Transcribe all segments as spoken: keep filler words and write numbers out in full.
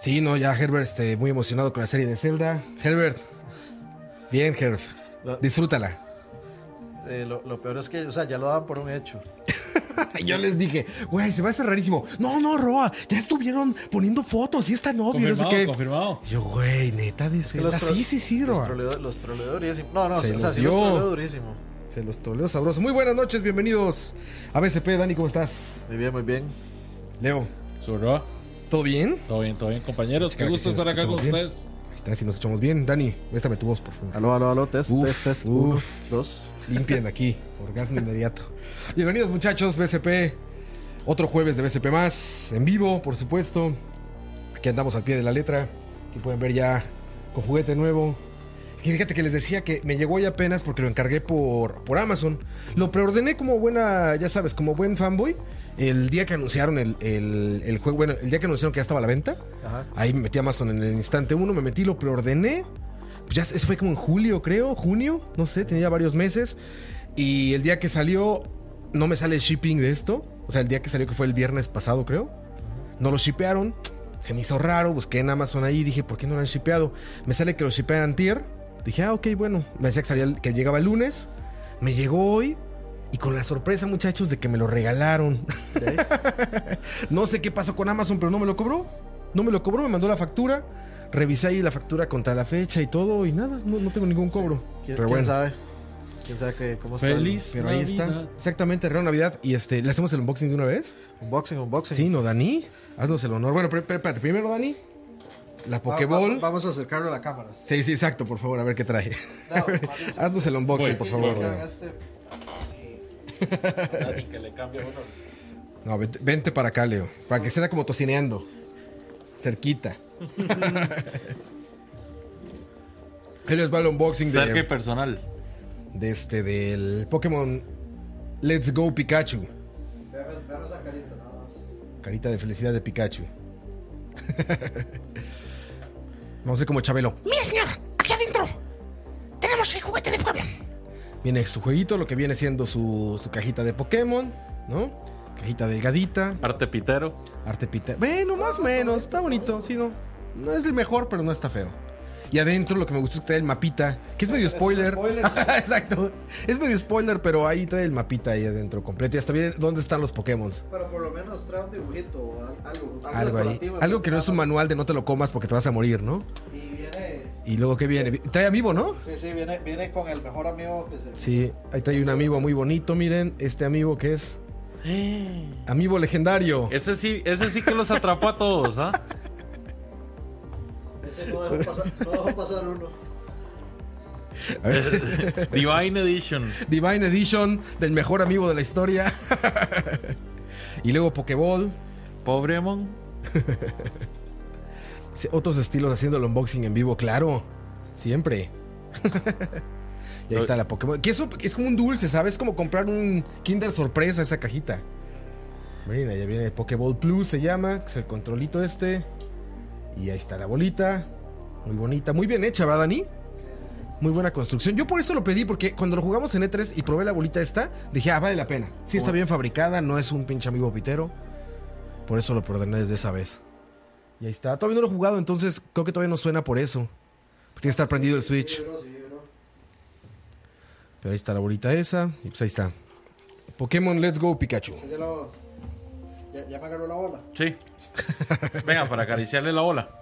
Sí, no, ya Herbert este, muy emocionado con la serie de Zelda. Herbert, bien, Herb, Lo- disfrútala. Eh, lo, lo peor es que, o sea, ya lo daban por un hecho. Yo les dije, güey, se va a hacer rarísimo. No, no, Roa, ya estuvieron poniendo fotos y está novio, no sé Confirmado, qué. confirmado. Yo, güey, neta de Zelda. tro- Sí, sí, sí, Los Roa. troleó, los troleó durísimo. No, no, Se o sea, los sí los dio. troleó durísimo. Se los troleó sabroso. Muy buenas noches, bienvenidos a B C P. Dani, ¿cómo estás? Muy bien, muy bien. Leo, Surroa. ¿todo bien? Todo bien, todo bien, compañeros. Qué Claro que gusto sí, estar nos acá con escuchamos bien. ustedes. Ahí está, si nos escuchamos bien. Dani, muéstrame tu voz, por favor. Aló, aló, aló, test, Uf, test, test. uf. Uno, dos. Limpian aquí, orgasmo inmediato. Bienvenidos, muchachos, B C P. Otro jueves de B C P más, en vivo, por supuesto. Aquí andamos al pie de la letra. Aquí pueden ver ya con juguete nuevo. Y fíjate que les decía que me llegó hoy apenas porque lo encargué por, por Amazon. Lo preordené como buena, ya sabes, como buen fanboy. El día que anunciaron el, el, el juego, bueno, el día que anunciaron que ya estaba a la venta. Ajá. Ahí me metí a Amazon en el instante uno, me metí, lo preordené. Pues ya, eso fue como en julio, creo, junio, no sé, tenía ya varios meses. Y el día que salió, no me sale el shipping de esto. O sea, el día que salió, que fue el viernes pasado, creo. No lo shippearon. Se me hizo raro, busqué en Amazon ahí, dije, ¿por qué no lo han shippeado? Me sale que lo shippean antier. Dije, ah, ok, bueno. Me decía que, salía, el- que llegaba el lunes. Me llegó hoy. Y con la sorpresa, muchachos, de que me lo regalaron. ¿Sí? No sé qué pasó con Amazon, pero no me lo cobró. No me lo cobró, me mandó la factura. Revisé ahí la factura contra la fecha y todo. Y nada, no, no tengo ningún cobro. ¿Quién, Pero quién bueno. sabe? ¿Quién sabe que, cómo está? el Feliz Pero ahí está. Navidad. Exactamente, regalo Navidad. Y este, ¿le hacemos el unboxing de una vez? Unboxing, unboxing. Sí, ¿no, Dani? Haznos el honor. Bueno, pero, pero, espérate, primero, Dani. La Va- Pokéball. va- vamos a acercarlo a la cámara. Sí, sí, exacto, por favor, a ver qué trae. No, más bien, Haznos el unboxing, Voy. por favor. que Leo. haga este- sí. Dani, que le cambia uno. No, vente, vente para acá, Leo. Para que sea como tocineando. Cerquita. Ahí les va el unboxing Cerca y de, personal. de este, del Pokémon Let's Go Pikachu. Veamos veamos esa carita, nada más. Carita de felicidad de Pikachu. Vamos a ser como Chabelo. Mire, señor, aquí adentro tenemos el juguete de Puebla. Viene su jueguito, lo que viene siendo su, su cajita de Pokémon, ¿no? Cajita delgadita, Arte pitero. arte pita. Bueno, más o menos, está bonito, sí, no. No es el mejor, pero no está feo. Y adentro lo que me gustó es que trae el mapita, que es medio Es- es spoiler. spoiler. Exacto. Es medio spoiler, pero ahí trae el mapita ahí adentro completo. Y hasta bien dónde están los Pokémon. Pero por lo menos trae un dibujito o al- algo. Algo ahí. decorativo, Algo que no es un nada más. manual de no te lo comas porque te vas a morir, ¿no? Y viene. Y luego, ¿qué viene? Trae amiibo, ¿no? Sí, sí, viene, viene con el mejor amigo que se. Sí, ahí trae un amiibo muy bonito, miren. Este amiibo que es amiibo legendario. Ese sí, ese sí que los atrapó a todos, ¿ah? Ese no dejó pasar, no dejó pasar uno. A ver, Divine Edition. Divine Edition del mejor amigo de la historia. Y luego Pokéball. Pobremon. Sí, otros estilos haciendo el unboxing en vivo, claro. Siempre. Y ahí está la Pokémon. Que eso es como un dulce, ¿sabes? Como comprar un Kinder sorpresa esa cajita. Miren, ya viene Pokéball Plus, se llama. Que es el controlito este. Y ahí está la bolita. Muy bonita, muy bien hecha, ¿verdad, Dani? Muy buena construcción. Yo por eso lo pedí, porque cuando lo jugamos en E tres y probé la bolita esta, dije, ah, vale la pena. Sí está bien fabricada, no es un pinche amigo pitero. Por eso lo ordené desde esa vez. Y ahí está. Todavía no lo he jugado, entonces creo que todavía no suena por eso. Tiene que estar prendido el Switch. Sí, bro, sí, bro. Pero ahí está la bolita esa. Y pues ahí está. Pokémon Let's Go Pikachu. Sí, ya, lo, ya, ya me agarró la bola. Sí. Venga, para acariciarle la bola.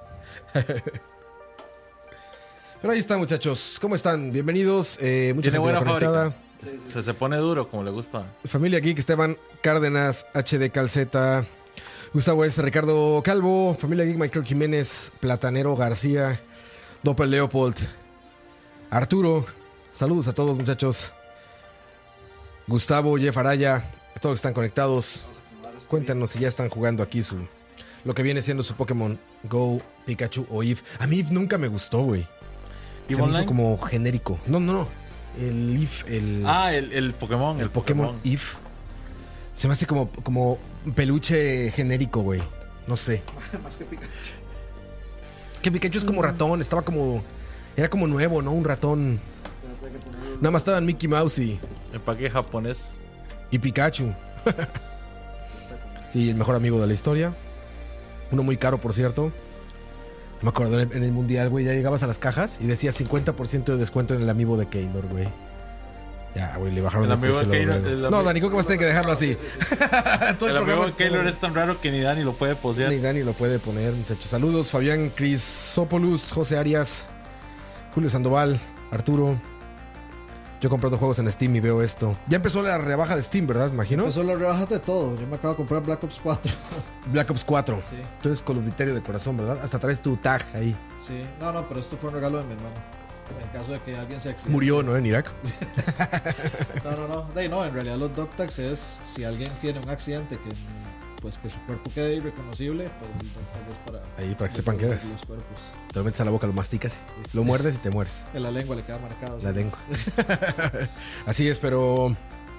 Pero ahí está, muchachos. ¿Cómo están? Bienvenidos. Eh, mucha Tiene gente buena conectada. fábrica. Se, se pone duro, como le gusta. Familia Geek, Esteban Cárdenas, H D Calceta, Gustavo S, Ricardo Calvo, Familia Geek, Michael Jiménez, Platanero García, Doppel Leopold, Arturo. Saludos a todos, muchachos. Gustavo, Jeff Araya, todos los que están conectados. Cuéntanos si ya están jugando aquí su lo que viene siendo su Pokémon Go, Pikachu o Eve. A mí Eve nunca me gustó, güey. Se ¿Eve me hizo Online? como genérico. No, no, no. El Eve, el, Ah, el, el Pokémon. el Pokémon Eve. Se me hace como, como peluche genérico, güey. No sé. Más que Pikachu. Que Pikachu es como ratón, estaba como... Era como nuevo, ¿no? Un ratón. Nada más estaban Mickey Mouse y, Empaque japonés. y Pikachu. Sí, el mejor amigo de la historia. Uno muy caro, por cierto. Me acuerdo en el, en el mundial, güey, ya llegabas a las cajas y decía cincuenta por ciento de descuento en el amiibo de Keylor, güey. Ya, güey, le bajaron El el amiibo precio. de luego, Keylor- luego. el No, ami- Dani, ¿cómo vas a tener que dejarlo así? Todo El amigo programa- de Keylor es tan raro que ni Dani lo puede poseer. Ni Dani lo puede poner, muchachos. Saludos, Fabián Crisópolis, José Arias, Julio Sandoval, Arturo. Yo he comprado juegos en Steam y veo esto. Ya empezó la rebaja de Steam, ¿verdad? Imagino. Empezó las rebajas de todo. Yo me acabo de comprar Black Ops cuatro. Black Ops cuatro. Sí. Tú eres coluditario de corazón, ¿verdad? Hasta traes tu tag ahí. Sí, no, no, pero esto fue un regalo de mi hermano. En caso de que alguien se accidente. Murió, ¿no? En Irak. No, no, no. De ahí no, en realidad los dog tags es si alguien tiene un accidente que pues que su cuerpo quede irreconocible, pues el dog tag es para Ahí, para que sepan que reconocer eres. los cuerpos. Te lo metes a la boca, lo masticas, lo muerdes y te mueres. En la lengua le queda marcado. La sí. lengua. Así es, pero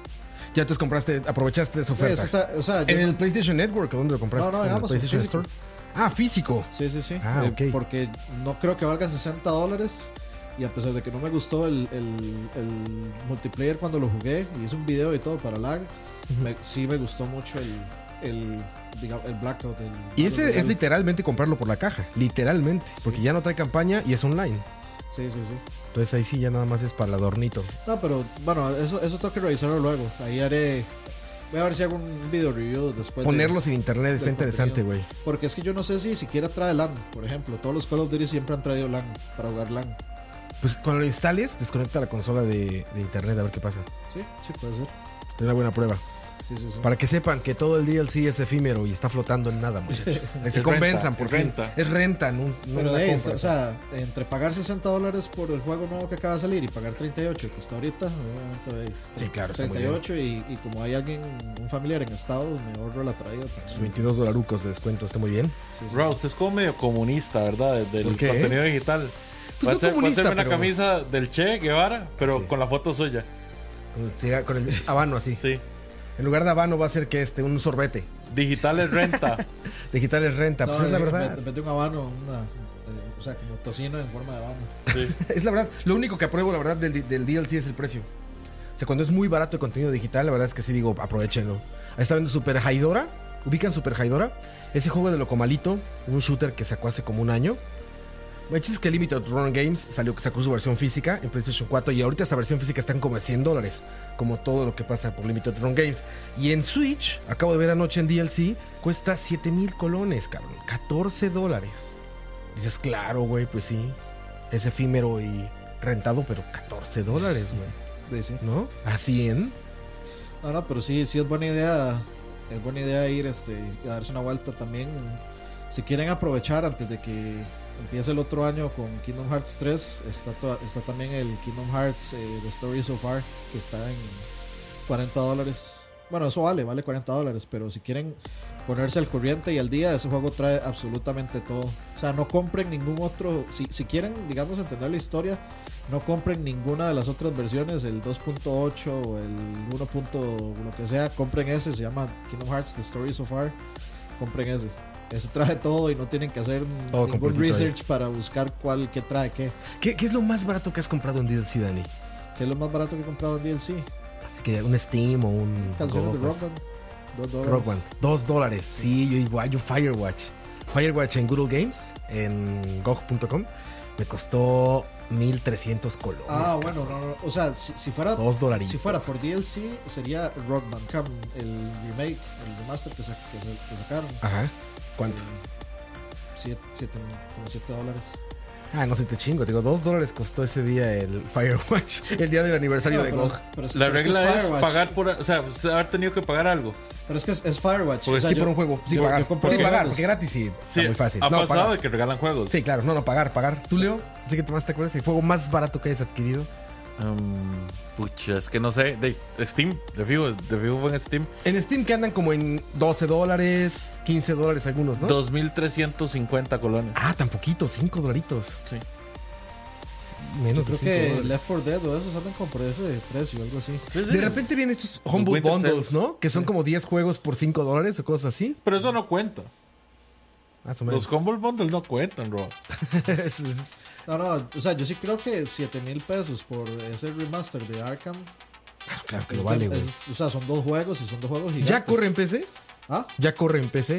ya tú compraste, aprovechaste esa Pues, oferta. esa- o sea, yo ¿En no- el PlayStation Network o dónde lo compraste? No, no, en el Amazon, PlayStation físico. Store. Ah, físico. Sí, sí, sí. Ah, Eh, ok. Porque no creo que valga sesenta dólares. Y a pesar de que no me gustó el, el- el multiplayer cuando lo jugué y hice un video y todo para lag, me- sí me gustó mucho el, el, digamos, el Blackout. El Y ese Battle es Royale. literalmente comprarlo por la caja. Literalmente. Porque ya no trae campaña y es online. Sí, sí, sí. Entonces ahí sí ya nada más es para el adornito. No, pero bueno, eso, eso tengo que revisarlo luego. Ahí haré. Voy a ver si hago un video review después. de- Ponerlos en internet está del interesante, contenido. güey. Porque es que yo no sé si siquiera trae LAN, por ejemplo. Todos los Call of Duty siempre han traído LAN para jugar LAN. Pues cuando lo instales, desconecta la consola de, de internet a ver qué pasa. Sí, sí, puede ser. Es una buena prueba. Sí, sí, sí. Para que sepan que todo el D L C es efímero y está flotando en nada, muchachos. Que se Es convenzan, renta, por es fin. renta. Es renta, no, no Pero la de ahí, compra. o sea, entre pagar sesenta dólares por el juego nuevo que acaba de salir y pagar treinta y ocho, que está ahorita, obviamente, ahí, Sí, claro, está muy treinta y ocho y, y como hay alguien, un familiar en estado, me ahorro la traída. Sus veintidós dolarucos de descuento, está muy bien. Sí, sí, Bro, sí. usted es como medio comunista, ¿verdad? De- Del ¿Por qué? contenido digital. Pues Puede no ser- puede comunista, hacerme una pero- camisa del Che Guevara, pero Sí. con la foto suya. Con el, ciga- con el habano así. Sí. En lugar de habano va a ser que este, un sorbete. Digital es renta. Digital es renta, No, pues es la en- verdad. En vez de un habano, una, eh, o sea, como tocino en forma de habano. Sí. Es la verdad. Lo único que apruebo, la verdad, del, del D L C es el precio. O sea, cuando es muy barato el contenido digital, la verdad es que sí digo, aprovechenlo. Ahí está viendo Super Haidora. ¿Ubican Super Haidora? Ese juego de Locomalito, un shooter que sacó hace como un año. El chiste es que Limited Run Games salió, sacó su versión física en PlayStation cuatro y ahorita esa versión física está en como cien dólares, como todo lo que pasa por Limited Run Games. Y en Switch, acabo de ver anoche en D L C, cuesta siete mil colones, cabrón, catorce dólares. Dices, claro, güey, pues sí, es efímero y rentado, pero catorce dólares, güey, Sí, sí. ¿no? ¿A cien? No, no, pero sí, sí es buena idea. Es buena idea ir este, y darse una vuelta también. Si quieren aprovechar antes de que empiece el otro año con Kingdom Hearts tres, está, to- está también el Kingdom Hearts eh, The Story So Far, que está en cuarenta dólares. Bueno, eso vale, vale cuarenta dólares, pero si quieren ponerse al corriente y al día, ese juego trae absolutamente todo. O sea, no compren ningún otro, si, si quieren, digamos, entender la historia, no compren ninguna de las otras versiones, el dos punto ocho o el uno. Lo que sea, compren ese, se llama Kingdom Hearts The Story So Far, compren ese. Ese trae todo y no tienen que hacer Todo ningún completito ahí. research para buscar cuál, qué trae qué. ¿Qué, qué es lo más barato que has comprado en D L C, Dani? ¿Qué es lo más barato que he comprado en D L C? Así que un Steam o un... Canciones de Go, Rock pues. Band. Dos dólares. Rock Band, dos dólares. Sí, yo igual, yo Firewatch. Firewatch en Google Games, en G O G punto com, me costó mil trescientos colones. Ah, cabrón. bueno, no, no. O sea, si, si fuera Dos dolaritos. si fuera por D L C, sería Rock Band. Cam, el remake, el remaster que, sa- que, sa- que sacaron. Ajá. ¿Cuánto? Siete, siete, como siete dólares. Ah, no sé, te chingo. Te digo, dos dólares costó ese día el Firewatch, el día del aniversario No, de pero- G O G. pero es- La pero es que regla es, Firewatch. pagar por. O sea, usted haber tenido que pagar algo. Pero es que es, es Firewatch. Pues o sea, Sí, yo- por un juego. Sí, yo- pagar. yo compré Sí, pagar, juegos. porque gratis sí. Sí, Está muy fácil. ha No, pasado pagar. de que regalan juegos. Sí, claro. No, no, pagar, pagar. ¿Tú, Leo? Así que te más te acuerdas. ¿El juego más barato que hayas adquirido? Um, pucha, es que no sé. De Steam, de fijo, de fijo fue en Steam. En Steam que andan como en doce dólares, quince dólares algunos, ¿no? dos mil trescientos cincuenta colones. Ah, tan poquito, cinco dolaritos. Sí. Sí, Yo menos de creo cinco que dólares. Left four Dead o esos andan con por ese precio, algo así. Sí, sí. De repente vienen estos Humble Winter Bundles, Sales. ¿no? Que son como diez juegos por cinco dólares o cosas así. Pero eso no cuenta. Más o menos. Los Humble Bundles no cuentan, bro. Es- es- No, no, o sea, yo sí creo que siete mil pesos por ese remaster de Arkham. claro que es lo de- vale, güey. es- o sea, son dos juegos y son dos juegos gigantes. ¿Ya corre en P C? ¿Ah? ¿Ya corre en P C?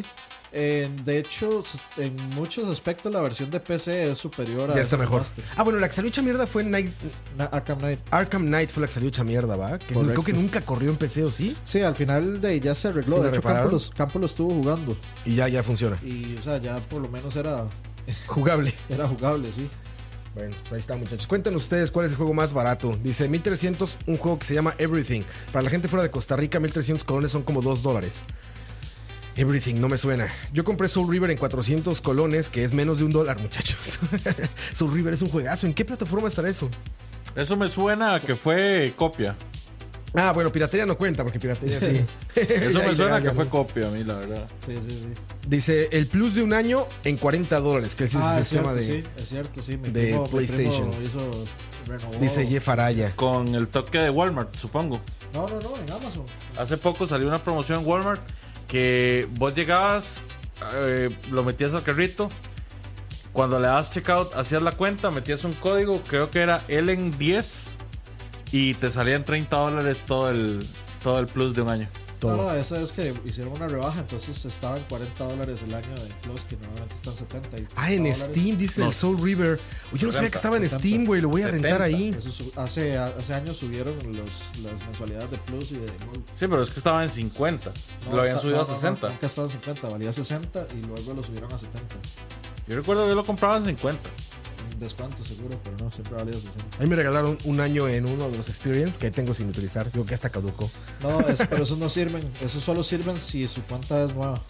Eh, de hecho, en muchos aspectos la versión de P C es superior a Ya está ese mejor. remaster. Ah, bueno, la que salió hecha mierda fue Night, Na- Arkham Knight. Arkham Knight, fue la que salió hecha mierda, ¿va? Que Correcto. creo que nunca corrió en P C, ¿o sí? Sí, al final de ya se arregló. ¿Sí de la hecho, repararon? Campo, los, Campo lo estuvo jugando. Y ya, ya funciona. Y, o sea, ya por lo menos era, Jugable. era jugable, sí. Bueno, pues ahí está, muchachos. Cuéntanos ustedes cuál es el juego más barato. Dice mil trescientos, un juego que se llama Everything. Para la gente fuera de Costa Rica, mil trescientos colones son como dos dólares. Everything, no me suena. Yo compré Soul River en cuatrocientos colones, que es menos de un dólar, muchachos. Soul River es un juegazo. ¿En qué plataforma estará eso? Eso me suena a que fue copia. Ah, bueno, piratería no cuenta, porque piratería sí. Eso Ya me suena a ilegal, que ya fue no. copia a mí, la verdad. Sí, sí, sí. Dice el plus de un año en cuarenta dólares, que es el Ah, es sistema cierto, de. sí, es cierto, sí. Mi de primo- mi PlayStation. primo hizo, renovó. Dice Jeff Araya. Con el toque de Walmart, supongo. No, no, no, en Amazon. Hace poco salió una promoción en Walmart que vos llegabas, eh, lo metías al carrito. Cuando le das checkout, hacías la cuenta, metías un código, creo que era Ellen diez, y te salían treinta dólares todo el, todo el plus de un año. Todo. No, no, eso es que hicieron una rebaja, entonces estaba en cuarenta dólares el año de Plus, que normalmente están setenta. Y Ah, en treinta dólares. Steam, dice No. el Soul River. Uy, yo no sabía que estaba en setenta, Steam, güey. Lo voy a rentar setenta. ahí. Eso su- hace, hace años subieron los, las mensualidades de Plus y de Gold. Sí, pero es que estaba en cincuenta. No, lo habían está- subido no, a no, no, sesenta. nunca estaba en cincuenta, valía sesenta y luego lo subieron a setenta. Yo recuerdo que yo lo compraba en cincuenta. Un descuento seguro, pero no, siempre valía sesenta. A mí me regalaron un año en uno de los Experience que tengo sin utilizar. Yo creo que hasta caducó. No, es- pero esos no sirven, esos solo sirven si su cuenta es nueva.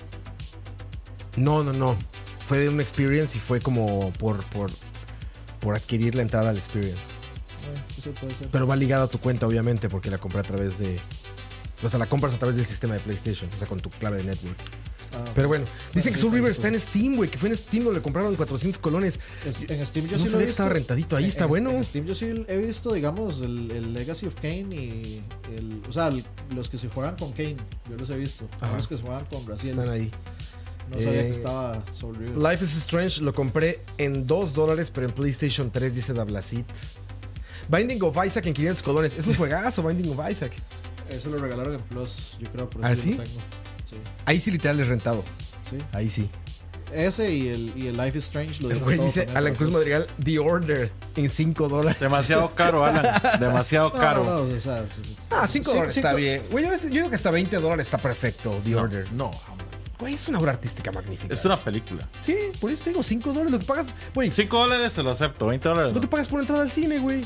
No, no, no. Fue de un Experience y fue como por, por, por adquirir la entrada al Experience. Eh, eso puede ser. Pero va ligado a tu cuenta, obviamente, porque la compré a través de. O sea, la compras a través del sistema de PlayStation, o sea, con tu clave de network. Ah, Pero bueno, dicen que sí, Soul River sí, está en Steam, güey. Que fue en Steam, lo le compraron en cuatrocientos colones. Es- en Steam yo No sí lo sabía he que estaba visto. rentadito ahí, está En- bueno. En Steam yo sí he visto, digamos, el, el Legacy of Kain y el, o sea, el- los que se juegan con Kain, yo los he visto. Ajá. Los que se juegan con Brasil. Están ahí. No sabía Eh, que estaba Soul River. Life is Strange lo compré en dos dólares, pero en PlayStation tres, dice Dablasit. Binding of Isaac en quinientos colones. Es un juegazo, Binding of Isaac. Eso lo regalaron en Plus, yo creo, por eso ¿Ah, yo sí? lo tengo. Sí, Ahí sí, literal, es rentado. sí. Ahí sí. Ese y el, y el Life is Strange lo El dieron güey todo dice también Alan para Cruz Plus. Madrigal, The Order en cinco dólares. Demasiado caro, Alan. Demasiado No, caro. no, no, o sea, sí, sí. Ah, cinco Sí, dólares cinco- está bien. Güey, yo, yo digo que hasta veinte dólares está perfecto, The No, Order. no, jamás. Güey, es una obra artística magnífica. Es una película. Sí, por eso te digo, cinco dólares. Lo que pagas, güey, cinco dólares se lo acepto. veinte dólares. lo que No. pagas por entrada al cine, güey.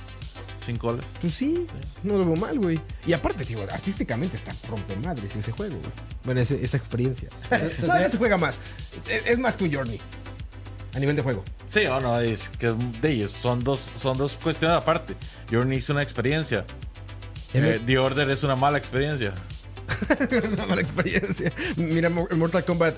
cinco dólares. Pues sí, no lo veo mal, güey. Y aparte, digo, artísticamente está rompe madres ese juego, güey. Bueno, ese- esa experiencia. Este- No, ese se juega más. Es, es más que un Journey. A nivel de juego. Sí, o no, es que de ellos son dos, son dos cuestiones aparte. Journey es una experiencia. Eh, The Order es una mala experiencia. Es una mala experiencia. Mira, Mo- Mortal Kombat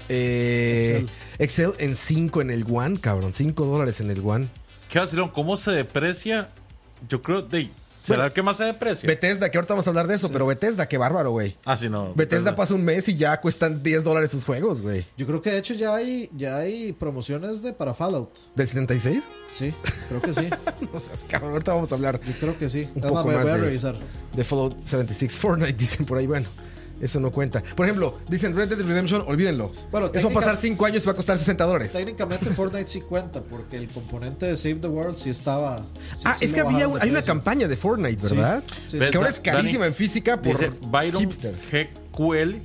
eh, Excel. en cinco en el One, cabrón. cinco dólares en el One. ¿Qué vacilón? ¿Cómo se deprecia? Yo creo, de, ¿será Bueno, el que más se deprecia? Bethesda, que ahorita vamos a hablar de eso, pero Bethesda, qué bárbaro, güey. Ah, sí, no. Bethesda pasa un mes y ya cuestan diez dólares sus juegos, güey. Yo creo que de hecho ya hay, ya hay promociones de para Fallout. ¿Del setenta y seis? Sí, creo que sí. No seas cabrón, ahorita vamos a hablar Yo creo que sí. Un Es poco más, voy, más voy a de- revisar. de Fallout setenta y seis. Fortnite, dicen por ahí, bueno. Eso no cuenta. Por ejemplo, dicen Red Dead Redemption, olvídenlo. Bueno, Eso va a pasar técnica- cinco años y va a costar sesenta dólares. Técnicamente Fortnite sí cuenta porque el componente de Save the World sí estaba. sí- Ah, sí es lo que había bajaron un- de hay una precio. campaña de Fortnite, ¿verdad? Sí, ¿Ves? Que ahora Da- es carísima Dani, en física por Dice Byron hipsters. G Q L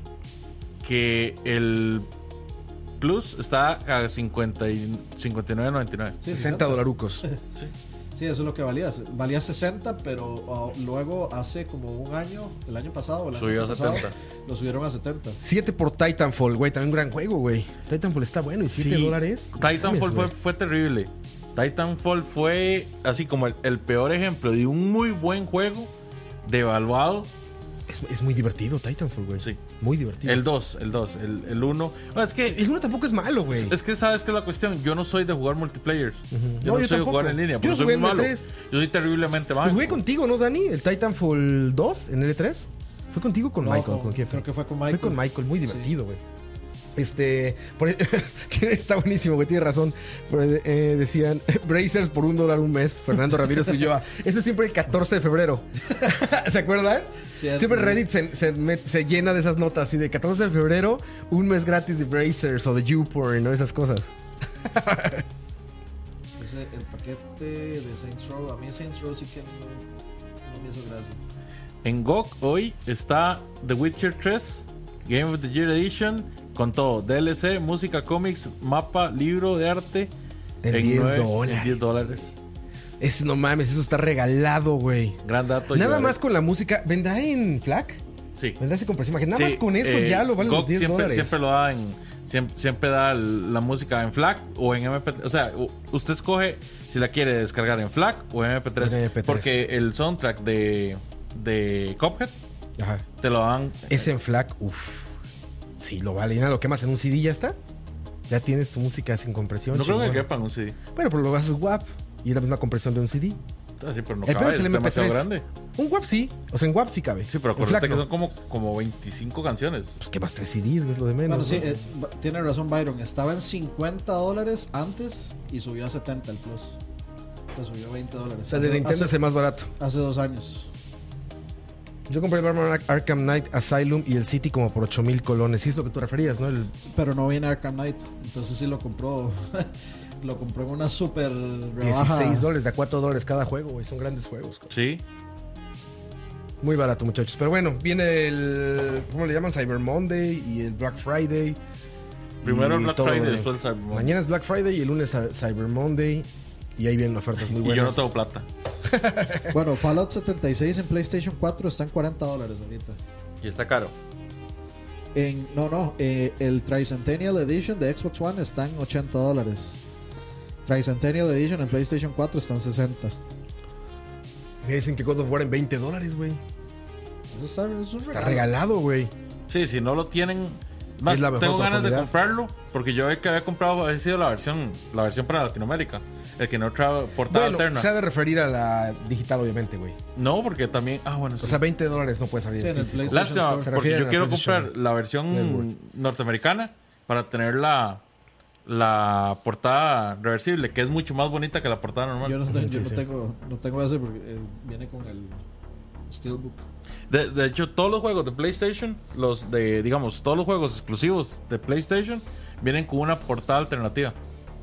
que el Plus está a cincuenta y cincuenta y nueve noventa y nueve. Sí, sesenta dolarucos. Sí, eso es lo que valía. Valía sesenta, pero uh, luego hace como un año, el año pasado, el año Subió a pasado, setenta. lo subieron a setenta. siete por Titanfall, güey. También un gran juego, güey. Titanfall está bueno y siete Sí, dólares. Titanfall Mames, fue, güey. fue terrible. Titanfall fue así como el, el peor ejemplo de un muy buen juego devaluado. Es, es muy divertido, Titanfall, güey. Sí. Muy divertido. El dos, el dos, el, el uno. No, es que El uno tampoco es malo, güey. es que sabes que es la cuestión. Yo no soy de jugar multiplayer. Yo No, no, yo soy de tampoco. jugar en línea. Yo Porque soy jugué muy en malo. E tres. Yo soy terriblemente Lo malo. jugué contigo, ¿no, Dani? El Titanfall dos en L tres. ¿Fue contigo o con No, Michael? con- ¿Con quién fue? creo que fue con Fue Michael. con Michael, muy divertido, güey. Este, por, está buenísimo, güey, tiene razón. Por, eh, decían Brazers por un dólar un mes. Fernando Ramírez Ulloa. Eso es siempre el catorce de febrero. ¿Se acuerdan? Sí, siempre Reddit se, se, met, se llena de esas notas así de catorce de febrero, un mes gratis de Brazers o de YouPorn, ¿no? Esas cosas. Ese, el paquete de Saints Row, a mí Saints Row sí que no, no me hizo gracia. En G O G hoy está The Witcher tres Game of the Year Edition con todo, D L C, música, cómics, mapa, libro de arte en, en diez dólares. Es, no mames, eso está regalado, güey. Gran dato. Nada llevaré. Más con la música. ¿Vendrá en FLAC? Sí. ¿Vendrá así con presión? Nada sí, más con eso eh, ya lo valen los diez siempre, dólares. Siempre lo da en. Siempre, siempre da la música en FLAC o en M P tres. O sea, usted escoge si la quiere descargar en FLAC o en M P tres. En M P tres. Porque el soundtrack de, de Cuphead Ajá. te lo dan. Es en FLAC, uff. Sí, lo vale. ¿Y nada, lo quemas en un C D y ya está? Ya tienes tu música sin compresión. No chingón. Creo que quepa en un C D. Bueno, pero lo haces W A P y es la misma compresión de un C D. Ah, sí, pero no el cabe, es el M P tres. Grande. Un W A P sí. O sea, en W A P sí cabe. Sí, pero acuérdate que son como, como veinticinco canciones. Pues quemas tres C Ds, es lo de menos. Bueno, sí, ¿no? eh, tiene razón Byron. Estaba en cincuenta dólares antes y subió a setenta el Plus. Entonces subió veinte dólares. O sea, de Nintendo hace, es el más barato. Hace dos años. Yo compré el Batman Arkham Knight Asylum y el City como por ocho mil colones. Sí, es lo que tú referías, ¿no? El... Pero no viene Arkham Knight. Entonces sí lo compró. Lo compró en una super rebaja. dieciséis dólares, de a cuatro dólares cada juego, güey. Son grandes juegos. Güey. Sí. Muy barato, muchachos. Pero bueno, viene el... ¿Cómo le llaman? Cyber Monday y el Black Friday. Primero el Black Friday, de... después el Cyber Monday. Mañana es Black Friday y el lunes Cyber Monday. Y ahí vienen ofertas muy buenas. Y yo no tengo plata. Bueno, Fallout setenta y seis en PlayStation cuatro está en cuarenta dólares ahorita. Y está caro. En, no, no. Eh, el Tricentennial Edition de Xbox One está en ochenta dólares. Tricentennial Edition en PlayStation cuatro está en sesenta. Me dicen que God of War en veinte dólares, güey. Eso está, eso es está regalado, güey. Sí, si no lo tienen... Más, tengo ganas de comprarlo porque yo que había comprado ha sido la versión la versión para Latinoamérica, el que no trae portada bueno, alterna. Se ha de referir a la digital, obviamente, güey. No, porque también ah bueno, sí. O sea, veinte dólares no puede salir. Sí, en físico. Lástima, porque yo quiero comprar la versión Network. norteamericana para tener la la portada reversible, que es mucho más bonita que la portada normal. Yo no, tengo, yo sí, no, sí. tengo, no tengo ese porque eh, viene con el Steelbook. De, de hecho, todos los juegos de PlayStation, los de, digamos, todos los juegos exclusivos de PlayStation vienen con una portada alternativa.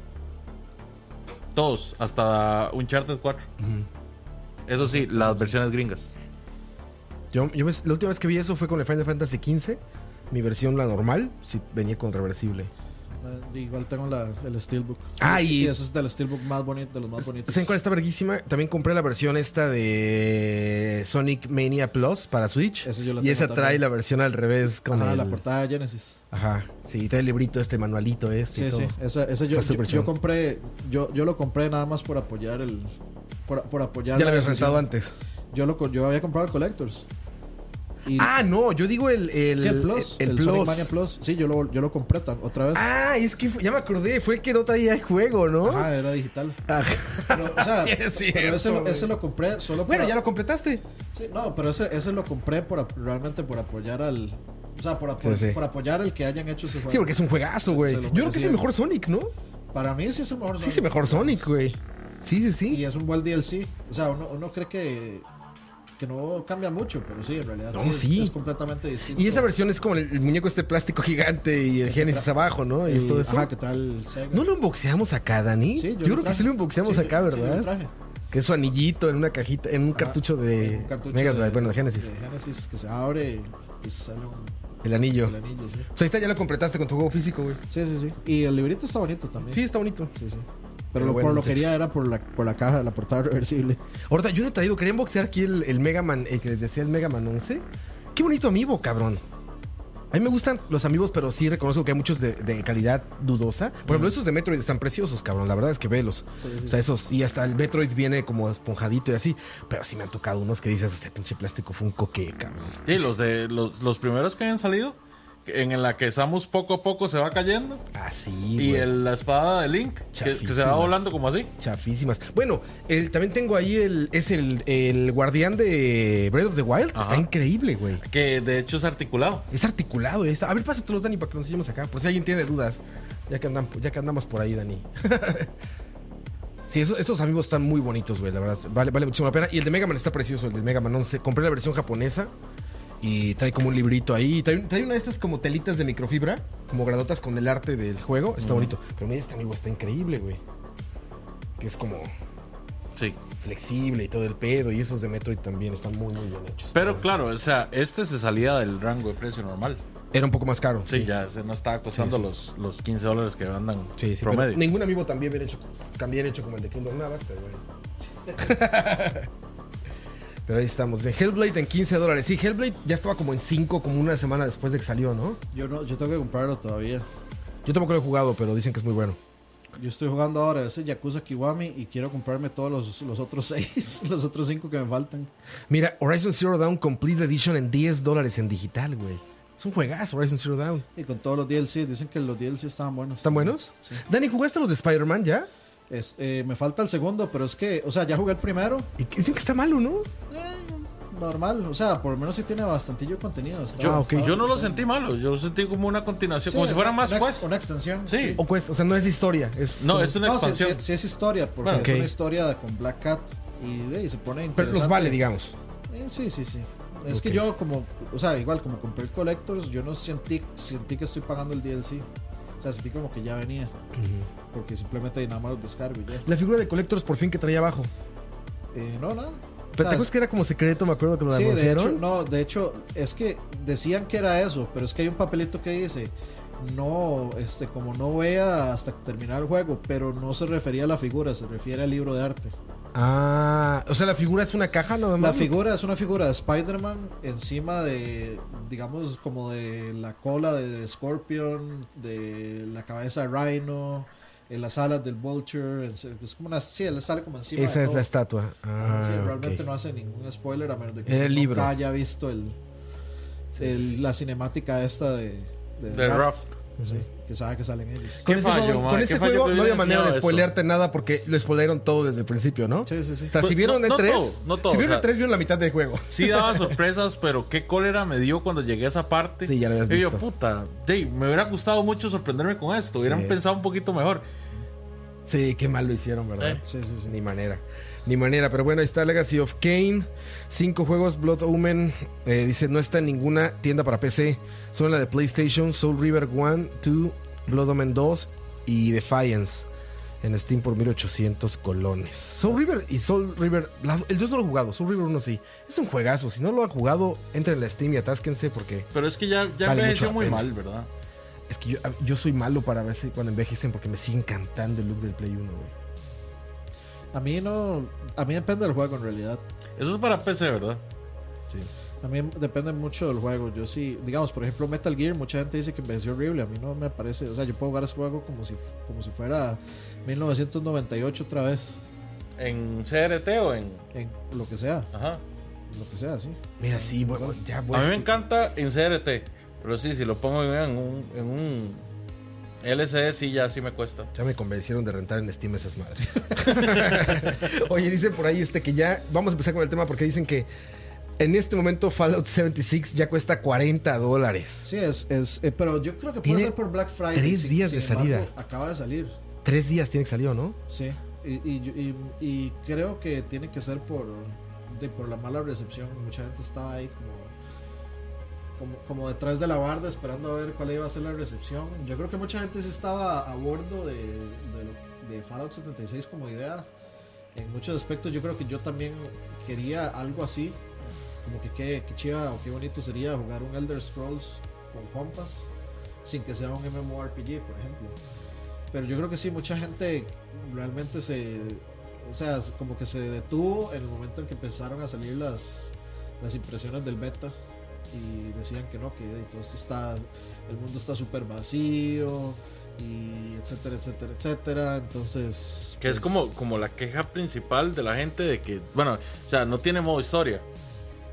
Todos, hasta Uncharted cuatro. Uh-huh. Eso sí, las versiones gringas. Yo, yo me, la última vez que vi eso fue con el Final Fantasy quince. Mi versión, la normal, sí venía con reversible. Uh, igual tengo la, el Steelbook. Ah, y, y ese es del Steelbook más bonito, de los más bonitos. ¿Saben cuál está verguísima? También compré la versión esta de Sonic Mania Plus para Switch. Ese yo la y esa también. trae la versión al revés con Ajá, el... la portada de Genesis. Ajá, sí, trae el librito este, manualito este. Sí, y sí, todo. ese, ese yo, yo, yo compré, yo, yo lo compré nada más por apoyar el, por, por apoyar. Ya lo habías rentado antes. Yo lo, yo había comprado el Collectors. Y ah, no, yo digo el el, sí, el Plus, el, el, el Plus. Sonic Mania Plus. Sí, yo lo, yo lo compré tam, otra vez. Ah, es que fue, ya me acordé, fue el que no traía el juego, ¿no? Ah, era digital. Ajá. Pero, o sea, sí, es cierto, pero ese, lo, ese lo compré solo Bueno, para... ya lo completaste. Sí, no, pero ese, ese lo compré por, realmente por apoyar al... O sea, por, por, sí, sí. por apoyar el que hayan hecho ese juego. Sí, porque es un juegazo, güey. Yo creo que es el mejor Sonic, ¿no? Para mí sí es el mejor Sonic. Sí, es el mejor Sonic, güey. Sí, sí, sí. Y es un buen D L C. O sea, uno, uno cree que... que no cambia mucho, pero sí, en realidad no, sí, sí. Es, es completamente distinto. Y esa versión es como el, el muñeco este plástico gigante y el Genesis abajo, ¿no? Y, y es todo eso. Ajá, que trae el Sega. ¿No lo unboxeamos acá, Dani? Sí, yo, yo creo traje. que sí lo unboxeamos sí, acá, yo, ¿verdad? Sí, yo traje. Que es su anillito en una cajita, en un Ajá, cartucho de un cartucho Mega Drive, de, bueno, de Genesis. De Genesis que se abre y sale un... El anillo. El anillo, sí. Pues ahí está, ya lo completaste con tu juego físico, güey. Sí, sí, sí. Y el librito está bonito también. Sí, está bonito. Sí, sí. Pero, Pero lo, bueno, por lo que quería era por la, por la caja, la portada reversible. Ahorita, yo no he traído, quería boxear aquí el, el Mega Man, el que les decía el Mega Man once. Qué bonito amiibo, cabrón. A mí me gustan los amigos, pero sí reconozco que hay muchos de, de calidad dudosa. Por ejemplo, mm. esos de Metroid están preciosos, cabrón. La verdad es que velos. Sí, sí. O sea, esos, y hasta el Metroid viene como esponjadito y así. Pero sí me han tocado unos que dices, este pinche plástico fue un coque, cabrón. Sí, los de los, los primeros que hayan salido, en la que Samus poco a poco se va cayendo. Así, Y el- la espada de Link, que, que se va Chafísimas. volando como así. Chafísimas. Bueno, el, también tengo ahí el. Es el, el guardián de Breath of the Wild. Ajá. Está increíble, güey. Que de hecho es articulado. Es articulado. y Está. A ver, pásatelos, Dani, para que nos enseñemos acá. Por si alguien tiene dudas. Ya que, andan, ya que andamos por ahí, Dani. Sí, eso- estos amigos están muy bonitos, güey, la verdad. Vale, vale muchísimo la pena. Y el de Mega Man está precioso, el de Mega Man. No sé, compré la versión japonesa y trae como un librito ahí. Trae, trae una de estas como telitas de microfibra, como granotas con el arte del juego. Está bonito. Pero mira, este amigo está increíble, güey. Que es como Sí. flexible y todo el pedo. Y esos de Metroid también están muy, muy bien hechos. Pero claro, o sea, este se salía del rango de precio normal. Era un poco más caro. Sí, ya se no estaba costando Sí, sí. Los, los quince dólares que andan Sí, sí, pero promedio. ningún amigo también bien hecho, también hecho como el de Kingdom Navas, pero bueno. Pero ahí estamos. De Hellblade en quince dólares. Sí, Hellblade ya estaba como en cinco, como una semana después de que salió, ¿no? Yo no, yo tengo que comprarlo todavía. Yo tampoco lo he jugado, pero dicen que es muy bueno. Yo estoy jugando ahora ese Yakuza Kiwami y quiero comprarme todos los, los otros seis, los otros cinco que me faltan. Mira, Horizon Zero Dawn Complete Edition en diez dólares en digital, güey. Es un juegazo, Horizon Zero Dawn. Y con todos los D L C, dicen que los D L C estaban buenos. ¿Están buenos? Sí. Dani, ¿jugaste los de Spider-Man ya? Es- eh, me falta el segundo, pero es que, o sea, ya jugué el primero. Y que dicen que está malo, ¿no? eh, normal, o sea, por lo menos sí tiene bastantillo contenido. Está- Yo, Ah, ok. está- yo no lo está- sentí malo, yo lo sentí como una continuación, Sí, como si fuera una- más una, ex- quest. una extensión. Sí. O, pues, o sea, no es historia. Es No, como- es una No, sí, expansión. sí, sí es historia, porque Bueno, es ok. una historia de- con Black Cat y, de, y se pone Pero los interesante. vale, digamos. Eh, sí, sí, sí. Es Ok. que yo como, o sea, igual como compré el Collectors, yo no sentí, sentí que estoy pagando el D L C. O sea, sentí como que ya venía. Porque simplemente nada más los descargo y ya. La figura de Collectors por fin que traía abajo. Eh, no, no. Pero O te sea, acuerdas que era como secreto, me acuerdo que lo sí, de anunciaron. hecho, no, de hecho, es que decían que era eso, pero es que hay un papelito que dice, no, este, como no vea hasta terminar el juego, pero no se refería a la figura, se refiere al libro de arte. Ah, o sea, la figura es una caja nada La más. figura es una figura de Spider-Man encima de, digamos, como de la cola de Scorpion, de la cabeza de Rhino, en las alas del Vulture, en- es como una, sí, él sale como encima Esa de es todo. la estatua. Ah, Sí, realmente ok. no hace ningún spoiler a menos de que Era usted el libro. nunca haya visto el, el- la cinemática esta de, de, De Raft, Raft. sí, que sabe que salen ellos. Con Qué ese fallo, juego, man, con qué ese fallo juego que no había hubieran manera de enseñado spoilearte nada porque lo spoilearon todo desde el principio, ¿no? Sí, sí, sí. O sea, Pues, si vieron no- E no tres, todo, no todo, si vieron o sea- E tres, vieron la mitad del juego. Sí daba sorpresas, pero qué cólera me dio cuando llegué a esa parte. Sí, ya lo habías y yo, visto. puta, Dave, me hubiera gustado mucho sorprenderme con esto. Hubieran Sí. pensado un poquito mejor. Sí, qué mal lo hicieron, ¿verdad? Eh. Sí, sí, sí. Ni manera. Ni manera, pero bueno, ahí está Legacy of Kain. Cinco juegos, Blood Omen. eh, dice, no está en ninguna tienda para P C. Son la de PlayStation, Soul River uno, dos, Blood Omen dos y Defiance. En Steam por mil ochocientos colones. Soul River y Soul River. la- el dos no lo he jugado, Soul River uno sí. Es un juegazo. Si no lo han jugado, entren en la Steam y atásquense porque Pero es que ya, ya Vale envejeció mucho la muy pena. mal, ¿verdad? es que yo, yo soy malo para ver si cuando envejecen porque me sigue encantando el look del Play uno, güey. A mí no, a mí depende del juego en realidad. Eso es para P C, ¿verdad? Sí. A mí depende mucho del juego. Yo sí, digamos, por ejemplo, Metal Gear, mucha gente dice que envejeció horrible. A mí no me parece. O sea, yo puedo jugar ese juego como si, como si fuera mil novecientos noventa y ocho otra vez. ¿En C R T o en...? En lo que sea, Ajá. lo que sea, sí. Mira, sí, bueno, ya voy A mí me encanta en C R T. Pero sí, si lo pongo en un, en un L C D, sí, ya sí me cuesta. Ya me convencieron de rentar en Steam esas madres. Oye, dicen por ahí este que ya vamos a empezar con el tema porque dicen que en este momento Fallout setenta y seis ya cuesta cuarenta dólares. Sí, es, es eh, pero yo creo que puede Tiene ser por Black Friday. tres sin- días sin de salida. embargo, acaba de salir. Tres días tiene que salir, ¿no? Sí. Y, y, y, y creo que tiene que ser por, de, por la mala recepción. Mucha gente estaba ahí como, como, como detrás de la barda esperando a ver cuál iba a ser la recepción. Yo creo que mucha gente sí estaba a bordo de, de, de Fallout setenta y seis como idea. En muchos aspectos yo creo que yo también quería algo así. Como que qué, qué chiva o qué bonito sería jugar un Elder Scrolls con compas sin que sea un MMORPG, por ejemplo. Pero yo creo que sí, mucha gente realmente se... O sea, como que se detuvo en el momento en que empezaron a salir las, las impresiones del beta. Y decían que no, que todo esto está... El mundo está súper vacío. Y etcétera, etcétera, etcétera. Entonces... Que es pues, como, como la queja principal de la gente de que, bueno, o sea, no tiene modo historia.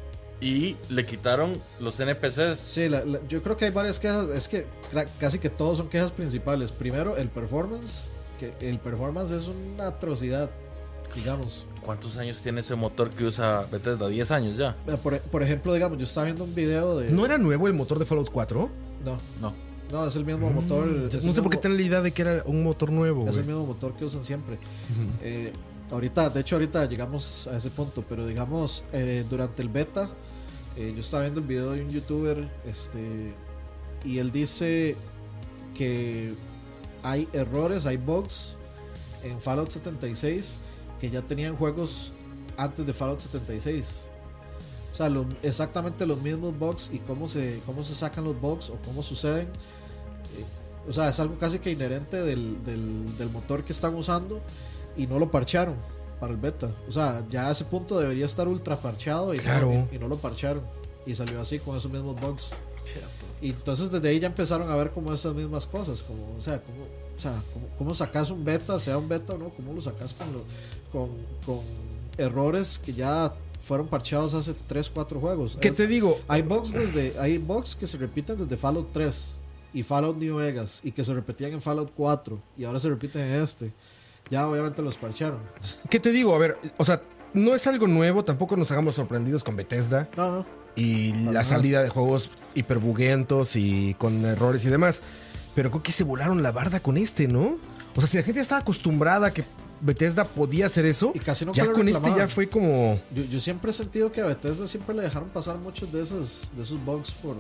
y le quitaron los N P Cs. Sí, la, la, yo creo que hay varias quejas. Es que cra- casi que todos son quejas principales. Primero, el performance. Que el performance es una atrocidad, digamos. ¿Cuántos años tiene ese motor que usa Bethesda? ¿diez años ya? Por, por ejemplo, digamos, yo estaba viendo un video de. ¿No era nuevo el motor de Fallout cuatro? No, No. no, es el mismo motor. No es sé el por qué mismo- tienen la idea de que era un motor nuevo, Es güey. el mismo motor que usan siempre. Eh, ahorita, de hecho, ahorita llegamos a ese punto, pero digamos, eh, durante el beta, eh, yo estaba viendo el video de un youtuber, este, y él dice que hay errores, hay bugs en Fallout setenta y seis que ya tenían juegos antes de Fallout setenta y seis. O sea, lo- exactamente los mismos bugs y cómo se, cómo se sacan los bugs o cómo suceden. Eh, o sea, es algo casi que inherente del, del, del motor que están usando y no lo parcharon para el beta. O sea, ya a ese punto debería estar ultra parchado y, Claro. no, y, y no lo parcharon. Y salió así con esos mismos bugs. Y entonces desde ahí ya empezaron a ver como esas mismas cosas, como, o sea, cómo, o sea, cómo, cómo sacas un beta, sea un beta o no, cómo lo sacas con, lo- con, con errores que ya fueron parchados hace tres cuatro juegos. ¿Qué Eh, te digo? Hay bugs desde, hay bugs que se repiten desde Fallout tres y Fallout New Vegas y que se repetían en Fallout cuatro y ahora se repiten en este. Ya obviamente los parcharon. ¿Qué te digo? A ver, o sea, no es algo nuevo, tampoco nos hagamos sorprendidos con Bethesda No, no. y la nada. salida de juegos hiperbuguentos y con errores y demás. Pero creo que se volaron la barda con este, ¿no? O sea, si la gente ya estaba acostumbrada a que Bethesda podía hacer eso, Y casi nunca ya lo con este reclamaban. ya fue como... Yo, yo siempre he sentido que a Bethesda siempre le dejaron pasar muchos de esos, de esos bugs por,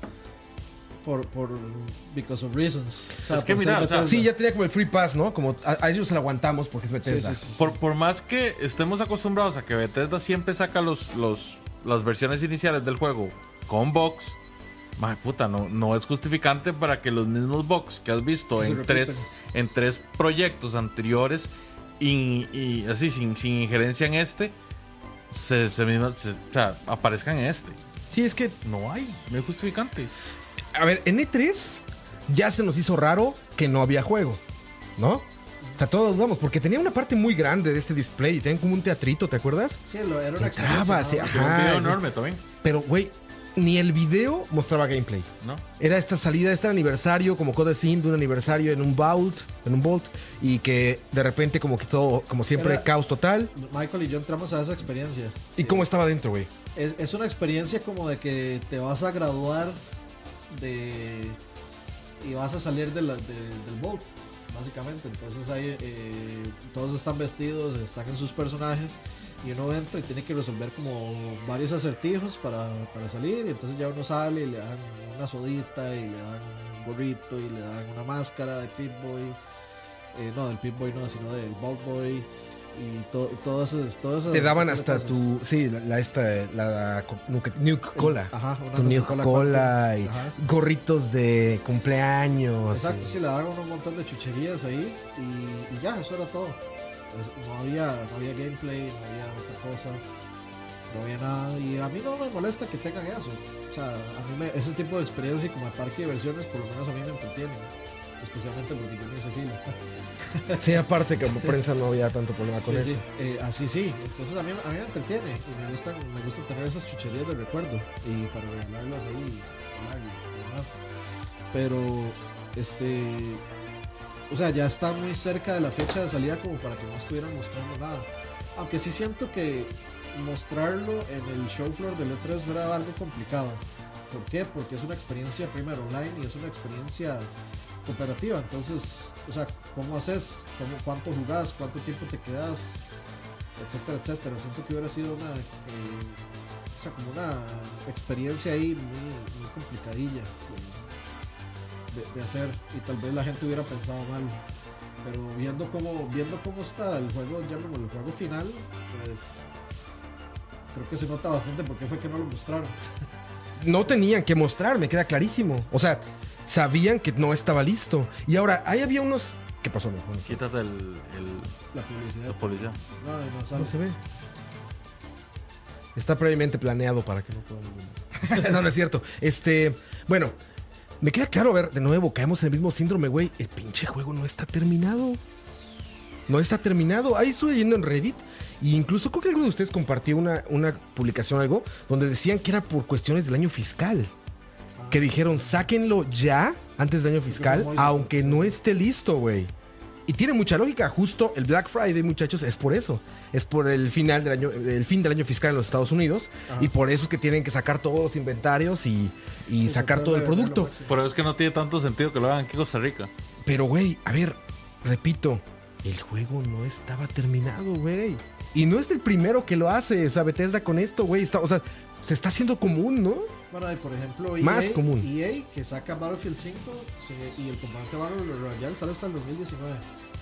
por, por, because of reasons. O sea, Es que por mira, ser o sea, Bethesda. Sí, ya tenía como el free pass, ¿no? Como a, a ellos se lo aguantamos porque es Sí, Bethesda. sí, sí, sí. Por, por más que estemos acostumbrados a que Bethesda siempre saca los, los, las versiones iniciales del juego con bugs, madre puta, no, no es justificante para que los mismos bugs que has visto Que se en repiten. tres, en tres proyectos anteriores y, y así sin, sin injerencia en este, se, se mismo- se- o sea, aparezcan en este. Sí, es que, No hay, no hay justificante. a ver, en E tres ya se nos hizo raro que no había juego, ¿no? O sea, todos dudamos, porque tenía una parte muy grande de este display, tenían como un teatrito, ¿te acuerdas? Sí, lo, era una Entraba, experiencia, sí, ¿no? ajá. Un video yo- enorme también, Pero, güey, ni el video mostraba gameplay. ¿no? Era esta salida, este aniversario, como Code Sim de un aniversario en un vault, en un vault, y que de repente como que todo, como siempre, Era- caos total. Michael y yo entramos a esa experiencia. ¿Y Eh, cómo estaba dentro, güey? Es, es una experiencia como de que te vas a graduar de y vas a salir de la- de- del Vault, básicamente. Entonces ahí eh, todos están vestidos, están en sus personajes y uno entra y tiene que resolver como varios acertijos para, para salir. Y entonces ya uno sale y le dan una sodita y le dan un gorrito y le dan una máscara de Pip-Boy. Eh, no, del Pip-Boy no, sino del Vault Boy. Y to, todas esas, todas esas Te daban cosas. hasta tu, sí, la, la esta, la, Nuke, Nuke Cola. Ajá, una Tu Nuke Nuke Cola Cola Quantum. y Ajá. gorritos de cumpleaños. Exacto, y- sí, le daban un montón de chucherías ahí y, y ya, eso era todo. Es- no, había, no había gameplay, no había otra cosa, no había nada. Y a mí no me molesta que tengan eso. O sea, a mí me, ese tipo de experiencia como de parque de diversiones, por lo menos a mí me entretienen. Especialmente porque yo no hice fila. Sí, aparte que como prensa no había tanto problema con Sí, eso. sí, eh, así sí. Entonces a mí, a mí me entretiene y me gusta, me gusta tener esas chucherías de recuerdo y para regalarlas ahí y demás. Pero, este, o sea, ya está muy cerca de la fecha de salida como para que no estuvieran mostrando nada. Aunque sí siento que mostrarlo en el show floor del E tres era algo complicado. ¿Por qué? Porque es una experiencia primero online y es una experiencia cooperativa. Entonces, o sea, ¿cómo haces? ¿Cómo, ¿Cuánto jugás? ¿Cuánto tiempo te quedas? Etcétera, etcétera. Siento que hubiera sido una, eh, o sea, como una experiencia ahí muy, muy complicadilla de, de- de hacer y tal vez la gente hubiera pensado mal. Pero viendo cómo, viendo cómo está el juego, llamémoslo el juego final, pues creo que se nota bastante por qué fue que no lo mostraron. No tenían que mostrar, me queda clarísimo. O sea, sabían que no estaba listo. Y ahora, ahí había unos... ¿Qué pasó, no? Bueno, Quítate el, el, La publicidad. la policía. No, no sale. no se ve. Está previamente planeado para que no puedan... No, no es cierto. Este, bueno, me queda claro, a ver, de nuevo, caemos en el mismo síndrome, güey. El pinche juego no está terminado. No está terminado. Ahí estuve yendo en Reddit. E incluso creo que alguno de ustedes compartió una, una publicación o algo donde decían que era por cuestiones del año fiscal. Que dijeron, sáquenlo ya antes del año fiscal, aunque no esté listo, güey. Y tiene mucha lógica. Justo el Black Friday, muchachos, es por eso. Es por el final del año, el fin del año fiscal en los Estados Unidos. Ajá. Y por eso es que tienen que sacar todos los inventarios y, y sacar todo el producto. Por eso es que no tiene tanto sentido que lo hagan aquí en Costa Rica. Pero, güey, a ver, repito, el juego no estaba terminado, güey. Y no es el primero que lo hace. O sea, Bethesda con esto, güey. O sea, se está haciendo común, ¿no? Bueno, y por ejemplo, E A, más común. E A que saca Battlefield cinco se, y el componente Battle Royale sale hasta el dos mil diecinueve.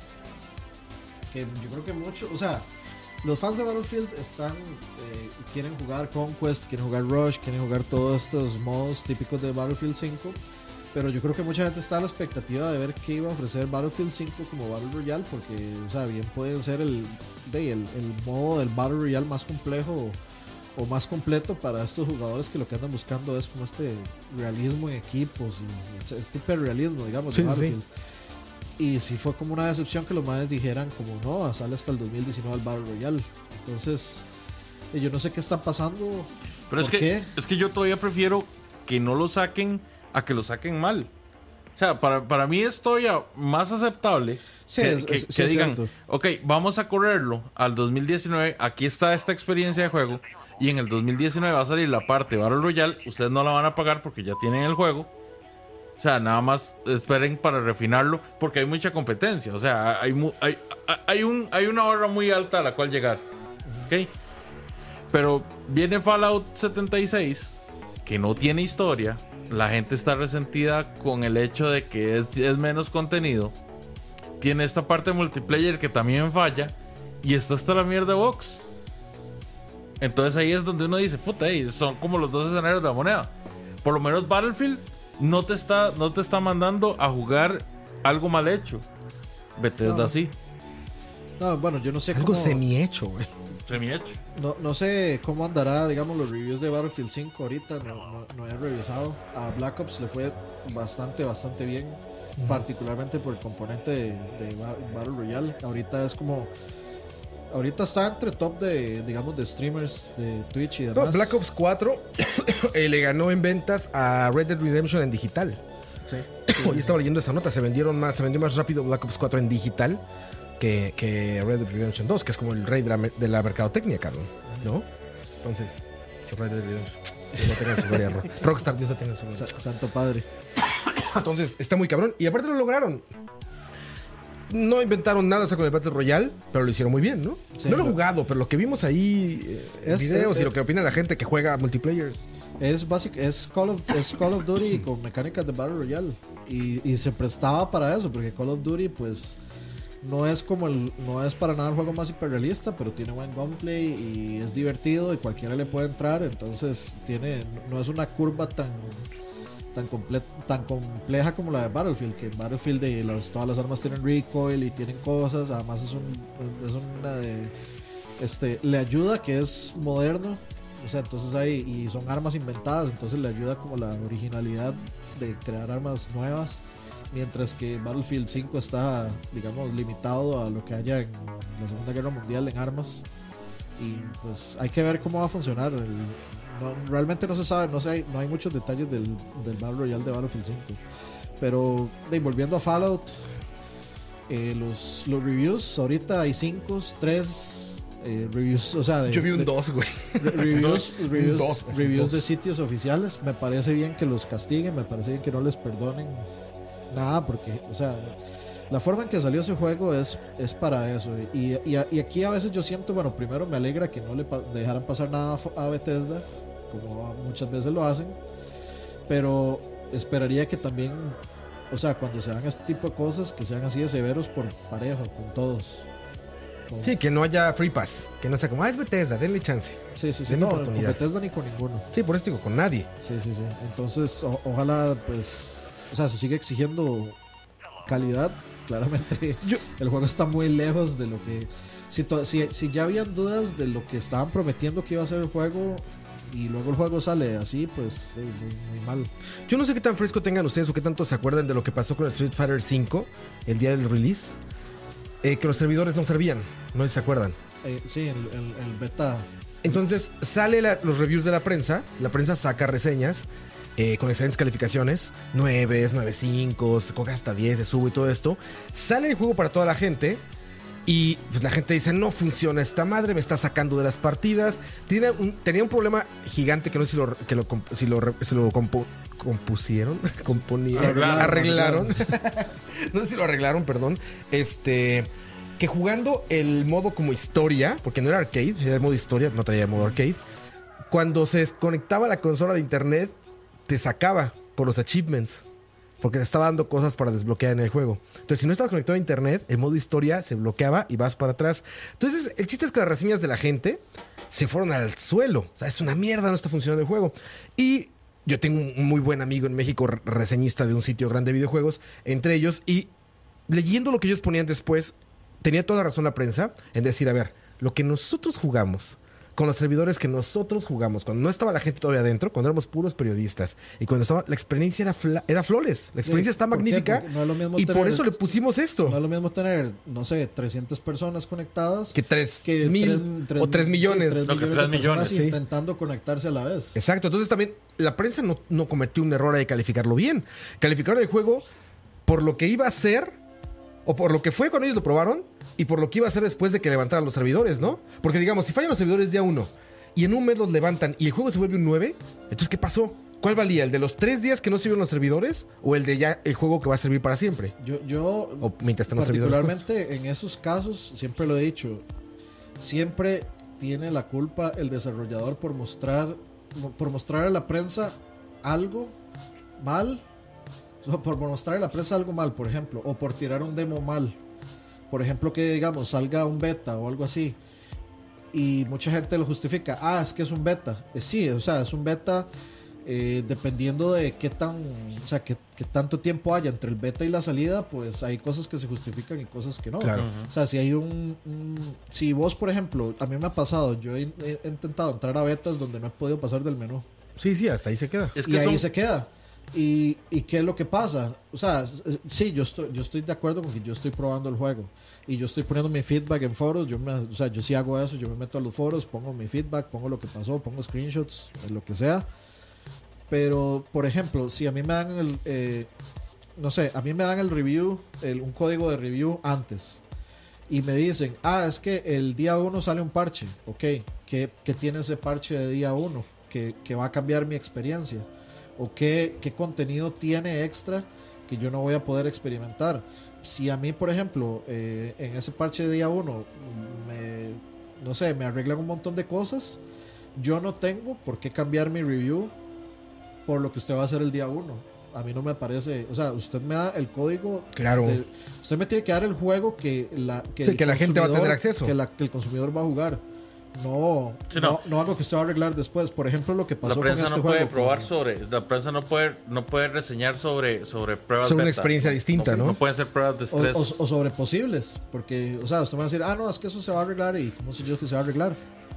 Que yo creo que mucho, o sea, los fans de Battlefield están, eh, quieren jugar Conquest, quieren jugar Rush, quieren jugar todos estos modos típicos de Battlefield cinco. Pero yo creo que mucha gente está a la expectativa de ver qué iba a ofrecer Battlefield cinco como Battle Royale, porque, o sea, bien puede ser el, de, el, el modo del Battle Royale más complejo o más completo para estos jugadores que lo que andan buscando es como este realismo en equipos y este hiperrealismo, digamos, sí, de Battlefield. Sí. Y sí fue como una decepción que los madres dijeran como no, sale hasta el dos mil diecinueve el Battle Royale. Entonces, yo no sé qué está pasando. Pero es que, qué? es que yo todavía prefiero que no lo saquen a que lo saquen mal. O sea, para, para mí es todavía más aceptable sí, que, es, que, es, que sí, digan, es ok, vamos a correrlo al dos mil diecinueve, aquí está esta experiencia de juego, y en el dos mil diecinueve va a salir la parte Battle Royale, ustedes no la van a pagar porque ya tienen el juego. O sea, nada más esperen para refinarlo, porque hay mucha competencia. O sea, hay, hay, hay, un, hay una barra muy alta a la cual llegar. ¿Ok? Pero viene Fallout setenta y seis, que no tiene historia. La gente está resentida con el hecho de que es, es menos contenido. Tiene esta parte multiplayer que también falla. Y está hasta la mierda de box. Entonces ahí es donde uno dice, puta, hey, son como los dos escenarios de la moneda. Por lo menos Battlefield no te está, no te está mandando a jugar algo mal hecho. Bethesda no. sí. No, bueno, yo no sé algo cómo... semi-hecho, güey. Semi-hecho. No, no sé cómo andará, digamos, los reviews de Battlefield cinco ahorita. No, no, no he revisado. A Black Ops le fue bastante, bastante bien. Uh-huh. Particularmente por el componente de, de Battle Royale. Ahorita es como... Ahorita está entre top de, digamos, de streamers de Twitch y demás. No, Black Ops cuatro eh, le ganó en ventas a Red Dead Redemption en digital. Sí. Hoy estaba leyendo esa nota. Se vendieron más, se vendió más rápido Black Ops cuatro en digital que, que Red Dead Redemption dos, que es como el rey de la, de la mercadotecnia, cabrón, ¿no? Entonces, Red Dead Redemption. Dios no tenga su gloria. Rockstar, Dios no tenga su gloria. Sa- Santo Padre. Entonces, está muy cabrón. Y aparte lo lograron. No inventaron nada, o sea, con el Battle Royale, pero lo hicieron muy bien, ¿no? Sí, no lo he pero... jugado, pero lo que vimos ahí eh, en es, videos es, y lo que opina la gente que juega multiplayers. Es basic, es Call of, es Call of Duty con mecánicas de Battle Royale. Y, y se prestaba para eso, porque Call of Duty, pues, no es como el, no es para nada el juego más hiperrealista, pero tiene buen gunplay y es divertido y cualquiera le puede entrar. Entonces, tiene, no es una curva tan. Tan, comple- tan compleja como la de Battlefield, que en Battlefield de las, todas las armas tienen recoil y tienen cosas, además es, un, es una de, este, le ayuda que es moderno, o sea, entonces hay, y son armas inventadas, entonces le ayuda como la originalidad de crear armas nuevas, mientras que Battlefield cinco está, digamos, limitado a lo que haya en la Segunda Guerra Mundial en armas, y pues hay que ver cómo va a funcionar el, No, realmente no se sabe, no, sé, no hay muchos detalles del, del Battle Royale de Battlefield cinco. Pero de, volviendo a Fallout, eh, los, los reviews, ahorita hay cinco, tres eh, reviews, o sea, de, yo vi un de, dos, güey. Reviews, reviews, dos, reviews dos. de sitios oficiales. Me parece bien que los castiguen, me parece bien que no les perdonen nada, porque, o sea, la forma en que salió ese juego es, es para eso. Y, y, y aquí a veces yo siento, bueno, primero me alegra que no le pa- dejaran pasar nada a Bethesda, como muchas veces lo hacen, pero esperaría que también, o sea, cuando se hagan este tipo de cosas, que sean así de severos por parejo, con todos. Con... Sí, que no haya free pass, que no sea como, ah, es Bethesda, denle chance. Sí, sí, sí, denle no, oportunidad. con Bethesda ni con ninguno. Sí, por eso digo, con nadie. Sí, sí, sí. Entonces, o- ojalá, pues, o sea, se sigue exigiendo calidad. Claramente, Yo... el juego está muy lejos de lo que... Si, to- si, si ya habían dudas de lo que estaban prometiendo que iba a ser el juego y luego el juego sale así, pues eh, muy, muy mal. Yo no sé qué tan fresco tengan ustedes o qué tanto se acuerdan de lo que pasó con el Street Fighter cinco el día del release. eh, que los servidores no servían. No sé si se acuerdan. Eh, sí, el, el, el beta. Entonces sale la, los reviews de la prensa. La prensa saca reseñas eh, con excelentes calificaciones. nueve, nueve punto cinco, se coge hasta diez, se sube y todo esto. Sale el juego para toda la gente. Y pues la gente dice, no funciona esta madre, me está sacando de las partidas. Tiene un, tenía un problema gigante que no sé si lo, que lo, si lo, si lo compu, compusieron, componieron, arreglaron. arreglaron. No sé si lo arreglaron, perdón. Este, que jugando el modo como historia, porque no era arcade, era el modo historia, no traía el modo arcade. Cuando se desconectaba la consola de internet, te sacaba por los achievements. Porque te estaba dando cosas para desbloquear en el juego. Entonces, si no estabas conectado a internet, el modo historia se bloqueaba y vas para atrás. Entonces, el chiste es que las reseñas de la gente se fueron al suelo. O sea, es una mierda, no está funcionando el juego. Y yo tengo un muy buen amigo en México, reseñista de un sitio grande de videojuegos, entre ellos. Y leyendo lo que ellos ponían después, tenía toda razón la prensa en decir, a ver, lo que nosotros jugamos, con los servidores que nosotros jugamos, cuando no estaba la gente todavía adentro, cuando éramos puros periodistas y cuando estaba, la experiencia era, fla, era flawless, la experiencia sí, está magnífica no y tener, por eso le pusimos esto. No es lo mismo tener, no sé, trescientas personas conectadas que tres mil o tres millones, sí, tres no, millones, que tres millones sí. intentando conectarse a la vez. Exacto, entonces también la prensa no, no cometió un error de calificarlo bien. Calificaron el juego por lo que iba a ser o por lo que fue cuando ellos lo probaron y por lo que iba a hacer después de que levantaran los servidores, ¿no? Porque digamos, si fallan los servidores día uno y en un mes los levantan y el juego se vuelve un nueve, entonces ¿qué pasó? ¿Cuál valía? ¿El de los tres días que no sirvieron los servidores o el de ya el juego que va a servir para siempre? Yo, yo o mientras estén los particularmente servidores, en esos casos, siempre lo he dicho, siempre tiene la culpa el desarrollador por mostrar, por mostrar a la prensa algo mal, o por mostrar a la prensa algo mal, por ejemplo, o por tirar un demo mal. Por ejemplo, que digamos salga un beta o algo así y mucha gente lo justifica, ah, es que es un beta. Eh, sí, o sea, es un beta eh, dependiendo de qué tan, o sea, qué, qué tanto tiempo haya entre el beta y la salida, pues hay cosas que se justifican y cosas que no. Claro. Uh-huh. O sea, si hay un, un, si vos, por ejemplo, a mí me ha pasado, yo he, he intentado entrar a betas donde no he podido pasar del menú. Sí, sí, hasta ahí se queda. Es que y ahí son... se queda. Y, ¿Y qué es lo que pasa? O sea, sí, yo estoy, yo estoy de acuerdo con que yo estoy probando el juego y yo estoy poniendo mi feedback en foros. Yo me, o sea, yo sí hago eso, yo me meto a los foros, pongo mi feedback, pongo lo que pasó, pongo screenshots, lo que sea. Pero, por ejemplo, si a mí me dan el, eh, no sé, a mí me dan el review, el, un código de review antes y me dicen, ah, es que el día uno sale un parche, ok, ¿qué, qué tiene ese parche de día uno? Que, que va a cambiar mi experiencia. O qué, qué contenido tiene extra que yo no voy a poder experimentar. Si a mí, por ejemplo, eh, en ese parche de día uno me, no sé, me arreglan un montón de cosas, yo no tengo por qué cambiar mi review por lo que usted va a hacer el día uno. A mí no me parece, o sea, usted me da el código. Claro. De, usted me tiene que dar el juego que la, que sí, que la gente va a tener acceso. Que, la, que el consumidor va a jugar. No, sí, no, no, no algo que usted va a arreglar después. Por ejemplo, lo que pasó con este juego. La prensa no puede probar con... sobre, la prensa no puede, no puede reseñar sobre, sobre pruebas sobre beta. Una experiencia distinta, ¿no? No, no pueden ser pruebas de estrés. O, o, o sobre posibles, porque, o sea, usted va a decir, ah, no, es que eso se va a arreglar y ¿cómo sé yo que se va a arreglar?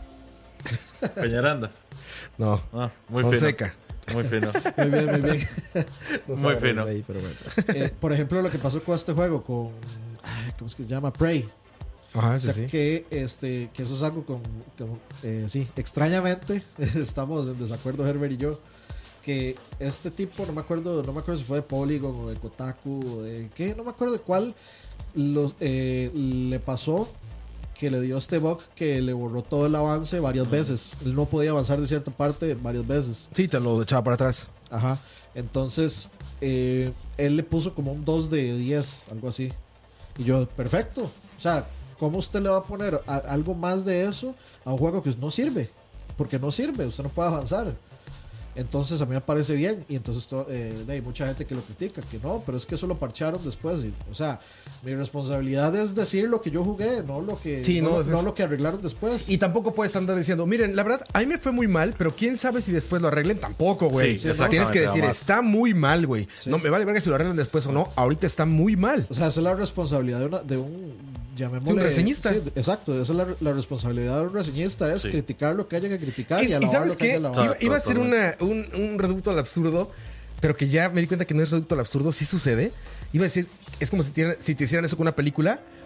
Peñaranda. No, ah, muy Fonseca. Fino. Muy fino. Muy bien, muy bien. No muy fino. Ahí, pero bueno. eh, por ejemplo, lo que pasó con este juego, con, ¿cómo es que se llama? Prey. Ajá, o sea, sí, sí. que, este, que eso es algo con, con eh, sí, extrañamente estamos en desacuerdo Herbert y yo, que este tipo, no me acuerdo, no me acuerdo si fue de Polygon o de Kotaku o de qué, no me acuerdo de cuál, los, eh, le pasó que le dio este bug que le borró todo el avance varias veces. Él no podía avanzar de cierta parte varias veces. Sí, te lo echaba para atrás. Ajá. Entonces, eh, él le puso como un dos de diez, algo así. Y yo, perfecto. O sea, ¿cómo usted le va a poner a, algo más de eso a un juego que no sirve? Porque no sirve, usted no puede avanzar. Entonces a mí me parece bien. Y entonces to, eh, hay mucha gente que lo critica, que no, pero es que eso lo parcharon después. Y, o sea, mi responsabilidad es decir lo que yo jugué, no lo que, sí, no, no, no lo que arreglaron después. Y tampoco puedes andar diciendo, miren, la verdad, a mí me fue muy mal, pero quién sabe si después lo arreglen. Tampoco, güey. Sí, ¿no? Tienes que decir, está muy mal, güey. Sí. No me vale ver que si lo arreglen después o no. Ahorita está muy mal. O sea, esa es la responsabilidad de, una, de un... llamémosle, de un reseñista. Sí, exacto, esa es la, la responsabilidad de un reseñista, es sí. criticar lo que haya que criticar es, y alabar ¿y sabes lo que qué? Haya iba, iba a ser una, un, un reducto al absurdo, pero que ya me di cuenta que no es reducto al absurdo, sí sucede. Iba a decir, es como si te, si te hicieran eso con una película,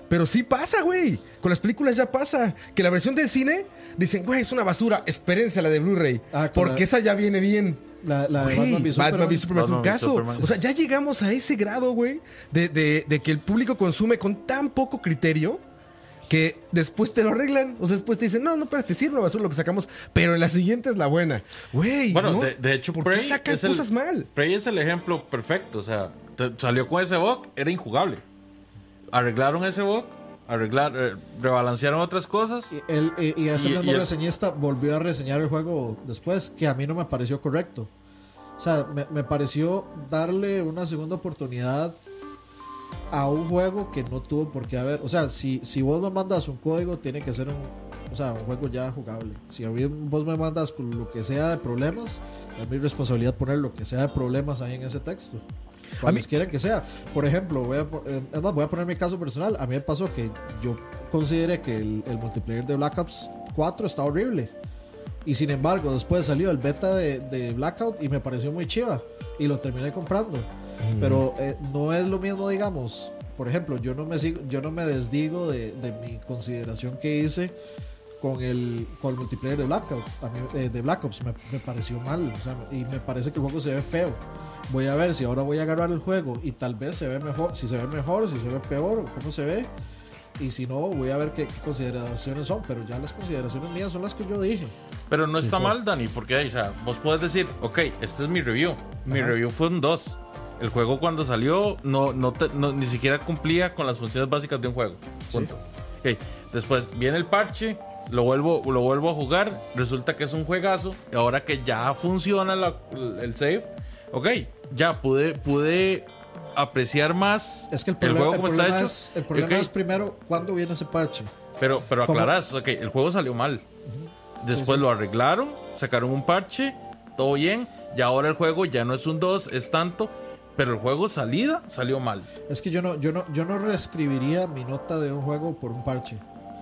Pero sí pasa, güey. Con las películas ya pasa. Que la versión del cine dicen, güey, es una basura. Espérense a la de Blu-ray. Ah, con porque la- esa ya viene bien. La, la de Güey, Batman v Batman v Superman. Superman es un Batman v caso. Superman. O sea, ya llegamos a ese grado, güey, de, de, de que el público consume con tan poco criterio que después te lo arreglan. O sea, después te dicen, no, no, espérate, sí, es una basura lo que sacamos, pero en la siguiente es la buena. Güey, Bueno, ¿no? de, de hecho, ¿por qué Prey sacan es el- cosas mal? Prey es el ejemplo perfecto. O sea, te- salió con ese bug, era injugable. Arreglaron ese bug, arreglar, eh, rebalancearon otras cosas. Y, él, y, y ese Y- mismo y el- reseñista volvió a reseñar el juego después, que a mí no me pareció correcto. O sea, me, me pareció darle una segunda oportunidad a un juego que no tuvo por qué haber. O sea, si, si vos me mandas un código, tiene que ser un, o sea, un juego ya jugable. Si a mí vos me mandas con lo que sea de problemas, es mi responsabilidad poner lo que sea de problemas ahí en ese texto. Cuando quieren que sea. Por ejemplo, voy a, po- eh, es más, voy a poner mi caso personal. A mí me pasó que yo consideré que el, el multiplayer de Black Ops cuatro está horrible. Y sin embargo, después salió el beta de, de Blackout y me pareció muy chiva. Y lo terminé comprando. Mm. Pero eh, no es lo mismo, digamos. Por ejemplo, yo no me sigo, yo no me desdigo de, de mi consideración que hice con el, con el multiplayer de Blackout. A mí, eh, de Black Ops me, me pareció mal. O sea, y me parece que el juego se ve feo. Voy a ver si ahora voy a agarrar el juego y tal vez se ve mejor. Si se ve mejor, si se ve peor, o cómo se ve. Y si no, voy a ver qué, qué consideraciones son. Pero ya las consideraciones mías son las que yo dije. Pero no está claro. mal, Dani, porque ahí, o sea, vos puedes decir, ok, este es mi review. Mi Ajá. review fue un dos. El juego cuando salió no, no, te- no- ni siquiera cumplía con las funciones básicas de un juego. Punto. Ok, después viene el parche, lo vuelvo, lo vuelvo a jugar, resulta que es un juegazo. Y ahora que ya funciona la- el save, ok, ya pude, pude apreciar más Es que el problema, juego el como está problema hecho. es, el problema Ok, es primero cuándo viene ese parche. Pero, pero ¿Cómo? aclarás, ok, el juego salió mal. Después lo arreglaron, sacaron un parche, todo bien. Y ahora el juego ya no es un dos, es tanto. Pero el juego salida salió mal. Es que yo no, yo no, yo no reescribiría mi nota de un juego por un parche.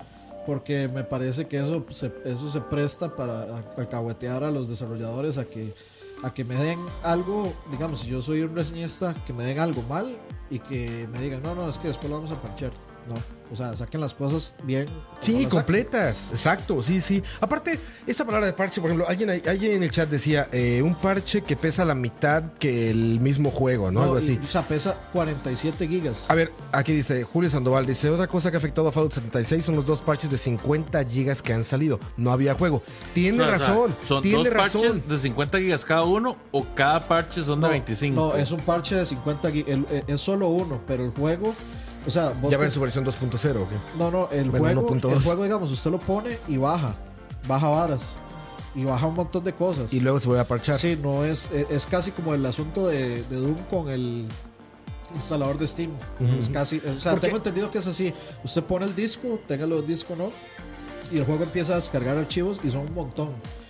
Porque me parece que eso se, eso se presta para a- alcahuetear a los desarrolladores a que, a que me den algo, digamos, si yo soy un reseñista, que me den algo mal y que me digan, no, no, es que después lo vamos a parchear. No, o sea, saquen las cosas bien. como Sí, las saquen. completas, exacto, sí, sí. Aparte, esta palabra de parche, por ejemplo, alguien, alguien en el chat decía, eh, un parche que pesa la mitad que el mismo juego, ¿no? No, Algo y, así. o sea, pesa cuarenta y siete gigas. A ver, aquí dice Julio Sandoval, dice, otra cosa que ha afectado a Fallout setenta y seis son los dos parches de cincuenta gigas que han salido. No había juego. Tiene O sea, o sea, razón, son tiene dos razón. parches de cincuenta gigas cada uno o cada parche son de No, veinticinco. No, es un parche de cincuenta gigas. Es solo uno, pero el juego. O sea, vos ¿Ya va en con- su versión dos punto cero o qué? No, no, el Bueno, juego, uno punto el dos. juego, digamos, usted lo pone y baja, baja varas y baja un montón de cosas. Y luego se vuelve a parchar. Sí, no es, es, es casi como el asunto de, de Doom con el instalador de Steam. Es casi, o sea, Porque- tengo entendido que es así. Usted pone el disco, tenga los discos no, y el juego empieza a descargar archivos y son un montón.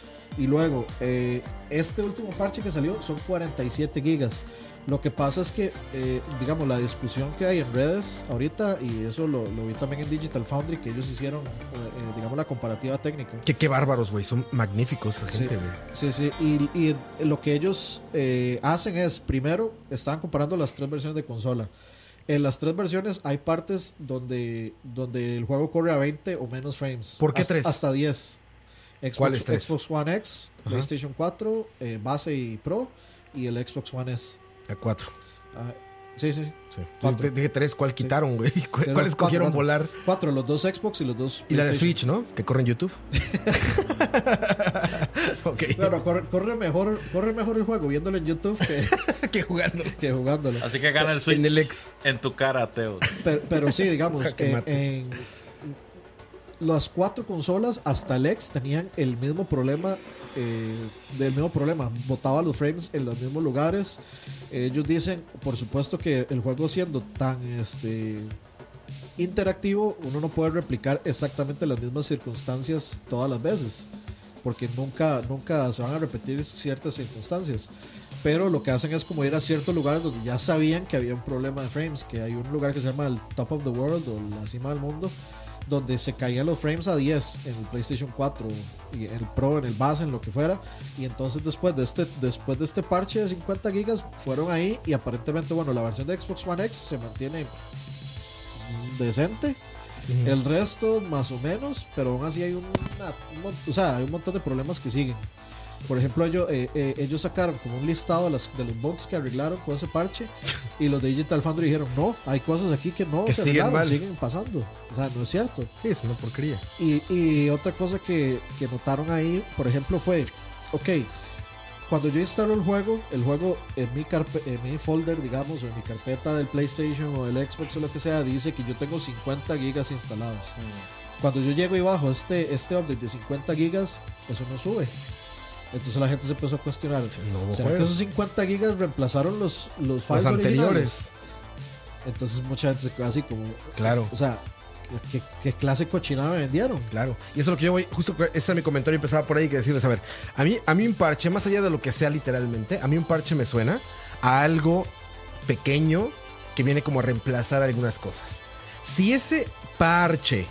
Y luego, eh, este último parche que salió son cuarenta y siete gigas. Lo que pasa es que, eh, digamos, la discusión que hay en redes ahorita, y eso lo, lo vi también en Digital Foundry, que ellos hicieron, eh, eh, digamos, la comparativa técnica. Que qué bárbaros, güey. Son magníficos esa Sí, gente, güey. sí, sí. Y, y lo que ellos eh, hacen es, primero, están comparando las tres versiones de consola. En las tres versiones hay partes donde, donde el juego corre a veinte o menos frames. ¿Por qué hasta, tres? Hasta diez. Xbox, ¿Cuáles tres? Xbox One X, Ajá. PlayStation cuatro, eh, base y Pro, y el Xbox One S. A cuatro. Ah, sí, sí, sí. Sí. Cuatro. Yo te dije tres, ¿cuál quitaron, güey? ¿Cu- Pero ¿Cuál escogieron cuatro, volar? Cuatro, los dos Xbox y los dos Y la de PlayStation. Switch, ¿no? Que corre en YouTube. Ok. Bueno, corre, corre mejor, corre mejor el juego viéndolo en YouTube que, que jugando. que jugándolo. Así que gana el Switch En el ex. en tu cara, Teo. Pero, pero sí, digamos, Jaque eh, mate. en las cuatro consolas hasta el X tenían el mismo problema, eh, del mismo problema, botaba los frames en los mismos lugares. Ellos dicen, por supuesto que el juego siendo tan este interactivo, uno no puede replicar exactamente las mismas circunstancias todas las veces, porque nunca, nunca se van a repetir ciertas circunstancias. Pero lo que hacen es como ir a ciertos lugares donde ya sabían que había un problema de frames, que hay un lugar que se llama el Top of the World o la cima del mundo, donde se caían los frames a diez en el PlayStation cuatro y en el Pro, en el base, en lo que fuera. Y entonces después de este después de este parche de cincuenta gigas fueron ahí y aparentemente, bueno, la versión de Xbox One X se mantiene decente, Uh-huh. El resto, más o menos, pero aún así hay un, una, un, o sea, hay un montón de problemas que siguen. Por ejemplo, ellos, eh, eh, ellos sacaron como un listado de, las, de los bugs que arreglaron con ese parche y los de Digital Foundry dijeron, no, hay cosas aquí que no que se siguen arreglaron, mal. siguen pasando. O sea, no es cierto. Sí, es una porquería. Y, y otra cosa que, que notaron ahí, por ejemplo, fue, ok, cuando yo instalo el juego, el juego en mi, carpe- en mi folder, digamos, o en mi carpeta del PlayStation o del Xbox o lo que sea, dice que yo tengo cincuenta gigas instalados. Mm. Cuando yo llego y bajo este, este update de cincuenta gigas, eso no sube. Entonces la gente se empezó a cuestionar, no, ¿será que esos cincuenta gigas reemplazaron los, los files los anteriores? Originales? Entonces mucha gente se quedó así como... Claro. O sea, ¿qué, qué clase de cochinada me vendieron? Claro. Y eso es lo que yo voy... Justo ese es mi comentario, empezaba por ahí que decirles, a ver, a mí, a mí un parche, más allá de lo que sea literalmente, a mí un parche me suena a algo pequeño que viene como a reemplazar algunas cosas. Si ese parche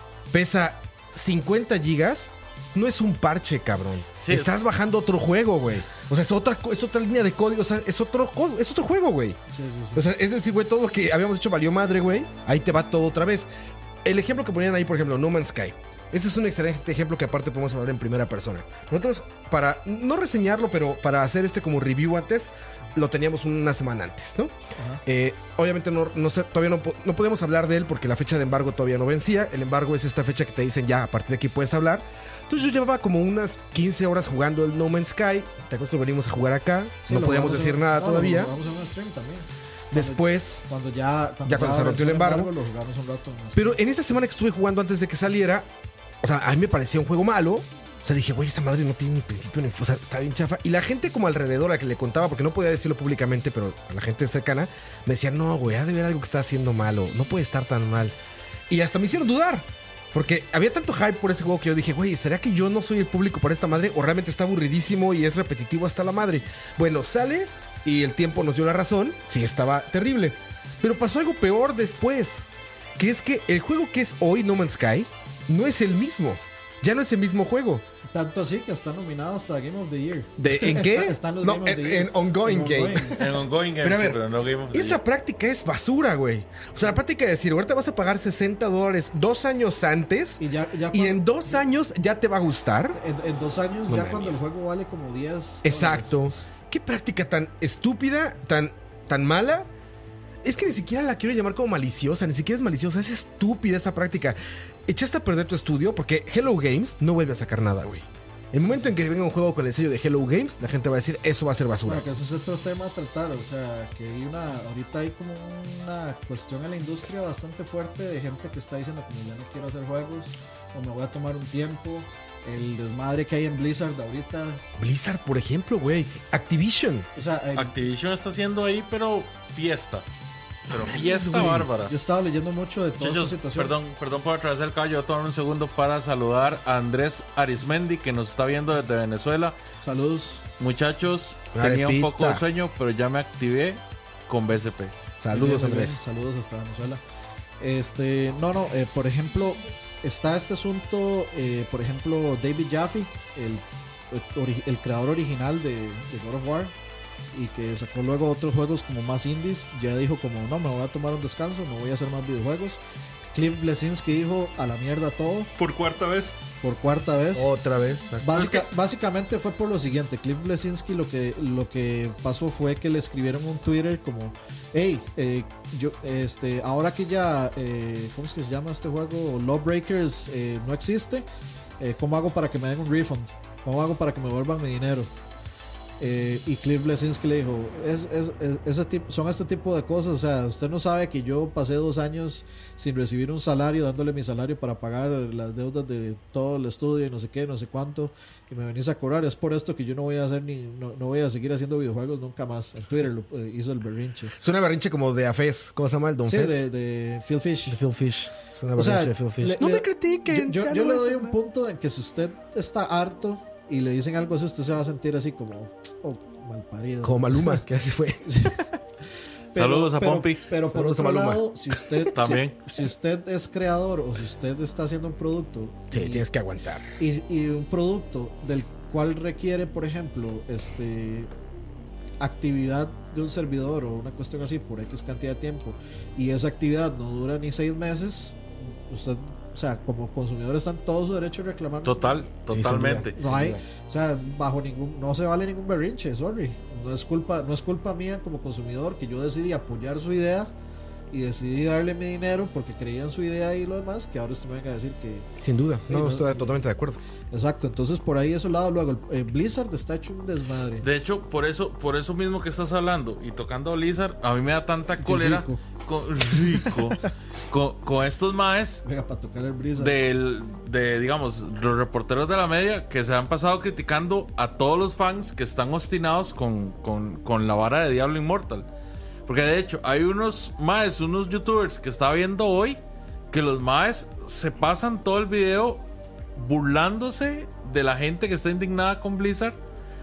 pesa cincuenta gigas... No es un parche, cabrón. Sí, estás es... bajando otro juego, güey. O sea, es otra, es otra línea de código. O sea, es otro, es otro juego, güey. Sí, sí, sí. O sea, es decir, güey, todo lo que habíamos hecho valió madre, güey. Ahí te va todo otra vez. El ejemplo que ponían ahí, por ejemplo, No Man's Sky. Ese es un excelente ejemplo que aparte podemos hablar en primera persona. Nosotros, para no reseñarlo, pero para hacer este como review antes, lo teníamos una semana antes, ¿no? Eh, obviamente no, no sé, todavía no, no podemos hablar de él porque la fecha de embargo todavía no vencía. El embargo es esta fecha que te dicen ya, a partir de aquí puedes hablar. Entonces yo llevaba como unas quince horas jugando el No Man's Sky. Te acuerdas que venimos a jugar acá. Sí, no podíamos decir nada no, todavía. Lo jugamos en un stream también. Después, cuando ya, cuando ya cuando se rompió el embargo, embargo lo jugamos un rato. Pero en esta semana que estuve jugando antes de que saliera, o sea, a mí me parecía un juego malo. O sea, dije, güey, esta madre no tiene ni principio ni... O sea, está bien chafa. Y la gente como alrededor a la que le contaba, porque no podía decirlo públicamente, pero a la gente cercana, me decía, no, güey, ha de ver algo que está haciendo malo. No puede estar tan mal. Y hasta me hicieron dudar. Porque había tanto hype por ese juego que yo dije, güey, ¿será que yo no soy el público para esta madre? ¿O realmente está aburridísimo y es repetitivo hasta la madre? Bueno, sale y el tiempo nos dio la razón. Sí, estaba terrible. Pero pasó algo peor después. Que es que el juego que es hoy No Man's Sky no es el mismo. Ya no es el mismo juego. Tanto así que está nominado hasta Game of the Year. ¿De, ¿En qué? Está, están los no, Game of the en, Year. en Ongoing en Game. En Ongoing Game, pero a ver, sí, pero no Game of the esa Year. práctica es basura, güey. O sea, la práctica de decir, ahorita vas a pagar sesenta dólares dos años antes y, ya, ya y cuando, en dos años ya te va a gustar. En, en dos años no ya mames. Cuando el juego vale como diez. Exacto. Dólares. Qué práctica tan estúpida, tan, tan mala. Es que ni siquiera la quiero llamar como maliciosa, ni siquiera es maliciosa, es estúpida esa práctica. Echaste a perder tu estudio porque Hello Games no vuelve a sacar nada, güey. El momento en que venga un juego con el sello de Hello Games, la gente va a decir, eso va a ser basura. Bueno, que eso es otro tema a tratar, o sea, que hay una, ahorita hay como una cuestión en la industria bastante fuerte de gente que está diciendo como ya no quiero hacer juegos, o me voy a tomar un tiempo. El desmadre que hay en Blizzard ahorita. Blizzard, por ejemplo, güey. Activision. O sea, el... Activision está haciendo ahí, pero fiesta. Pero fiesta no, bárbara. Yo estaba leyendo mucho de toda Chicos, esta situación. Perdón, perdón por atravesar el caballo. Voy a tomar un segundo para saludar a Andrés Arismendi, que nos está viendo desde Venezuela. Saludos. Muchachos, Arepita. Tenía un poco de sueño, pero ya me activé con B C P. Saludos, Andrés. Saludos hasta Venezuela. Este, no, no, eh, por ejemplo, está este asunto, eh, por ejemplo, David Jaffe, el, el, el creador original de, de God of War, y que sacó luego otros juegos como más indies, ya dijo como no, me voy a tomar un descanso, no voy a hacer más videojuegos. Cliff Bleszinski dijo a la mierda todo. Por cuarta vez. Por cuarta vez. Otra vez. Básica, básicamente fue por lo siguiente. Cliff Bleszinski lo que, lo que pasó fue que le escribieron un Twitter como hey, eh, yo, este, ahora que ya eh, ¿cómo es que se llama este juego? Lawbreakers eh, no existe, eh, ¿cómo hago para que me den un refund? ¿Cómo hago para que me vuelvan mi dinero? Eh, y Cliff Bleszinski le dijo es, es, es, ese tipo, son este tipo de cosas, o sea, usted no sabe que yo pasé dos años sin recibir un salario, dándole mi salario para pagar las deudas de todo el estudio y no sé qué, no sé cuánto, y me venís a cobrar, es por esto que yo no voy a hacer ni no, no voy a seguir haciendo videojuegos nunca más. En Twitter lo, eh, hizo el berrinche. Es una berrinche como de Afes, ¿cómo se llama? El Don sí, Fez. de, de Phil Fish. De Phil Fish. Es una berrinche o sea, de Phil Fish. Le, no le, me critiquen. Yo, yo, yo no le doy un punto en que si usted está harto y le dicen algo así, usted se va a sentir así como oh, malparido. Como Maluma, que así fue. Pero, saludos a pero, Pompi. Pero por saludos otro lado, si usted también si, si usted es creador o si usted está haciendo un producto, sí, y, tienes que aguantar. Y, y un producto del cual requiere, por ejemplo, este actividad de un servidor o una cuestión así por X cantidad de tiempo, y esa actividad no dura ni seis meses, usted, o sea, como consumidor está en todo su derecho de reclamar. Total, Sí, totalmente. sin duda. No hay, o sea, bajo ningún, no se vale ningún berrinche, sorry. No es culpa, no es culpa mía como consumidor que yo decidí apoyar su idea y decidí darle mi dinero porque creía en su idea y lo demás, que ahora usted me venga a decir que... Sin duda, no, Sí, no, estoy no. totalmente de acuerdo. Exacto, entonces por ahí eso lado luego el, el Blizzard está hecho un desmadre. De hecho, por eso, por eso mismo que estás hablando y tocando a Blizzard, a mí me da tanta cólera rico. con, rico, con, con estos maes Venga, para tocar el Blizzard. del, de, digamos, los reporteros de la media que se han pasado criticando a todos los fans que están obstinados con, con, con la vara de Diablo Immortal. Porque de hecho, hay unos maes, unos youtubers que estaba viendo hoy que los maes se pasan todo el video burlándose de la gente que está indignada con Blizzard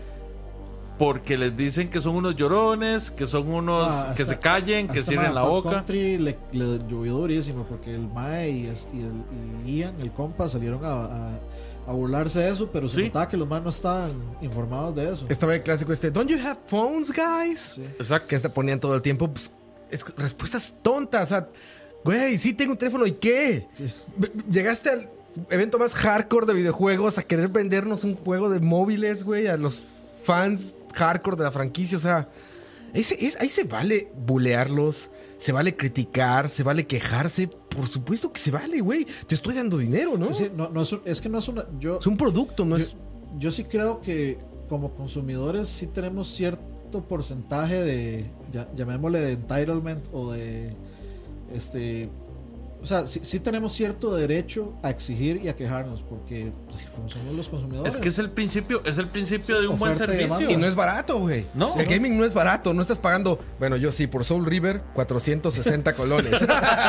porque les dicen que son unos llorones, que son unos Ah, que hasta- se callen, que hasta, cierren ma, la Bad boca. Country le, le llovió durísimo porque el Mae y, este- y el, y Ian, el compa, salieron a, a, a burlarse de eso, pero se Sí. notaba que los más no estaban informados de eso. Estaba el clásico este, ¿Don't you have phones, guys? Sí. Exacto. Que hasta ponían todo el tiempo, pues, es- respuestas tontas, o sea, güey, sí tengo un teléfono, ¿y qué? Sí. V- Llegaste al evento más hardcore de videojuegos a querer vendernos un juego de móviles, güey, a los fans hardcore de la franquicia, o sea, ese, es, ahí se vale bulearlos, se vale criticar, se vale quejarse, por supuesto que se vale, güey, te estoy dando dinero, ¿no? Sí, no, no es, un- es que no es una. Yo, Es un producto, no yo, es... yo sí creo que como consumidores sí tenemos cierto porcentaje de, ya- llamémosle de entitlement o de, este, o sea, sí, sí tenemos cierto derecho a exigir y a quejarnos porque pues, somos los consumidores. Es que es el principio, es el principio Sí, de un buen oferta y servicio. demanda. Y no es barato, güey. No. El gaming no es barato. No estás pagando. Bueno, yo sí, por Soul River, cuatrocientos sesenta colones.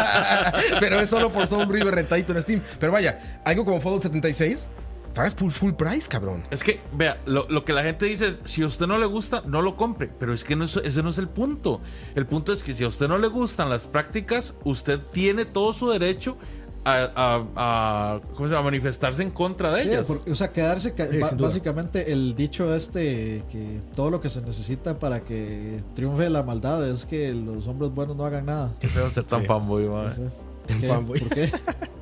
Pero es solo por Soul River rentadito en Steam. Pero vaya, algo como Fallout setenta y seis, pagas full, full price, cabrón. Es que, vea, lo, lo que la gente dice es, si a usted no le gusta, no lo compre. Pero es que no es- ese no es el punto. El punto es que si a usted no le gustan las prácticas, usted tiene todo su derecho a, a- a- ¿cómo se llama? A manifestarse en contra de Sí, ellas. porque, o sea, quedarse, ca- Sí, ba- sin duda. básicamente el dicho este que todo lo que se necesita para que triunfe la maldad es que los hombres buenos no hagan nada. Qué feo ser tan Sí. fanboy, madre. No sé. Tan ¿Qué? fanboy. ¿Por qué?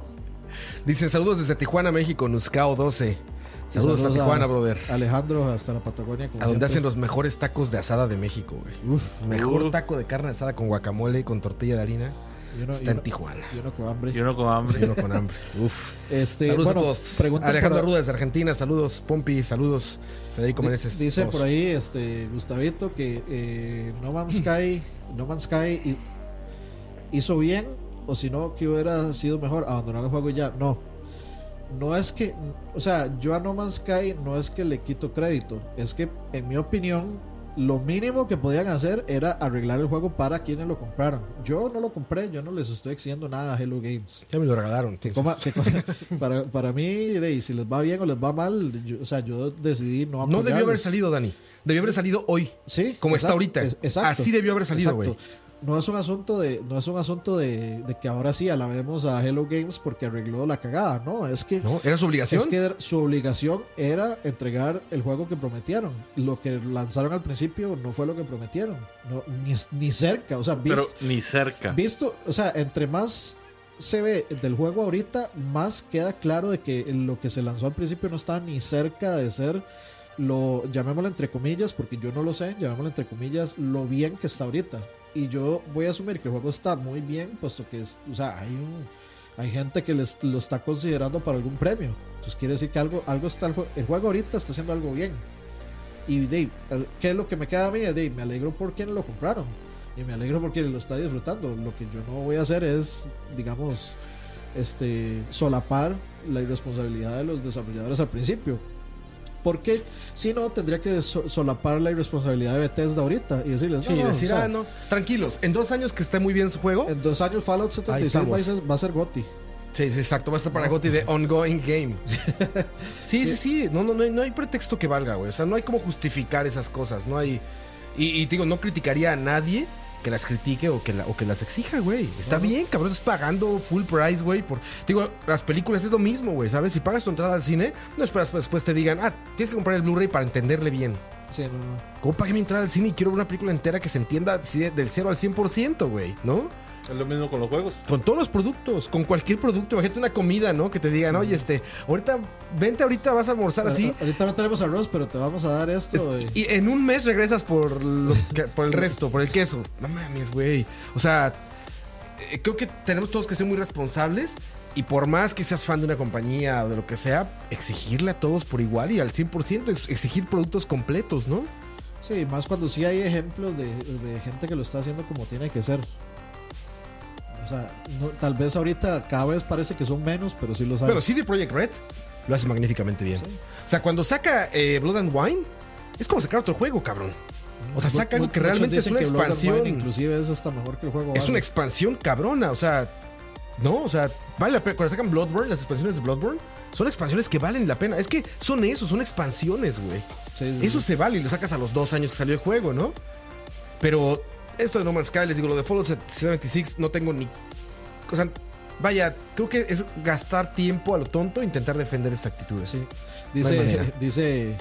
Dicen saludos desde Tijuana, México, Nuscao doce. Saludos, a Tijuana, brother. Alejandro hasta la Patagonia. como A donde siempre. hacen los mejores tacos de asada de México, güey. Uf, Mejor Uf. taco de carne asada con guacamole, con tortilla de harina. yo no, Está yo en no- Tijuana. yo no con hambre. Y uno con hambre. Y uno con hambre. Uf. Este, Saludos bueno, a todos. preguntan Alejandro por- Ruda desde Argentina, saludos. Pompi, saludos. Federico di- Meneses. Dice todos. por ahí este Gustavito que eh, No Man's Sky No Man's Sky hi- hizo bien o si no que hubiera sido mejor abandonar el juego y ya. No. No es que, o sea, yo a No Man's Sky no es que le quito crédito, es que en mi opinión lo mínimo que podían hacer era arreglar el juego para quienes lo compraron. Yo no lo compré, yo no les estoy exigiendo nada a Hello Games. Ya me lo regalaron. Que entonces. coma- que coma- para, para mí, de, y si les va bien o les va mal, yo- o sea, yo decidí no No apoyarlos. debió haber salido, Dani. Debió haber salido hoy. Sí, como está exacto, ahorita. es- exacto, Así debió haber salido, güey. exacto. No es un asunto de, no es un asunto de, de que ahora sí alabemos a Hello Games porque arregló la cagada, no, es que ¿No? ¿Era su obligación? es que su obligación era entregar el juego que prometieron. Lo que lanzaron al principio no fue lo que prometieron, no, ni, ni cerca, o sea, visto, Pero ni cerca. visto, o sea, entre más se ve del juego ahorita, más queda claro de que lo que se lanzó al principio no estaba ni cerca de ser lo, llamémoslo entre comillas, porque yo no lo sé, llamémoslo entre comillas, lo bien que está ahorita. Y yo voy a asumir que el juego está muy bien, puesto que es, o sea, hay un, hay gente que les, lo está considerando para algún premio. Entonces quiere decir que algo, algo está, el, jue- el juego ahorita está haciendo algo bien. Y Dave, ¿qué es lo que me queda a mí? Dave, me alegro por quienes lo compraron. Y me alegro por quienes lo está disfrutando. Lo que yo no voy a hacer es, digamos, este solapar la irresponsabilidad de los desarrolladores al principio. Porque si no, tendría que so- solapar la irresponsabilidad de Bethesda ahorita y decirles, Sí, no, no, decir, o sea, ah, no. Tranquilos, en dos años que esté muy bien su juego. en dos años Fallout setenta y seis va a estamos. ser, va a ser GOTY. Sí, sí, exacto. Va a estar para Gotti de ongoing game. Sí, sí, sí. No, no, no hay, no hay pretexto que valga, güey. O sea, no hay cómo justificar esas cosas. No hay. Y, y te digo, no criticaría a nadie que las critique o que, la- o que las exija, güey. Está Ajá. bien, cabrón. Estás pagando full price, güey. Por... te Digo, las películas es lo mismo, güey. ¿Sabes? Si pagas tu entrada al cine, no esperas que después te digan, ah, tienes que comprar el Blu-ray para entenderle bien. Sí, no, no. ¿Cómo pagué mi entrada al cine y quiero ver una película entera que se entienda ci- del cero al cien por ciento, güey? ¿No? Es lo mismo con los juegos. Con todos los productos, con cualquier producto. Imagínate una comida, ¿no? Que te digan, oye, este, ahorita, vente, ahorita vas a almorzar así. Ahorita no tenemos arroz, pero te vamos a dar esto. Es, y en un mes regresas por, lo, por el resto, por el queso. No mames, güey. O sea, creo que tenemos todos que ser muy responsables. Y por más que seas fan de una compañía o de lo que sea, exigirle a todos por igual y al cien por ciento, exigir productos completos, ¿no? Sí, más cuando sí hay ejemplos de, de gente que lo está haciendo como tiene que ser. O sea, no, tal vez ahorita cada vez parece que son menos, pero sí lo saben. Pero C D Projekt Red lo hace magníficamente bien. Sí. O sea, cuando saca eh, Blood and Wine, es como sacar otro juego, cabrón. O sea, saca algo que realmente es una expansión. Wine, inclusive es hasta mejor que el juego. Es base. Una expansión cabrona, o sea, no, o sea, vale la pena. Cuando sacan Bloodborne, las expansiones de Bloodborne, son expansiones que valen la pena. Es que son eso, son expansiones, güey. Sí, sí, eso sí. Se vale y lo sacas a los dos años que salió el juego, ¿no? Pero esto de No Man's Sky, les digo, lo de Fallout setenta y seis no tengo ni... O sea, vaya, creo que es gastar tiempo a lo tonto e intentar defender esas actitudes. Sí. Dice, dice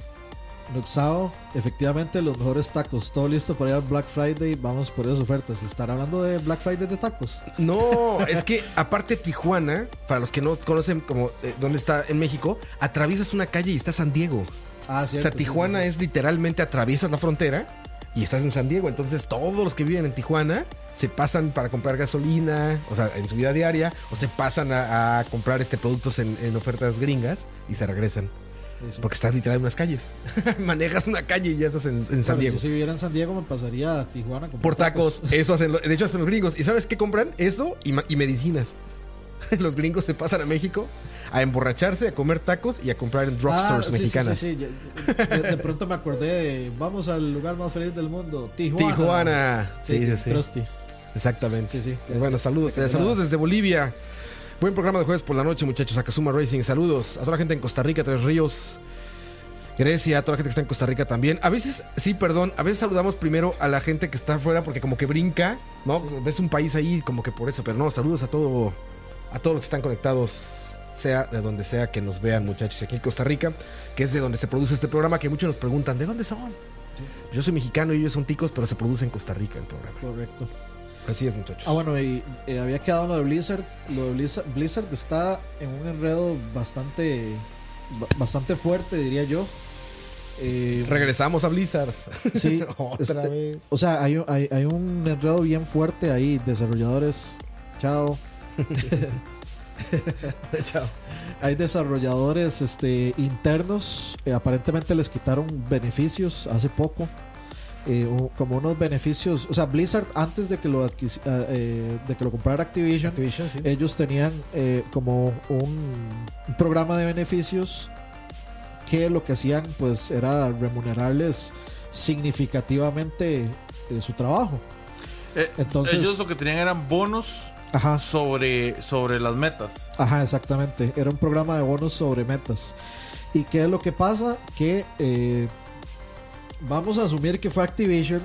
Nuxao, efectivamente los mejores tacos. Todo listo para ir al Black Friday. Vamos por esas ofertas. ¿Estará hablando de Black Friday de tacos? No, es que aparte Tijuana, para los que no conocen como eh, dónde está en México, atraviesas una calle y está San Diego. Ah, cierto. O sea, Tijuana sí, sí, sí. es literalmente atraviesas la frontera y estás en San Diego. Entonces todos los que viven en Tijuana se pasan para comprar gasolina, o sea, en su vida diaria, o se pasan a, a comprar este productos en, en ofertas gringas y se regresan. Sí, sí. Porque estás literal en unas calles. Manejas una calle y ya estás en, en San bueno, Diego. Yo si viviera en San Diego me pasaría a Tijuana por tacos. tacos. Eso hacen, de hecho hacen los gringos. ¿Y sabes qué compran? Eso y, y medicinas. Los gringos se pasan a México a emborracharse, a comer tacos y a comprar en drugstores ah, sí, mexicanas. Sí, sí, sí. De, de pronto me acordé de vamos al lugar más feliz del mundo, Tijuana. Tijuana. Sí, sí, sí. Trusty. Exactamente. Sí, sí. Bueno, saludos. Eh, saludos desde Bolivia. Buen programa de jueves por la noche, muchachos. Akazuma Racing, saludos. A toda la gente en Costa Rica, Tres Ríos, Grecia, a toda la gente que está en Costa Rica también. A veces, sí, perdón, a veces saludamos primero a la gente que está afuera porque como que brinca, ¿no? Sí. Ves un país ahí como que por eso, pero no, saludos a todo, a todos los que están conectados, sea de donde sea que nos vean, muchachos. Aquí en Costa Rica, que es de donde se produce este programa, que muchos nos preguntan, ¿de dónde son? Sí. Yo soy mexicano y ellos son ticos, pero se produce en Costa Rica el programa. Correcto. Así es, muchachos. Ah, bueno, y eh, había quedado lo de Blizzard. Lo de Blizzard, Blizzard está en un enredo bastante bastante fuerte, diría yo. Eh, Regresamos a Blizzard. Sí, otra este, vez. O sea, hay, hay, hay un enredo bien fuerte ahí. Desarrolladores. Chao. Chao. Hay desarrolladores este, internos. Eh, aparentemente les quitaron beneficios hace poco. Eh, como unos beneficios, o sea, Blizzard antes de que lo adquis, eh, de que lo comprara Activision, Activision sí. ellos tenían eh, como un, un programa de beneficios que lo que hacían pues era remunerarles significativamente eh, su trabajo. Eh, Entonces ellos lo que tenían eran bonos ajá. sobre sobre las metas. Ajá, exactamente. Era un programa de bonos sobre metas. ¿Y qué es lo que pasa? Que eh, vamos a asumir que fue Activision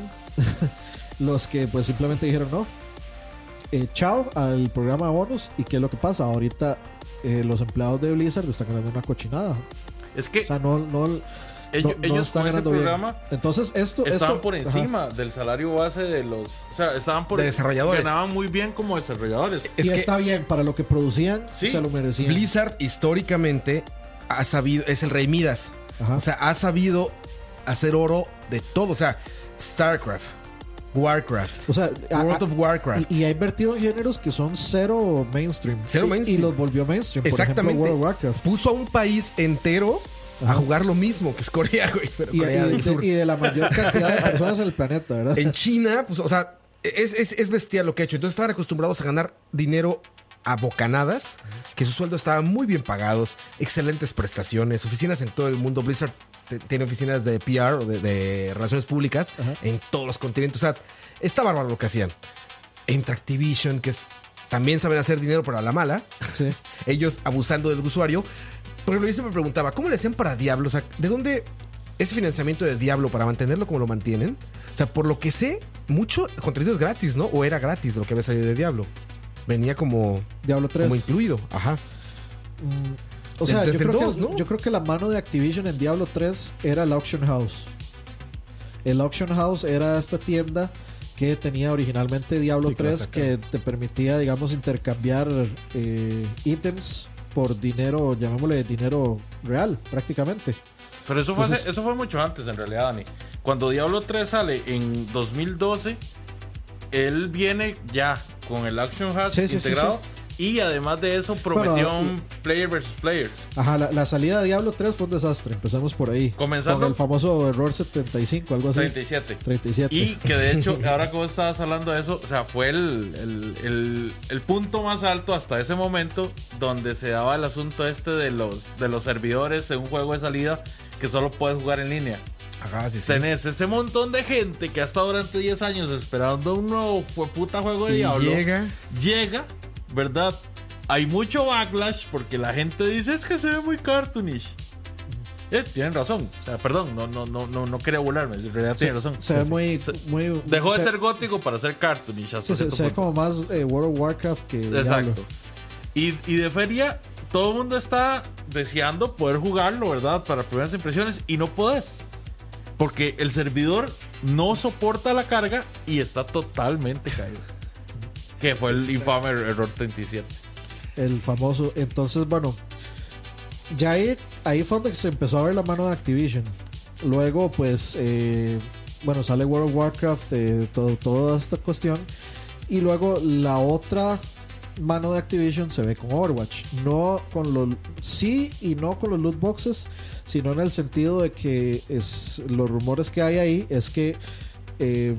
los que pues simplemente dijeron no, eh, chao al programa de bonos. ¿Y qué es lo que pasa? Ahorita eh, los empleados de Blizzard están ganando una cochinada. Es que o sea, no, no, ellos, no, no ellos con ese programa bien. Entonces esto estaban esto, por encima ajá. del salario base de los, o sea, estaban por de desarrolladores. Ganaban muy bien como desarrolladores. Es y que está bien para lo que producían, sí, se lo merecían. Blizzard históricamente ha sabido, es el rey Midas. Ajá. O sea, ha sabido hacer oro de todo, o sea, StarCraft, Warcraft, o sea, World a, of Warcraft. Y, y ha invertido en géneros que son cero mainstream. Cero mainstream. Y, y los volvió mainstream. Exactamente. Por ejemplo, World of Warcraft. Puso a un país entero ajá. a jugar lo mismo, que es Corea, güey. Pero y, Corea y, del de, Sur. Y de la mayor cantidad de personas en el planeta, ¿verdad? En China, pues, o sea, es, es, es bestial lo que ha hecho. Entonces estaban acostumbrados a ganar dinero a bocanadas, que sus sueldos estaban muy bien pagados, excelentes prestaciones, oficinas en todo el mundo. Blizzard t- tiene oficinas de P R o de, de relaciones públicas ajá. en todos los continentes. O sea, está bárbaro lo que hacían. Entra Activision, que es, también saben hacer dinero, pero a la mala. Sí. Ellos abusando del usuario. Pero yo siempre me preguntaba, ¿cómo le hacían para Diablo? O sea, ¿de dónde ese financiamiento de Diablo para mantenerlo como lo mantienen? O sea, por lo que sé, mucho contenido es gratis, ¿no? O era gratis lo que había salido de Diablo. Venía como Diablo tres. Como incluido, ajá. Mm, o sea, yo creo, dos, que, ¿no? yo creo que la mano de Activision en Diablo tres era el Auction House. El Auction House era esta tienda que tenía originalmente Diablo Sí, que la tres, sacaron. que te permitía, digamos, intercambiar eh, ítems por dinero, llamémosle dinero real, prácticamente. Pero eso fue, hace- Entonces- eso fue mucho antes, en realidad, Dani. Cuando Diablo tres sale en dos mil doce, él viene ya con el Action Hash Sí, sí, sí, integrado. Y además de eso, prometió Bueno, un player versus player. Ajá, la, la salida de Diablo tres fue un desastre, empezamos por ahí. Comenzando- Con el famoso error setenta y cinco, algo así. treinta y siete. treinta y siete. Y que de hecho, ahora que vos estabas hablando de eso, o sea, fue el, el, el, el punto más alto hasta ese momento donde se daba el asunto este de los, de los servidores en un juego de salida que solo puedes jugar en línea. Ajá, sí, sí. Tenés ese montón de gente que ha estado durante diez años esperando un nuevo fue puta juego de Y Diablo. llega. Llega, ¿verdad? Hay mucho backlash porque la gente dice es que se ve muy cartoonish. Eh, tienen razón. O sea, perdón, no, no, no, no, no quería burlarme. En realidad tienen razón. Se ve muy, Se- muy. Dejó de se- ser gótico para ser cartoonish. hasta Sí, se, cierto se ve punto. como más eh, World of Warcraft que Exacto. Diablo. Y, y de feria, todo el mundo está deseando poder jugarlo, ¿verdad? Para primeras impresiones y no podés. Porque el servidor no soporta la carga y está totalmente caído. Que fue el infame error treinta y siete. El famoso. Entonces, bueno, ya ahí, ahí fue donde se empezó a ver la mano de Activision. Luego, pues, eh, bueno, sale World of Warcraft, eh, todo, toda esta cuestión. Y luego la otra mano de Activision se ve con Overwatch. No con los. Sí y no con los loot boxes, sino en el sentido de que es, los rumores que hay ahí es que. Eh,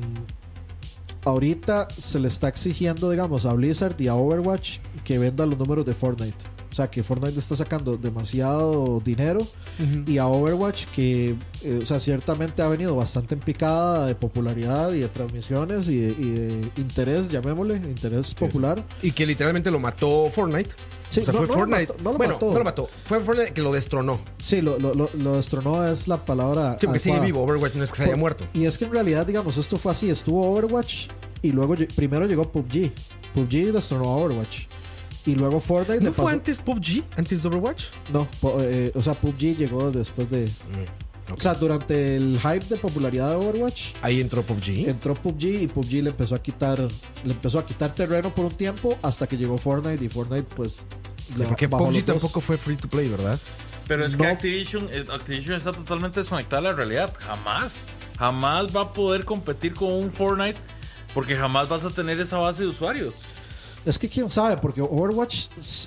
ahorita se le está exigiendo, digamos, a Blizzard y a Overwatch que venda los números de Fortnite. O sea, que Fortnite está sacando demasiado dinero. Y a Overwatch que, eh, o sea, ciertamente ha venido bastante en picada de popularidad y de transmisiones y de, y de interés, llamémosle, interés popular. Y que literalmente lo mató Fortnite. Sí, o sea, no, fue no lo Fortnite. mató, no lo bueno, mató. no lo mató. Fue Fortnite que lo destronó. Sí, lo, lo, lo, lo destronó es la palabra. Sí, porque sigue adecuada. vivo. Overwatch no es que se haya Por- muerto. Y es que en realidad, digamos, esto fue así. Estuvo Overwatch y luego lle- primero llegó P U B G. P U B G destronó a Overwatch. Y luego Fortnite le ¿No pasó... fue antes P U B G? ¿Antes de Overwatch? No, po- eh, o sea, P U B G llegó después de... Ok. O sea, durante el hype de popularidad de Overwatch, Ahí entró P U B G. entró P U B G y P U B G le empezó a quitar le empezó a quitar terreno por un tiempo hasta que llegó Fortnite y Fortnite pues le Porque P bajó U B G los dos. tampoco fue free to play, ¿verdad? Pero es que No. Activision, eh, Activision está totalmente desconectada de la realidad. Jamás, jamás va a poder competir con un Fortnite porque jamás vas a tener esa base de usuarios. Es que quién sabe, porque Overwatch s-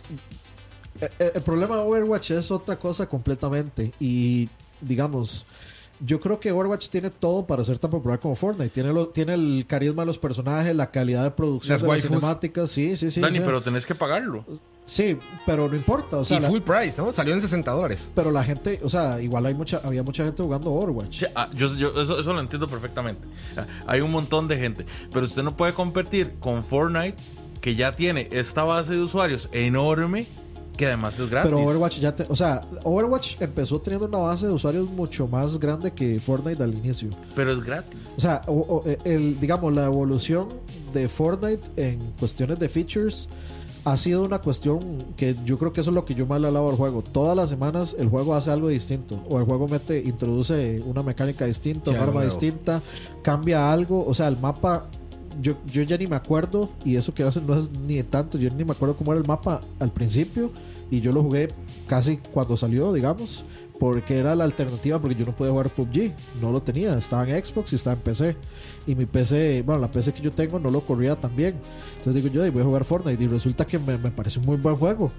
eh, eh, el problema de Overwatch es otra cosa completamente y digamos yo creo que Overwatch tiene todo para ser tan popular como Fortnite. Tiene, lo, tiene el carisma de los personajes, la calidad de producción Las de las waifus. cinemáticas. Sí, sí, sí. Dani, sí. pero tenés que pagarlo. Sí, pero no importa. O sea, y la- full price, ¿no? Salió en sesenta dólares. pero la gente, o sea, igual hay mucha, había mucha gente jugando Overwatch. Sí, ah, yo, yo- eso, eso lo entiendo perfectamente. Ah, Hay un montón de gente. Pero usted no puede competir con Fortnite, que ya tiene esta base de usuarios enorme, que además es gratis. Pero Overwatch ya, te- o sea, Overwatch empezó teniendo una base de usuarios mucho más grande que Fortnite al inicio. Pero es gratis. O sea, o- o- el, digamos, la evolución de Fortnite en cuestiones de features ha sido una cuestión que yo creo que eso es lo que yo más le alabo al juego. Todas las semanas el juego hace algo distinto. O el juego mete, introduce una mecánica distinta, Sí, una arma algo nuevo. distinta, cambia algo. O sea, el mapa, yo, yo ya ni me acuerdo, y eso que hacen no es ni tanto, yo ni me acuerdo cómo era el mapa al principio. Y yo lo jugué casi cuando salió, digamos, porque era la alternativa, porque yo no podía jugar P U B G, no lo tenía, estaba en Xbox y estaba en P C. Y mi P C, bueno, la P C que yo tengo no lo corría tan bien. Entonces digo yo, "Ay, voy a jugar Fortnite", y resulta que me, me parece un muy buen juego.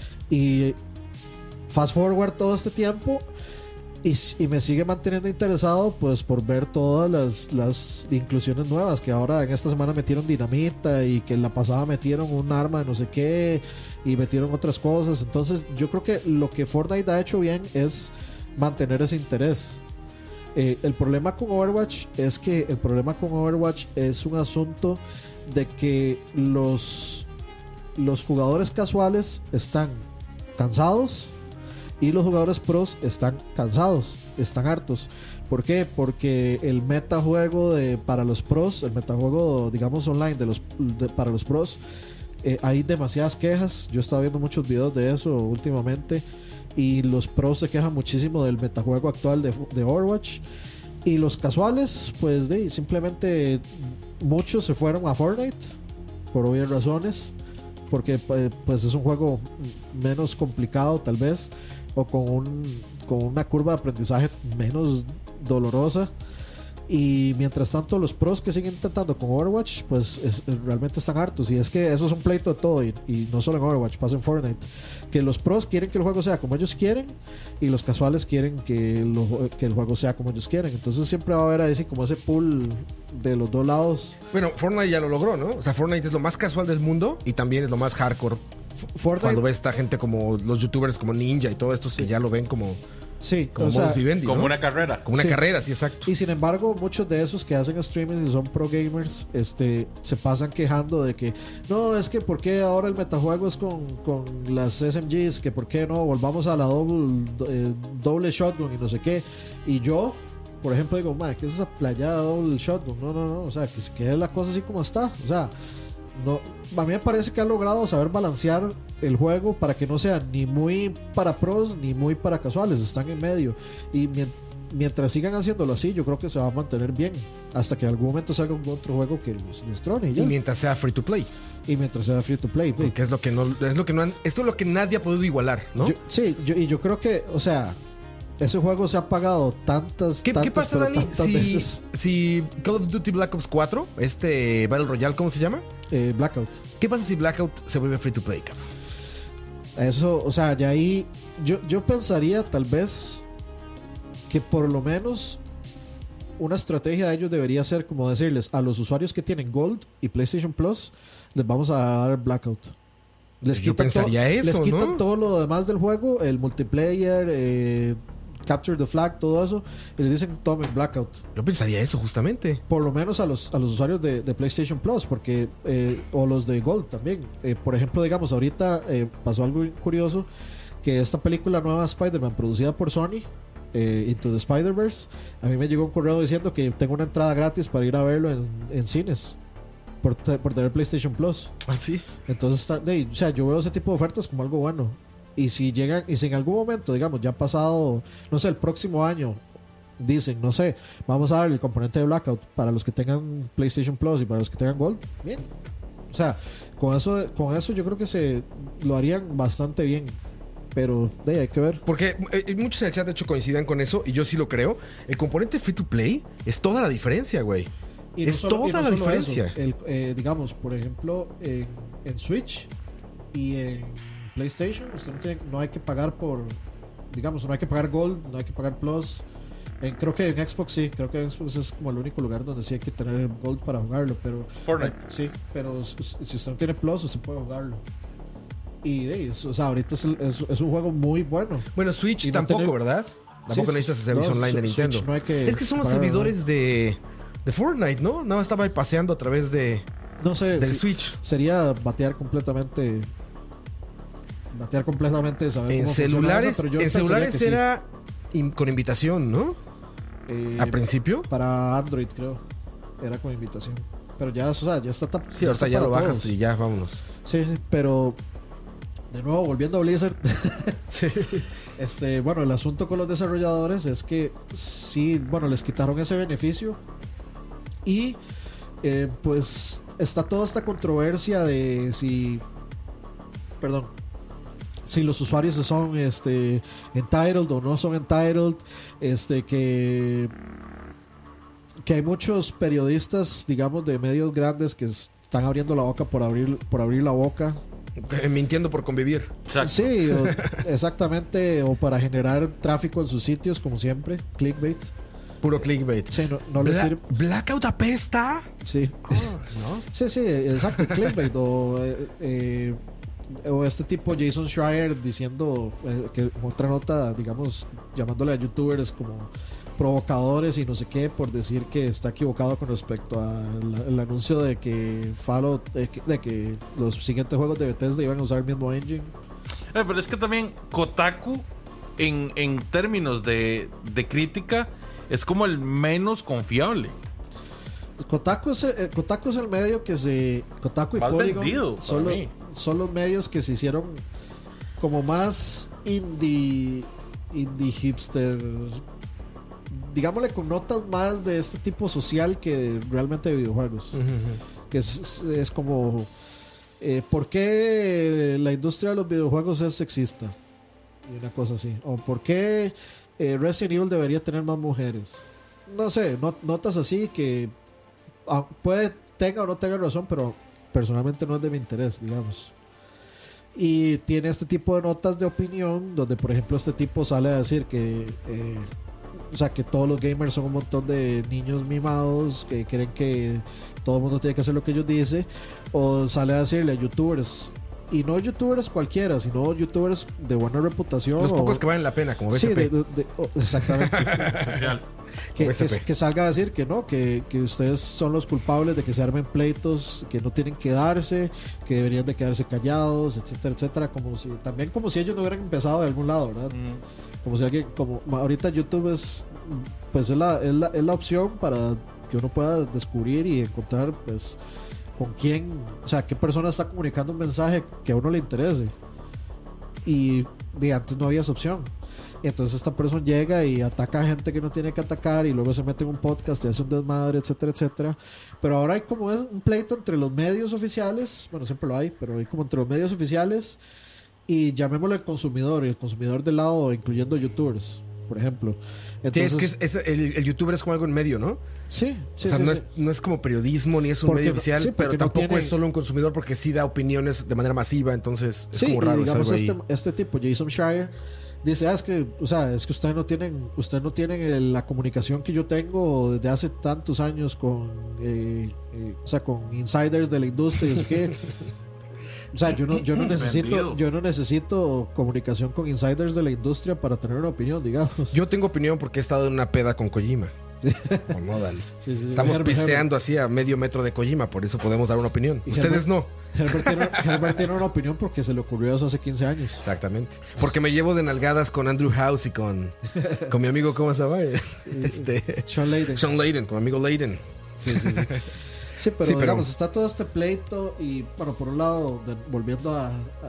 Y fast forward todo este tiempo y, s- y me sigue manteniendo interesado pues por ver todas las, las inclusiones nuevas, que ahora en esta semana metieron dinamita y que en la pasada metieron un arma de no sé qué y metieron otras cosas. Entonces yo creo que lo que Fortnite ha hecho bien es mantener ese interés. Eh, el problema con Overwatch es que el problema con Overwatch es un asunto de que los los jugadores casuales están cansados y los jugadores pros están cansados, están hartos. ¿Por qué? Porque el metajuego de, para los pros, el metajuego, digamos, online de los, de- para los pros, eh, hay demasiadas quejas. Yo he estado viendo muchos videos de eso últimamente y los pros se quejan muchísimo del metajuego actual de, de Overwatch. Y los casuales, pues de, simplemente muchos se fueron a Fortnite por obvias razones, porque pues es un juego menos complicado tal vez, o con, un, con una curva de aprendizaje menos dolorosa. Y mientras tanto los pros que siguen intentando con Overwatch pues es, realmente están hartos, y es que eso es un pleito de todo, y, y no solo en Overwatch, pasa en Fortnite, que los pros quieren que el juego sea como ellos quieren y los casuales quieren que, lo, que el juego sea como ellos quieren. Entonces siempre va a haber ahí sí, como ese pool de los dos lados. Bueno, Fortnite ya lo logró, ¿no? O sea, Fortnite es lo más casual del mundo y también es lo más hardcore. Fortnite, cuando ves esta gente como los youtubers como Ninja y todo esto, sí, que ya lo ven como... Sí, como o sea, vivendi, como ¿no? una carrera. Como una sí. carrera, sí, exacto. Y sin embargo, muchos de esos que hacen streaming y son pro gamers, este, se pasan quejando de que no, es que por qué ahora el metajuego es con, con las S M Gs, que por qué no volvamos a la doble, eh, doble shotgun y no sé qué. Y yo, por ejemplo, digo, madre, ¿qué es esa playada doble shotgun? No, no, no, o sea, que quede la cosa así como está. O sea, no, a mí me parece que han logrado saber balancear el juego para que no sea ni muy para pros ni muy para casuales, están en medio, y mient- mientras sigan haciéndolo así, yo creo que se va a mantener bien hasta que en algún momento salga un otro juego que los destrone y, ya. Y mientras sea free to play, Y mientras sea free to play, que es lo que no es lo que no han, esto es lo que nadie ha podido igualar, ¿no? Yo- sí, yo, y yo creo que, o sea, ese juego se ha pagado tantas ¿Qué, tantas, ¿qué pasa, pero Dani, tantas si, veces. si Call of Duty Black Ops cuatro, este Battle Royale, ¿cómo se llama? Eh, Blackout. ¿Qué pasa si Blackout se vuelve free to play, cabrón? Eso, o sea, ya ahí yo, yo pensaría tal vez que por lo menos una estrategia de ellos debería ser como decirles a los usuarios que tienen Gold y PlayStation Plus, les vamos a dar Blackout. Les Yo quitan pensaría to- eso, les quitan ¿no? todo lo demás del juego, el multiplayer, eh, Capture the Flag, todo eso, y les dicen tomen Blackout. Yo pensaría eso justamente. Por lo menos a los, a los usuarios de, de PlayStation Plus, porque eh, o los de Gold también. Eh, por ejemplo, digamos, ahorita eh, pasó algo curioso, que esta película nueva Spider-Man producida por Sony, eh, Into the Spider-Verse, a mí me llegó un correo diciendo que tengo una entrada gratis para ir a verlo en, en cines por, te- por tener PlayStation Plus. ¿Ah, sí? Entonces, está, de, o sea, yo veo ese tipo de ofertas como algo bueno. Y si llegan, y si en algún momento, digamos, ya ha pasado, no sé, el próximo año, dicen, no sé, vamos a dar el componente de Blackout para los que tengan PlayStation Plus y para los que tengan Gold, bien. O sea, con eso, con eso yo creo que se lo harían bastante bien. Pero de ahí hay que ver. Porque eh, muchos en el chat de hecho coincidan con eso y yo sí lo creo. El componente free to play es toda la diferencia, güey. Y no Es solo- y toda no la solo diferencia. eso, el, eh, digamos, por ejemplo, en, en Switch y en PlayStation, usted no, tiene- no hay que pagar por, digamos, no hay que pagar Gold, no hay que pagar Plus. En- creo que en Xbox sí, creo que en Xbox es como el único lugar donde sí hay que tener Gold para jugarlo, pero Fortnite. eh, sí, pero s- s- si usted no tiene Plus, usted puede jugarlo. Y de, es- o sea, ahorita es, el- es- es un juego muy bueno. Bueno, Switch Y no tampoco, tener- ¿verdad? Tampoco Sí, necesitas el servicio no, online de Switch Nintendo. no hay que es que son los pagar, servidores de, de Fortnite, ¿no? Nada más estaba paseando a través de, No sé, del sí, Switch. sería batear completamente batear completamente saber En cómo funciona celulares, eso, pero yo en pensaría celulares que sí. era in- con invitación, ¿no? Eh, Al principio. para Android creo era con invitación, pero ya, o sea, ya está tap- Sí, o sea, está ya para lo bajas todos. y ya, vámonos. Sí, sí, pero de nuevo volviendo a Blizzard, Sí. este, bueno, el asunto con los desarrolladores es que sí, bueno, les quitaron ese beneficio y eh, pues está toda esta controversia de si, perdón, si los usuarios son este entitled o no son entitled, este que que hay muchos periodistas, digamos, de medios grandes que están abriendo la boca por abrir por abrir la boca. Mintiendo por convivir. Exacto. Sí, o- exactamente, o para generar tráfico en sus sitios, como siempre, clickbait. Puro clickbait. Sí, no, no les Bla- sirve. Blackout apesta. Sí. ¿No? Sí, sí, exacto, clickbait. O, eh, eh, o este tipo Jason Schreier diciendo eh, que otra nota, digamos, llamándole a youtubers como provocadores y no sé qué por decir que está equivocado con respecto al anuncio de que Fallout, de que, de que los siguientes juegos de Bethesda iban a usar el mismo engine. Eh, pero es que también Kotaku, en, en términos de, de crítica, es como el menos confiable. Kotaku es, el, eh, Kotaku es el medio que se. Kotaku y Más Polygon vendido, para son, lo- mí. son los medios que se hicieron como más indie. Indie hipster. digámosle, con notas más de este tipo social que realmente de videojuegos. Uh-huh. Que es, es como, eh, ¿por qué la industria de los videojuegos es sexista? Y una cosa así. O ¿por qué eh, Resident Evil debería tener más mujeres? No sé, not, notas así que ah, puede, tenga o no tenga razón, pero personalmente no es de mi interés, digamos. Y tiene este tipo de notas de opinión donde, por ejemplo, este tipo sale a decir que eh, o sea, que todos los gamers son un montón de niños mimados que creen que todo el mundo tiene que hacer lo que ellos dicen, o sale a decirle a youtubers, y no youtubers cualquiera, sino youtubers de buena reputación, los pocos o, que valen la pena, como B S P. sí, de, de, de, oh, exactamente. Que, que, que salga a decir que no, que, que ustedes son los culpables de que se armen pleitos, que no tienen que darse, que deberían de quedarse callados, etcétera, etcétera, como si, también como si ellos no hubieran empezado de algún lado, ¿verdad? Mm. Como si alguien, como ahorita YouTube es, pues es la, es la, es la opción para que uno pueda descubrir y encontrar, pues, con quién, o sea, qué persona está comunicando un mensaje que a uno le interese. Y de antes no había esa opción. Y entonces esta persona llega y ataca a gente que no tiene que atacar y luego se mete en un podcast y hace un desmadre, etcétera, etcétera. Pero ahora hay como un pleito entre los medios oficiales, bueno, siempre lo hay, pero hay como entre los medios oficiales y llamémosle el consumidor, y el consumidor del lado, incluyendo youtubers, por ejemplo. Entonces, sí, es que es, es, el, el youtuber es como algo en medio, ¿no? Sí, sí. O sea, sí, no, sí. Es, no es como periodismo ni es un porque, medio oficial, sí, pero tampoco no tiene... es solo un consumidor porque sí da opiniones de manera masiva, entonces es sí, como raro. Y digamos, es algo este, ahí. este tipo, Jason Schreier, dice, ah, es que, o sea, es que ustedes no tienen, ustedes no tienen el, la comunicación que yo tengo desde hace tantos años con, eh, eh, o sea, con insiders de la industria. Y es que, o sea, yo no, yo no necesito, yo no necesito comunicación con insiders de la industria para tener una opinión, digamos. Yo tengo opinión porque he estado en una peda con Kojima. Como dale. Sí, sí, Estamos Herbert, pisteando Herbert. así a medio metro de Kojima, por eso podemos dar una opinión. Y Ustedes Herbert, no. Herbert tiene, Herbert tiene una opinión porque se le ocurrió eso hace quince años. Exactamente. Porque me llevo de nalgadas con Andrew House y con, con mi amigo, ¿cómo se llama? Este, Sean Layden. Sean Layden, con mi amigo Layden. Sí, sí, sí. Sí, pero, sí, pero digamos, está todo este pleito y, bueno, por un lado, de, volviendo a,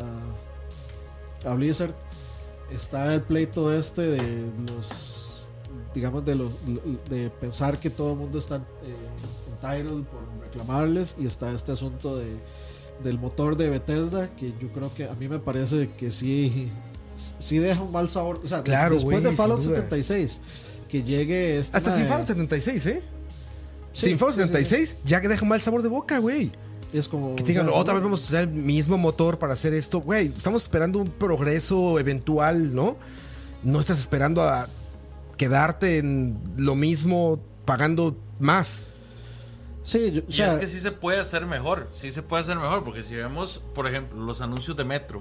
a, a Blizzard, está el pleito este de los, digamos, de los de pensar que todo el mundo está eh, entitled por reclamarles, y está este asunto de del motor de Bethesda, que yo creo que a mí me parece que sí sí deja un mal sabor, o sea, claro, después wey, de Fallout setenta y seis que llegue este hasta sin de... Fallout setenta y seis, ¿eh? Sí, sin Fallout sí, setenta y seis sí, sí. ya que deja un mal sabor de boca, güey. Es como, que te digan, o sea, otra vez vamos a usar el mismo motor para hacer esto, güey. Estamos esperando un progreso eventual, ¿no? No estás esperando a quedarte en lo mismo pagando más. Sí, yo, o y sea, es que sí se puede hacer mejor, sí se puede hacer mejor, porque si vemos, por ejemplo, los anuncios de Metro,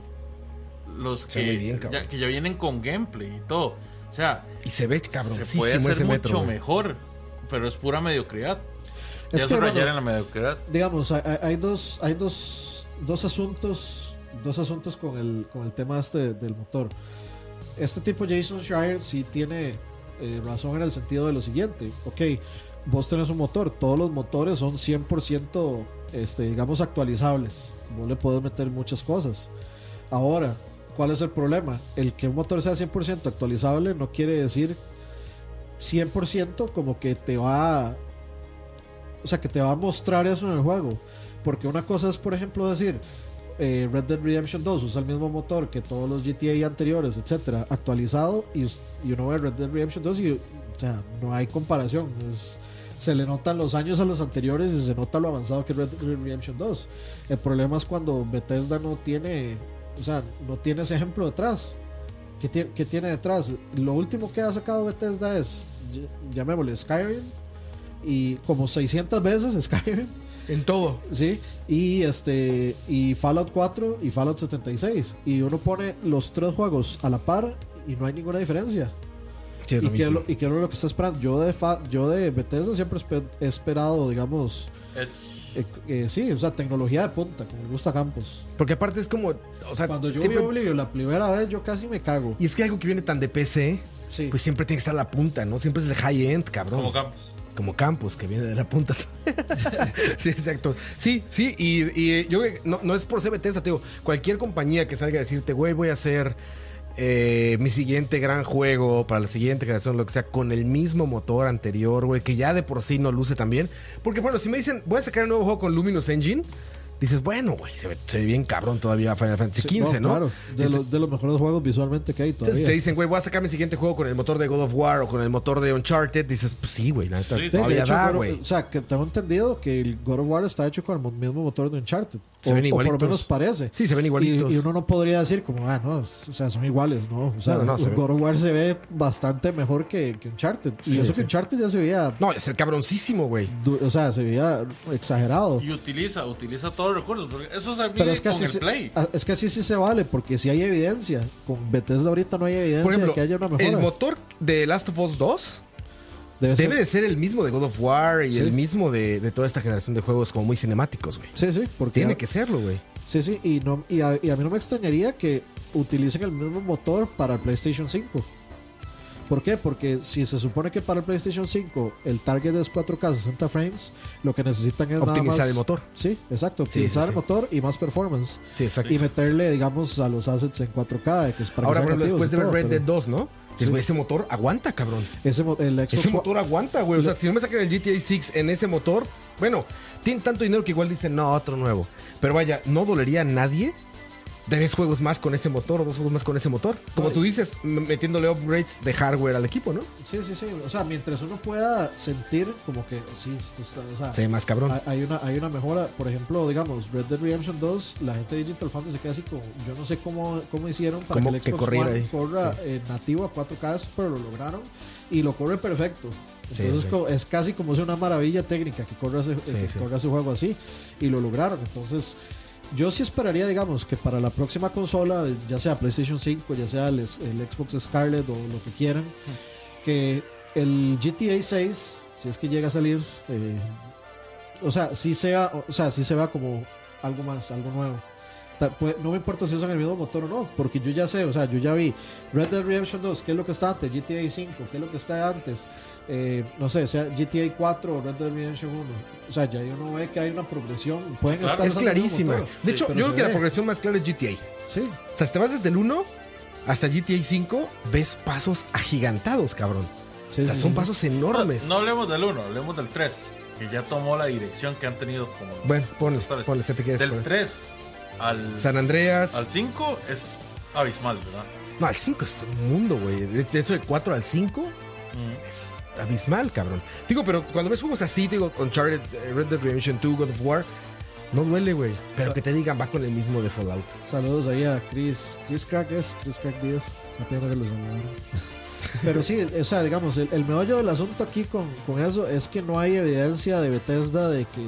los que, bien, ya, que ya vienen con gameplay y todo, o sea, y se ve cabroncísimo, se puede hacer ese mucho Metro, mejor, pero es pura mediocridad. es ya que, rayar bueno, en la mediocridad. Digamos, hay, hay dos, hay dos, dos asuntos, dos asuntos con el, con el tema este del motor. Este tipo Jason Schreier sí tiene eh, razón en el sentido de lo siguiente. Ok, vos tenés un motor, todos los motores son cien por ciento este, digamos, actualizables. Vos le podés meter muchas cosas. Ahora, ¿cuál es el problema? El que un motor sea cien por ciento actualizable no quiere decir cien por ciento como que te va a, o sea, que te va a mostrar eso en el juego. Porque una cosa es, por ejemplo, decir eh, Red Dead Redemption dos usa el mismo motor que todos los G T A anteriores, etcétera, actualizado, y, y uno ve Red Dead Redemption dos y, o sea, no hay comparación. Es, se le notan los años a los anteriores y se nota lo avanzado que es Red Dead Redemption dos. El problema es cuando Bethesda no tiene, o sea, no tiene ese ejemplo detrás. ¿Qué tiene, qué tiene detrás? Lo último que ha sacado Bethesda es, llamémosle Skyrim, y como seiscientas veces Skyrim en todo, sí, y este y Fallout cuatro y Fallout setenta y seis, y uno pone los tres juegos a la par y no hay ninguna diferencia. Sí, es y lo qué mismo. es lo, y qué es lo que está esperando. Yo de fa, yo de Bethesda siempre he esperado, digamos, Eh, eh, eh, sí, o sea, tecnología de punta, como me gusta Campos. Porque aparte es como, o sea, Cuando yo siempre, vi Oblivion la primera vez, yo casi me cago. y es que algo que viene tan de P C, Sí. pues siempre tiene que estar a la punta, ¿no? Siempre es el high end, cabrón. como Campos. Como Campos, que viene de la punta. Sí, exacto. Sí, sí, y, y yo no, no es por ser Bethesda, te digo, cualquier compañía que salga a decirte, güey, voy a hacer eh, mi siguiente gran juego para la siguiente generación, lo que sea, con el mismo motor anterior, güey, que ya de por sí no luce tan bien. Porque bueno, si me dicen, voy a sacar un nuevo juego con Luminous Engine, dices, bueno, güey, se ve, se ve bien cabrón todavía Final Fantasy quince, ¿no? Claro, de, Si lo- de los mejores juegos visualmente que hay todavía. Entonces te dicen, güey, voy a sacar mi siguiente juego con el motor de God of War o con el motor de Uncharted. Dices, pues sí, güey, la neta, Sí, sí. Sí, de todavía hecho, da, God- güey. o sea, que tengo entendido que el God of War está hecho con el mo- mismo motor de Uncharted. Se o, ven o igualitos. por lo menos parece. Sí, se ven Y, igualitos. y uno no podría decir como, ah, no, es- o sea, son iguales, ¿no? O sea, No, no, se ve- God of War se ve bastante mejor que, que Uncharted. Y Sí, eso sí. que Uncharted ya se veía, No, es el cabroncísimo, güey. du- o sea, se veía exagerado. Y utiliza, utiliza todos los recursos. Porque eso se Pero mide es que, con así el se, Play. a- es que así sí se vale, porque si hay evidencia. Con Bethesda ahorita no hay evidencia Por ejemplo, de que haya una mejora. el motor de Last of Us dos Debe ser- debe de ser el mismo de God of War y Sí. el mismo de, de toda esta generación de juegos como muy cinemáticos, güey. Sí, sí, porque Tiene que serlo, güey. Sí, sí, y, no, y, a, y a mí no me extrañaría que utilicen el mismo motor para el PlayStation cinco. ¿Por qué? Porque si se supone que para el PlayStation cinco el target es cuatro K sesenta frames, lo que necesitan es Optimizar nada más, el motor. Sí, exacto, Sí, optimizar sí, el sí. motor y más performance. Sí, exacto. Y meterle, digamos, a los assets en cuatro K, que es para Ahora, que por sean ejemplo, nativos después de y ver todo, Red pero Dead dos, ¿no? Que, Sí. güey, ese motor aguanta, cabrón. Ese, mo- el Xbox Ese One- motor aguanta, güey. O sea, si no me sacan el G T A seis en ese motor, bueno, tienen tanto dinero que igual dicen, no, otro nuevo. Pero vaya, no dolería a nadie tres juegos más con ese motor o dos juegos más con ese motor. Como No, tú dices, m- metiéndole upgrades de hardware al equipo, ¿no? Sí, sí, sí. O sea, mientras uno pueda sentir como que, sí, esto está, o sea, Se ve más cabrón. Hay- Hay una, hay una mejora, por ejemplo, digamos, Red Dead Redemption dos, la gente de Digital Foundry se queda así como, yo no sé cómo, cómo hicieron para Cómo que el que Xbox corriera One ahí, corra eh, nativo a cuatro K, pero lo lograron y lo corre perfecto. Sí, Entonces sí. co- es casi como si una maravilla técnica que corra ese, Sí, que sí. corra ese juego así y lo lograron. Entonces yo sí esperaría, digamos, que para la próxima consola, ya sea PlayStation cinco, ya sea el, el Xbox Scarlett o lo que quieran, que el G T A seis, si es que llega a salir, eh, o sea, sí sea, o sea, sí se vea como algo más, algo nuevo. Ta- pues, no me importa si usan el mismo motor o no, porque yo ya sé, o sea, yo ya vi Red Dead Redemption dos, qué es lo que está antes, G T A cinco, qué es lo que está antes, eh, no sé, sea G T A cuatro o Red Dead Redemption uno. O sea, ya uno ve que hay una progresión. Pueden Claro. estar Es usando el mismo clarísima. motor. De hecho, pero yo se creo que la ve. progresión más clara es G T A. Sí, O sea, si te vas desde el uno hasta G T A cinco, ves pasos agigantados, cabrón. sí, O sea, sí, son sí. pasos enormes. No hablemos del uno, hablemos del tres. Que ya tomó la dirección que han tenido como. Bueno, ponle, Espérate. ponle, si te quieres. Del ponle. tres al. San Andreas. Al cinco es abismal, ¿verdad? No, al cinco es un mundo, güey. De de eso de cuatro al cinco es abismal, cabrón. Digo, pero cuando ves juegos así, digo, Uncharted, eh, Red Dead Redemption dos, God of War, no duele, güey. Pero que te digan, va con el mismo de Fallout. Saludos ahí a Chris, Chris Crack es, Chris Crack Díaz. La pena que los saludaron. Pero sí, o sea, digamos, el, el meollo del asunto aquí con, con eso es que no hay evidencia de Bethesda de que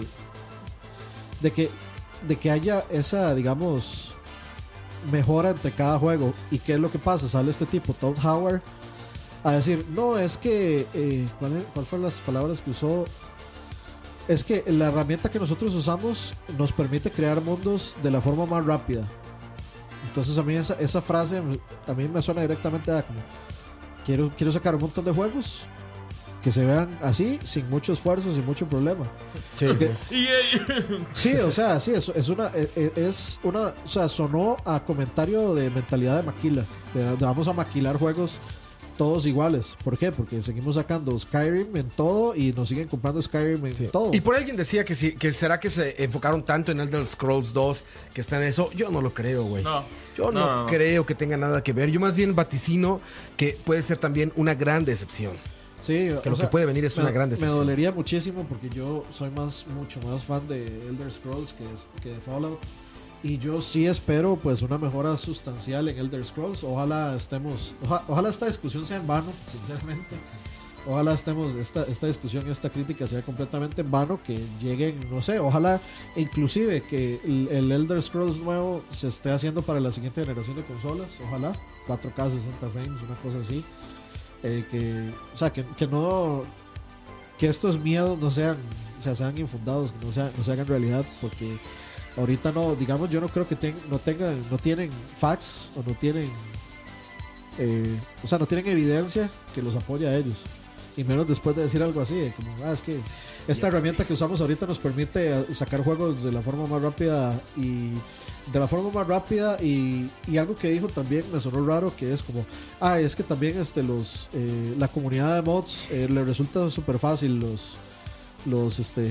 de que de que haya esa, digamos, mejora entre cada juego. ¿Y qué es lo que pasa? Sale este tipo, Todd Howard, a decir, no, es que eh, ¿cuál, ¿cuál fueron las palabras que usó? Es que la herramienta que nosotros usamos nos permite crear mundos de la forma más rápida. Entonces a mí esa, esa frase a mí me suena directamente a como quiero, quiero sacar un montón de juegos que se vean así, sin mucho esfuerzo, sin mucho problema. Sí, Porque- sí. Y, eh, Sí, o sea, sí, es, es una, es, es una, o sea, sonó a comentario de mentalidad de maquila. De, de vamos a maquilar juegos todos iguales. ¿Por qué? Porque seguimos sacando Skyrim en todo y nos siguen comprando Skyrim en Sí. todo. Y por ahí alguien decía que sí, que será que se enfocaron tanto en Elder Scrolls dos que está en eso. Yo no lo creo, güey. no. Yo no, No, no, no. creo que tenga nada que ver. Yo más bien vaticino que puede ser también una gran decepción. Sí, Que o lo sea, que puede venir es me, una gran me decepción. dolería muchísimo porque yo soy más mucho más fan de Elder Scrolls que, es- que de Fallout. Y yo sí espero pues una mejora sustancial en Elder Scrolls. Ojalá estemos, oja- ojalá esta discusión sea en vano, sinceramente. Ojalá estemos, esta, esta discusión, esta crítica sea completamente en vano, que lleguen, no sé, ojalá inclusive que el, el Elder Scrolls nuevo se esté haciendo para la siguiente generación de consolas, ojalá, cuatro K sesenta frames, una cosa así. Eh, que, o sea, que, que no, que estos miedos no sean, o sea, sean infundados, que no, sean, no se hagan realidad, porque ahorita no, digamos, yo no creo que ten- no tengan, no tienen facts o no tienen, eh, o sea, no tienen evidencia que los apoye a ellos. y menos después de decir algo así, de como, ah, es que esta herramienta que usamos ahorita nos permite sacar juegos de la forma más rápida y de la forma más rápida y, y algo que dijo también me sonó raro, que es como, ah, es que también este los eh, la comunidad de mods eh, le resulta súper fácil los los este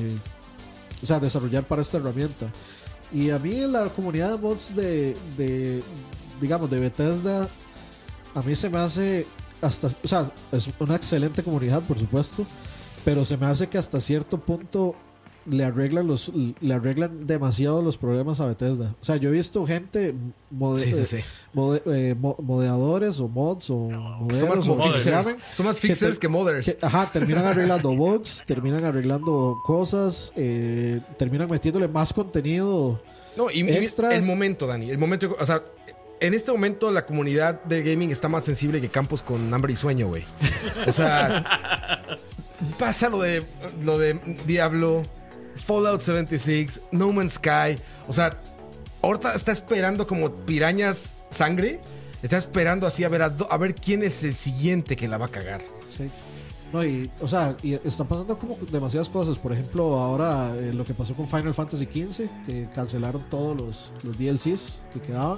o sea, desarrollar para esta herramienta. Y a mí la comunidad de mods de, de digamos de Bethesda, a mí se me hace hasta, o sea, es una excelente comunidad, por supuesto, pero se me hace que hasta cierto punto le arreglan los le arreglan demasiado los problemas a Bethesda. O sea, yo he visto gente mode, Sí, sí, sí. eh, mode- eh, mo- modeadores o mods o Son más modelos, como o como se fixers. llamen, Son más fixers te- que modders. que, ajá, terminan arreglando bugs, terminan arreglando cosas, eh, terminan metiéndole más contenido. No, y, y extra. el momento, Dani. El momento, o sea, en este momento la comunidad de gaming está más sensible que campos con hambre y sueño, güey. O sea, pasa lo de lo de Diablo, Fallout setenta y seis, No Man's Sky. O sea, ahorita está esperando como pirañas sangre. Está esperando así a ver a, do- a ver quién es el siguiente que la va a cagar. Sí. No, y, o sea, y están pasando como demasiadas cosas. Por ejemplo, ahora eh, lo que pasó con Final Fantasy quince, que cancelaron todos los, los D L Cs que quedaban.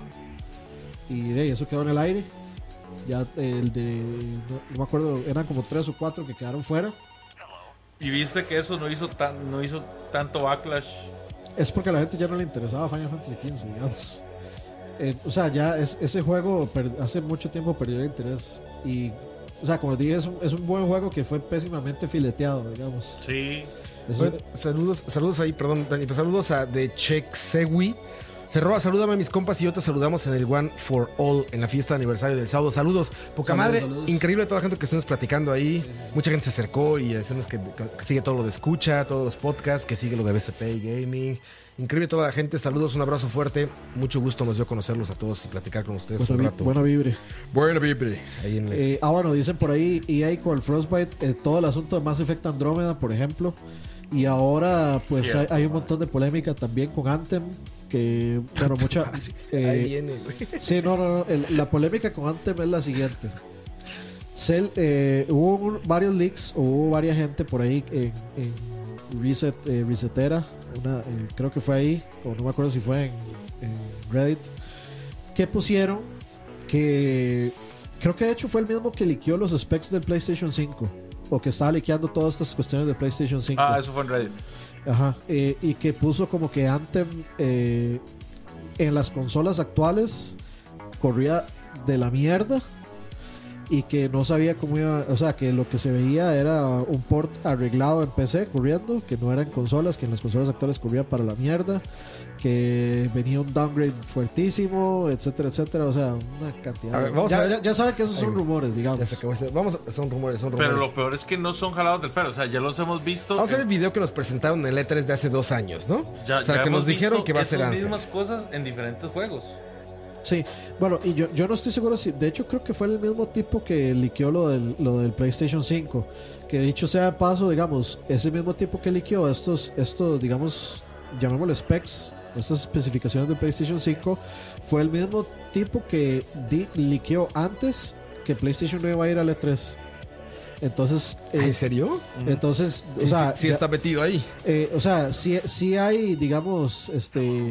Y de ahí, eso quedó en el aire. Ya eh, el de, no, no me acuerdo, eran como tres o cuatro que quedaron fuera. Y viste que eso no hizo tan, no hizo tanto backlash. Es porque a la gente ya no le interesaba Final Fantasy quince, digamos. Eh, o sea, ya es, ese juego per- hace mucho tiempo perdió el interés. Y, o sea, como les dije, es un, es un buen juego que fue pésimamente fileteado, digamos. Sí. Es Bueno, un- saludos, saludos ahí, perdón, Dani, pues saludos a de Chexewi. Se roba, salúdame a mis compas y yo te saludamos en el One for All en la fiesta de aniversario del sábado. Saludos, poca Saludos, madre, saludos. increíble toda la gente que estuvimos platicando ahí. Mucha gente se acercó y decimos que, que sigue todo lo de escucha, todos los podcasts, que sigue lo de B C P y Gaming. Increíble toda la gente, saludos, un abrazo fuerte. Mucho gusto nos dio conocerlos a todos y platicar con ustedes buena, un vi- rato. buena vibre. Buena vibre. Ahí en el- Eh, ah, bueno, dicen por ahí E A con el Frostbite, eh, todo el asunto de Mass Effect Andrómeda, por ejemplo. Y ahora, pues hay, Cierto. hay un montón de polémica también con Anthem. Que, bueno, mucha. Ahí eh, viene, güey. sí, no, no, no. el- la polémica con Anthem es la siguiente. Cell, eh, hubo un- varios leaks, o hubo varias gente por ahí en, en Reset, eh, Resetera. Una, eh, creo que fue ahí, o no me acuerdo si fue en, en Reddit. Que pusieron que. Creo que de hecho fue el mismo que liqueó los specs del PlayStation cinco. O que estaba liqueando todas estas cuestiones de PlayStation cinco. Ah, eso fue en Reddit. Ajá. Eh, y que puso como que Anthem eh, en las consolas actuales corría de la mierda. Y que no sabía cómo iba. O sea, que lo que se veía era un port arreglado en P C corriendo. Que no era en consolas. Que en las consolas actuales corría para la mierda. Que venía un downgrade fuertísimo, etcétera, etcétera. O sea, una cantidad. A ver, vamos ya, a ver. ya, ya saben que esos son Ahí va. rumores, digamos. Ya se acabó ese- Vamos, a- son rumores, son rumores. Pero lo peor es que no son jalados del pelo. O sea, ya los hemos visto. Vamos a ver el en- video que nos presentaron en el E tres de hace dos años, ¿no? ya- o sea, ya que hemos nos dijeron visto que va a ser esas Anthem. mismas cosas en diferentes juegos. Sí, bueno, y yo, yo no estoy seguro si, de hecho creo que fue el mismo tipo que liqueó lo del, lo del PlayStation cinco, que dicho sea de paso, digamos, ese mismo tipo que liqueó estos, estos digamos, llamémosle specs, estas especificaciones del PlayStation cinco, fue el mismo tipo que di, liqueó antes que PlayStation no iba a ir al E tres. Entonces, eh, ¿En serio? entonces, o Sí, sea, sí, sí ya- está metido ahí. eh, o sea, sí, sí hay, digamos, este.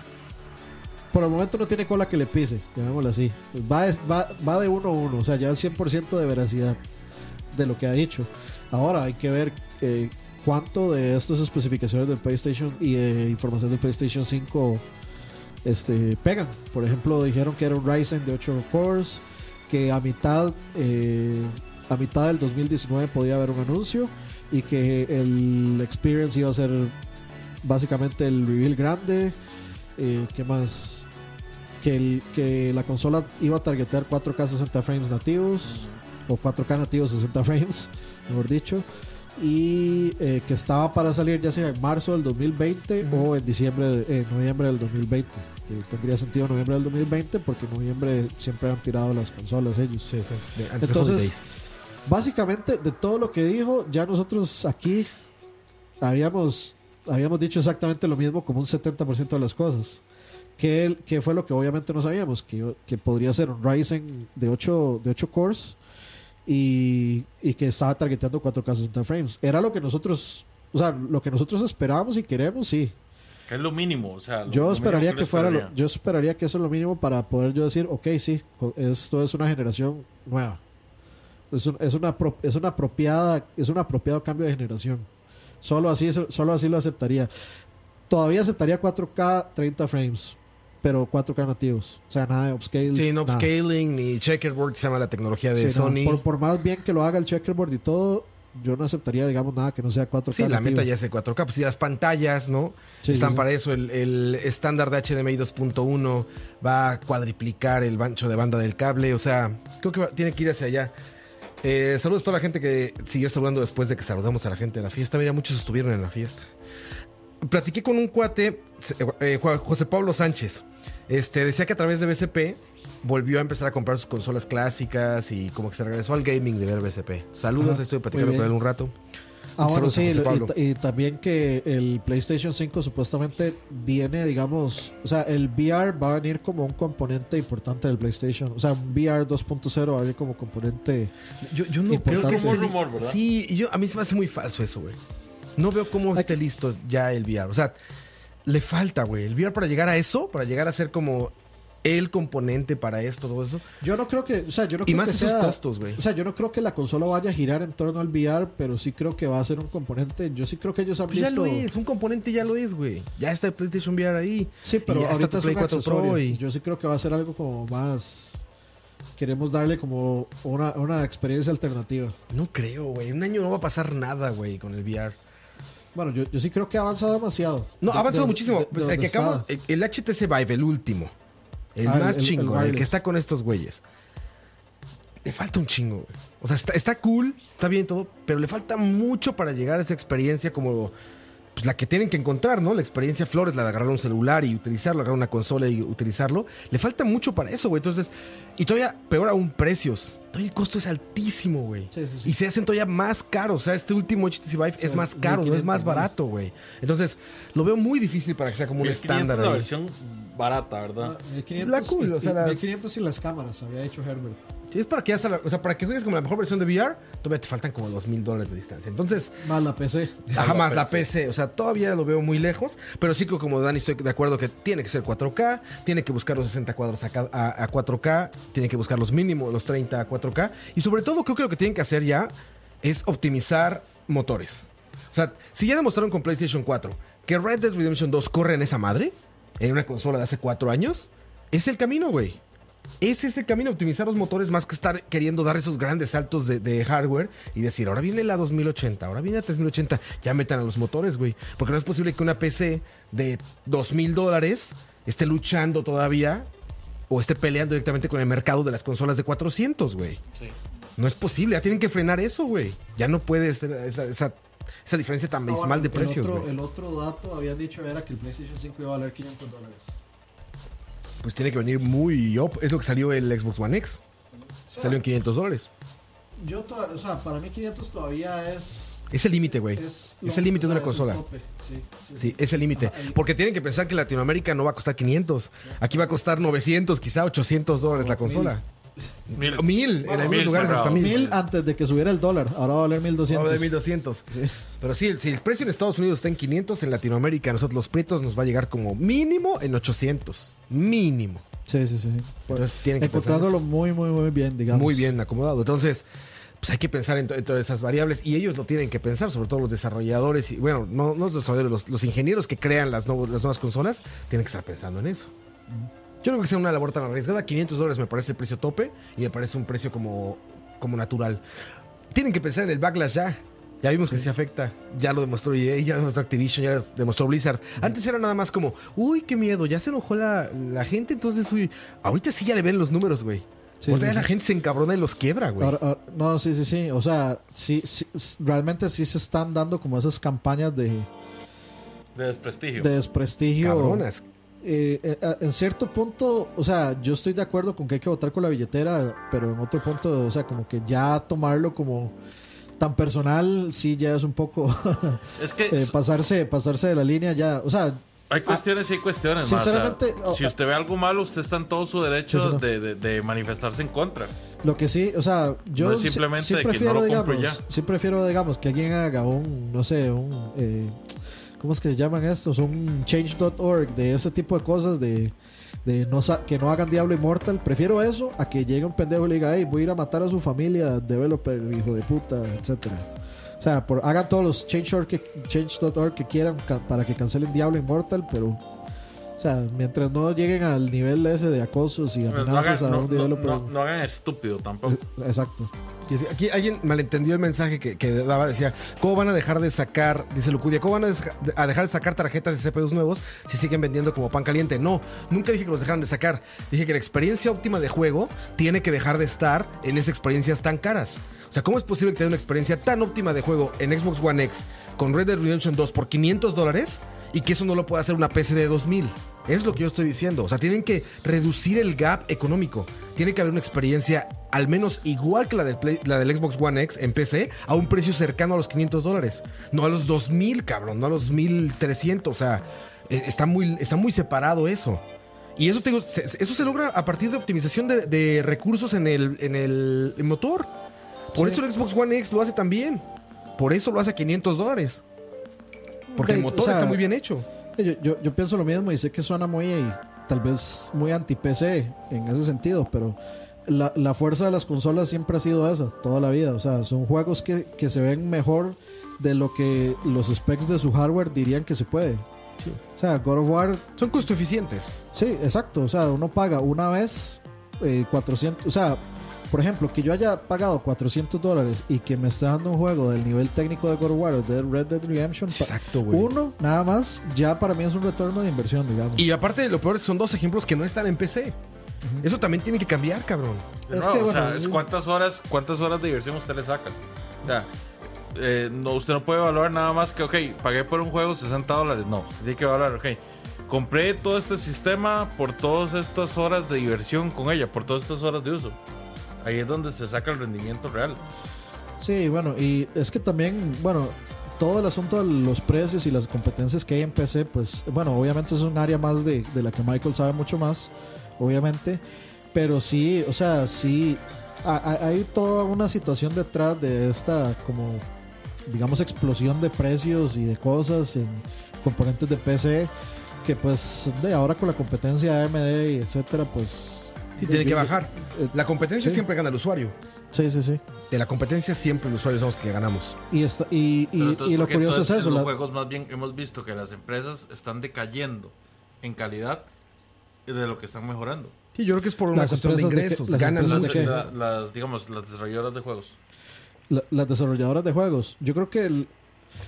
Por el momento no tiene cola que le pise, llamémoslo así. Va, es- va, va de uno a uno, o sea, ya el cien por ciento de veracidad de lo que ha dicho. Ahora hay que ver eh, cuánto de estas especificaciones del PlayStation y eh, información del PlayStation cinco este, pegan. Por ejemplo, dijeron que era un Ryzen de ocho cores, que a mitad, eh, a mitad del dos mil diecinueve podía haber un anuncio y que el Experience iba a ser básicamente el reveal grande. Eh, ¿Qué más? Que, el, que la consola iba a targetear cuatro K sesenta frames nativos, o cuatro K nativos sesenta frames, mejor dicho, y eh, que estaba para salir ya sea en marzo del dos mil veinte uh-huh. o en diciembre, de, eh, noviembre del dos mil veinte. Que tendría sentido noviembre del dos mil veinte porque en noviembre siempre han tirado las consolas ellos. Sí, sí. De- antes de Entonces, Holidays. básicamente de todo lo que dijo, ya nosotros aquí habíamos, habíamos dicho exactamente lo mismo, como un setenta por ciento de las cosas. Que, el- que fue lo que obviamente no sabíamos, que, que podría ser un Ryzen de ocho, de ocho cores y, y que estaba targeteando cuatro K sesenta frames. Era lo que nosotros, o sea, lo que nosotros esperábamos y queremos, sí. Que es lo mínimo, o sea, lo, Yo lo esperaría mínimo que, que fuera, esperaría. lo, yo esperaría que eso es lo mínimo para poder yo decir, ok, sí, esto es una generación nueva. Es un, es una pro- es una apropiada, es un apropiado cambio de generación. Solo así, solo así lo aceptaría. Todavía aceptaría cuatro K treinta frames, pero cuatro K nativos. O sea, nada de upscale. Sí, no upscaling ni checkerboard, se llama la tecnología de Sí, no, Sony. por, por más bien que lo haga el checkerboard y todo, yo no aceptaría, digamos, nada que no sea cuatro K Sí, la nativo. meta ya es el cuatro K. Pues sí, las pantallas, ¿no? Sí, Están sí, sí. para eso. El, el estándar de H D M I dos punto uno va a cuadriplicar el ancho de banda del cable. O sea, creo que va- tiene que ir hacia allá. Eh, saludos a toda la gente que siguió saludando después de que saludamos a la gente de la fiesta. Mira, muchos estuvieron en la fiesta. Platiqué con un cuate, eh, Juan- José Pablo Sánchez. Este, decía que a través de B S P volvió a empezar a comprar sus consolas clásicas y como que se regresó al gaming de ver B S P. Saludos, Ajá, estoy muy platicando bien. con él un rato. Ah, bueno, Saludos a sí, José lo- Pablo. y, y también que el PlayStation cinco supuestamente viene, digamos, o sea, el V R va a venir como un componente importante del PlayStation. O sea, un V R dos punto cero va a venir como componente. Yo, yo no Importante. creo que esté Rumor, li- rumor, ¿verdad? Sí, yo, a mí se me hace muy falso eso, güey. No veo cómo esté listo ya el V R. O sea, le falta, güey. El V R para llegar a eso, para llegar a ser como el componente para esto, todo eso. Yo no creo que, o sea, yo no Y creo más que esos sea- costos, güey. O sea, yo no creo que la consola vaya a girar en torno al V R, pero sí creo que va a ser un componente. Yo sí creo que ellos han Pues ya visto. lo es, un componente ya lo es, güey. Ya está el PlayStation V R ahí. Sí, pero Y ya está ahorita tu es Play un cuatro Pro accesorio. y- Yo sí creo que va a ser algo como más. Queremos darle como una, una experiencia alternativa. No creo, güey. Un año no va a pasar nada, güey, con el V R. Bueno, yo, yo sí creo que ha avanzado demasiado. No, ha De- avanzado de- muchísimo. de- de Pues, el, donde que acabamos- estaba. el- el H T C Vive, el último. El Ah, más el- el- el chingón, el, wireless. que está con estos güeyes. Le falta un chingo, güey. O sea, está, está cool, está bien todo, pero le falta mucho para llegar a esa experiencia como pues, la que tienen que encontrar, ¿no? La experiencia Flores, la de agarrar un celular y utilizarlo, agarrar una consola y utilizarlo. Le falta mucho para eso, güey. Entonces, y todavía, peor aún, precios. Todavía el costo es altísimo, güey. Sí, sí, sí. Y se hacen todavía más caros. O sea, este último H T C Vive Sí, es más caro, no es mil quinientos, más ¿no? barato, güey. Entonces, lo veo muy difícil para que sea como un mil quinientos estándar. la ahí. versión barata, ¿verdad? Ah, mil quinientos La cool, y- o sea, y la- mil quinientos sin las cámaras, había dicho Herbert. Sí, es para que ya sea la- o sea, para que juegues como la mejor versión de V R, todavía te faltan como dos mil dólares de distancia. Entonces, Más la P C. ajá, más la P C. O sea, todavía lo veo muy lejos. Pero sí que como Dani estoy de acuerdo que tiene que ser cuatro K, tiene que buscar los sesenta cuadros a, ca- a- a cuatro K, tiene que buscar los mínimos, los treinta a cuatro K. Y sobre todo creo que lo que tienen que hacer ya es optimizar motores. O sea, si ya demostraron con PlayStation cuatro que Red Dead Redemption dos corre en esa madre, en una consola de hace cuatro años, es el camino, güey. Ese es el camino, optimizar los motores más que estar queriendo dar esos grandes saltos de, de hardware y decir, ahora viene la dos mil ochenta, ahora viene la tres mil ochenta, ya metan a los motores, güey. Porque no es posible que una P C de dos mil dólares esté luchando todavía o esté peleando directamente con el mercado de las consolas de cuatrocientos, güey. Sí. No es posible, ya tienen que frenar eso, güey. Ya no puede ser esa, esa, esa diferencia tan abismal de el precios, otro, güey. el otro dato habían dicho era que el PlayStation cinco iba a valer quinientos dólares. Pues tiene que venir muy up. Es lo que salió el Xbox One X. Salió en quinientos dólares. Yo, to- o sea, para mí quinientos todavía es. Es el límite, güey. Es, Es el límite de una o sea, es el consola. tope. Sí, sí, Sí, es el límite. Ajá, y- Porque tienen que pensar que Latinoamérica no va a costar quinientos. Aquí va a costar novecientos, quizá ochocientos dólares la consola. Mil. Mil, en algunos mil lugares hasta cerrado. mil. Mil antes de que subiera el dólar. Ahora va a valer mil Ahora doscientos. de mil doscientos. Pero sí, si el precio en Estados Unidos está en quinientos, en Latinoamérica, a nosotros los prietos nos va a llegar como mínimo en ochocientos. Mínimo. Sí, sí, sí. Entonces tienen que pensar Encontrándolo muy, muy, muy bien, digamos. muy bien acomodado. Entonces, pues hay que pensar en, to- en todas esas variables y ellos lo tienen que pensar, sobre todo los desarrolladores y, bueno, no, no los desarrolladores, los, los ingenieros que crean las, nuevos- las nuevas consolas tienen que estar pensando en eso. Yo no creo que sea una labor tan arriesgada. quinientos dólares me parece el precio tope y me parece un precio como, como natural. Tienen que pensar en el backlash ya. Ya vimos que se afecta. Ya lo demostró E A, ya demostró Activision, ya lo demostró Blizzard. Antes era nada más como, uy, qué miedo, ya se enojó la, la gente, entonces, uy. Ahorita sí ya le ven los números, güey. Sí, Ahorita sí, la sí. gente se encabrona y los quiebra, güey. Ahora- ahora- no, sí, sí, sí. O sea, sí, sí, s- realmente sí se están dando como esas campañas de, De desprestigio. de desprestigio. Cabronas. Eh, eh, en cierto punto, o sea, yo estoy de acuerdo con que hay que votar con la billetera, pero en otro punto, o sea, como que ya tomarlo como tan personal, sí, ya es un poco Es que eh, pasarse, pasarse de la línea ya. O sea, Hay cuestiones y hay cuestiones, más. Sinceramente, O sea, si usted ve algo malo, usted está en todo su derecho Sí, sí, no. de, de, de manifestarse en contra. Lo que sí, o sea, yo No es simplemente sí, sí de que prefiero, no lo digamos, compre ya. sí prefiero, digamos, que alguien haga un, no sé, un, eh, ¿cómo es que se llaman estos? Un change punto org de ese tipo de cosas, de, de no sa- que no hagan Diablo Immortal. Prefiero eso a que llegue un pendejo y le diga, hey, voy a ir a matar a su familia, developer, hijo de puta, etcétera. O sea, por, hagan todos los change punto org que quieran ca- para que cancelen Diablo Immortal, pero... O sea, mientras no lleguen al nivel ese de acosos y No amenazas hagan, a no, un no, developer. no- no hagan estúpido tampoco. Exacto. Y así, aquí alguien malentendió el mensaje que, que daba, decía, ¿cómo van a dejar de sacar, dice Lucudia, ¿cómo van a, deja- a dejar de sacar tarjetas de C P Us nuevos si siguen vendiendo como pan caliente? No, nunca dije que los dejaran de sacar. Dije que la experiencia óptima de juego tiene que dejar de estar en esas experiencias tan caras. O sea, ¿cómo es posible que tenga una experiencia tan óptima de juego en Xbox One X con Red Dead Redemption dos por quinientos dólares y que eso no lo pueda hacer una P C de dos mil? Es lo que yo estoy diciendo. O sea, tienen que reducir el gap económico. Tiene que haber una experiencia al menos igual que la del, Play- la del Xbox One X en P C a un precio cercano a los quinientos dólares. No a los dos mil, cabrón. No a los mil trescientos. O sea, eh, está muy, está muy separado eso. Y eso, te digo, se- eso se logra a partir de optimización de, de recursos en el, en el motor. Por Sí. eso el Xbox One X lo hace también. Por eso lo hace a quinientos dólares. Porque el De- motor o sea, está muy bien hecho. Yo, yo, yo pienso lo mismo y sé que suena muy, tal vez muy anti-P C en ese sentido, pero la, la fuerza de las consolas siempre ha sido esa, toda la vida. O sea, son juegos que, que se ven mejor de lo que los specs de su hardware dirían que se puede. O sea, God of War, Son costo eficientes. sí, exacto. O sea, uno paga una vez eh, cuatrocientos, o sea, por ejemplo, que yo haya pagado cuatrocientos dólares y que me esté dando un juego del nivel técnico de God of War, de Red Dead Redemption, pa- Exacto, güey. uno, nada más, ya para mí es un retorno de inversión, digamos. Y aparte de lo peor, son dos ejemplos que no están en P C. Eso también tiene que cambiar, cabrón. De Es nuevo, que, o bueno, sea, es sí. cuántas horas, cuántas horas de diversión usted le saca. O sea, eh, no, usted no puede evaluar nada más que, ok, pagué por un juego sesenta dólares. No, usted tiene que evaluar, ok, compré todo este sistema por todas estas horas de diversión con ella, por todas estas horas de uso. Ahí es donde se saca el rendimiento real. Sí, bueno, y es que también, bueno, todo el asunto de los precios y las competencias que hay en P C, pues, bueno, obviamente es un área más de, de la que Michael sabe mucho más, obviamente, pero sí, o sea, sí, ha- ha- hay toda una situación detrás de esta, como, digamos, explosión de precios y de cosas en componentes de P C, que pues, de ahora con la competencia A M D y etcétera, pues... Sí, tiene yo- que yo- bajar. eh, La competencia sí. siempre gana el usuario. Sí, sí, sí. De la competencia siempre los usuarios somos que ganamos. Y, esta, y, y, Pero entonces, y lo ¿por qué curioso es entonces eso. en los la- juegos más bien hemos visto que las empresas están decayendo en calidad de lo que están mejorando. Sí, yo creo que es por una Las cuestión de empresas de que- ingresos. las ganan empresas mucho. de qué? La- las, digamos, las desarrolladoras de juegos. la- las desarrolladoras de juegos. Yo creo que el-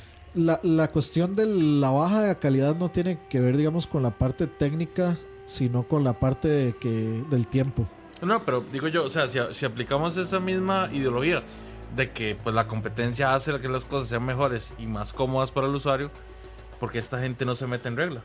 la, la cuestión de la baja de calidad no tiene que ver, digamos, con la parte técnica, sino con la parte de que, del tiempo. No, pero digo yo, o sea, si, si aplicamos esa misma ideología de que pues la competencia hace que las cosas sean mejores y más cómodas para el usuario, porque esta gente no se mete en regla.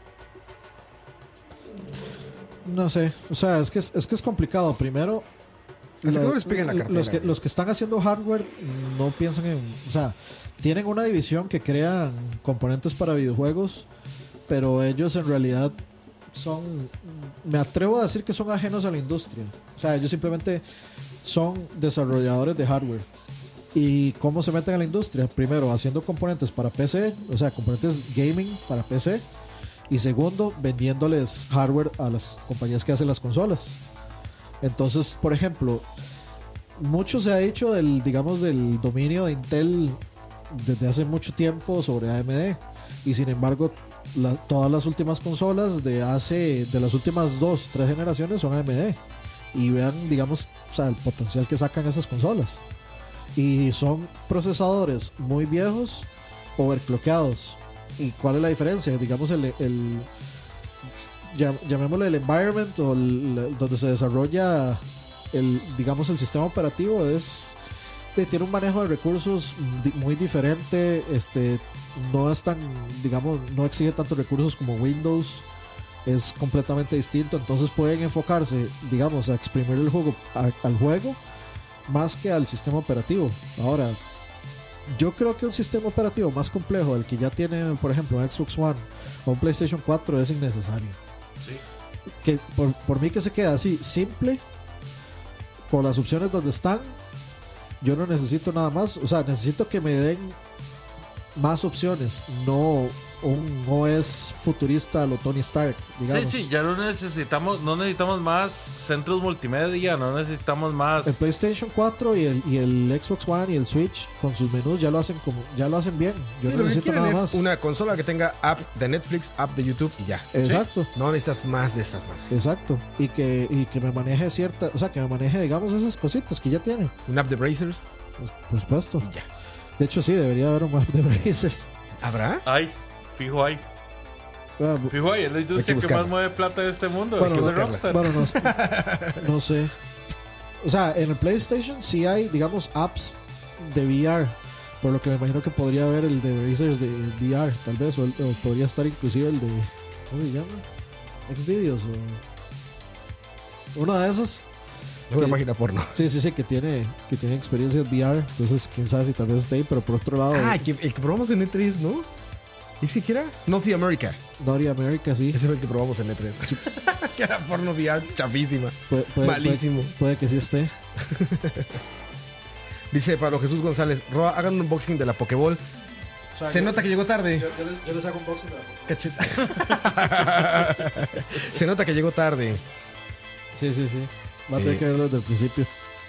No sé, o sea, es que es, es que es complicado. Primero, Así que la- no les peguen la cartera, los, que, güey. los que están haciendo hardware no piensan en... O sea, tienen una división que crean componentes para videojuegos, pero ellos en realidad son... Me atrevo a decir que son ajenos a la industria. O sea, ellos simplemente son desarrolladores de hardware. ¿Y cómo se meten a la industria? Primero, haciendo componentes para P C, o sea, componentes gaming para P C. Y segundo, vendiéndoles hardware a las compañías que hacen las consolas. Entonces, por ejemplo, mucho se ha dicho del, digamos, del dominio de Intel desde hace mucho tiempo sobre A M D. Y sin embargo, la- todas las últimas consolas de hace, de las últimas dos, tres generaciones son A M D. Y vean, digamos, o sea, el potencial que sacan esas consolas. Y son procesadores muy viejos, overclockeados. ¿Y cuál es la diferencia? Digamos, el, el llam- llamémosle el environment o el- donde se desarrolla el, digamos, el sistema operativo es de- tiene un manejo de recursos di- muy diferente. Este no es tan, digamos, no exige tantos recursos como Windows. Es completamente distinto. Entonces pueden enfocarse, digamos, a exprimir el juego a- al juego más que al sistema operativo. Ahora, yo creo que un sistema operativo más complejo del que ya tiene, por ejemplo, un Xbox One a un PlayStation cuatro es innecesario. Sí. Que por, por mí que se queda así, simple, con las opciones donde están. Yo no necesito nada más. O sea, necesito que me den más opciones, no un O S futurista a lo Tony Stark, digamos. Sí, sí, ya no necesitamos, no necesitamos más centros multimedia, no necesitamos más. El PlayStation cuatro y el, y el Xbox One y el Switch con sus menús ya lo hacen como ya lo hacen bien. Yo Sí, no lo que necesito quieren nada es más. una consola que tenga app de Netflix, app de YouTube y ya. Exacto, No necesitas más de esas manos. exacto. Y que, y que me maneje cierta, o sea, que me maneje, digamos, esas cositas que ya tiene. Una app de Brazers Pues, por supuesto. y ya. De hecho, sí, debería haber un map de Brazers. ¿Habrá? Ay, fijo ahí. Ah, Fijo ahí, es la industria que buscarla. más mueve plata de este mundo. Bueno, que es de buscarla. Rockstar. Bueno, no, no sé. O sea, en el PlayStation sí hay, digamos, apps de V R. Por lo que me imagino que podría haber el de Brazers de V R, tal vez. O, el- o podría estar inclusive el de. ¿Cómo se llama? Xvideos o. Uno de esos. Es una Sí. página porno. Sí, sí, sí, que tiene, que tiene experiencia V R. Entonces, quién sabe si tal vez esté ahí. Pero por otro lado, Ah, el que, el que probamos en E tres, ¿no? ¿Y siquiera? North America. Naughty America sí. Ese fue el que probamos en E tres. Que era porno V R chafísima. Puede, puede- Malísimo. Puede, puede que sí esté. Dice Pablo Jesús González, Roa, hagan un unboxing de la Pokéball. Se nota que llegó tarde. Yo, les hago un boxing de la Cacheta. Se nota que llegó tarde. Sí, sí, sí. Va a tener Eh. que verlo desde el principio.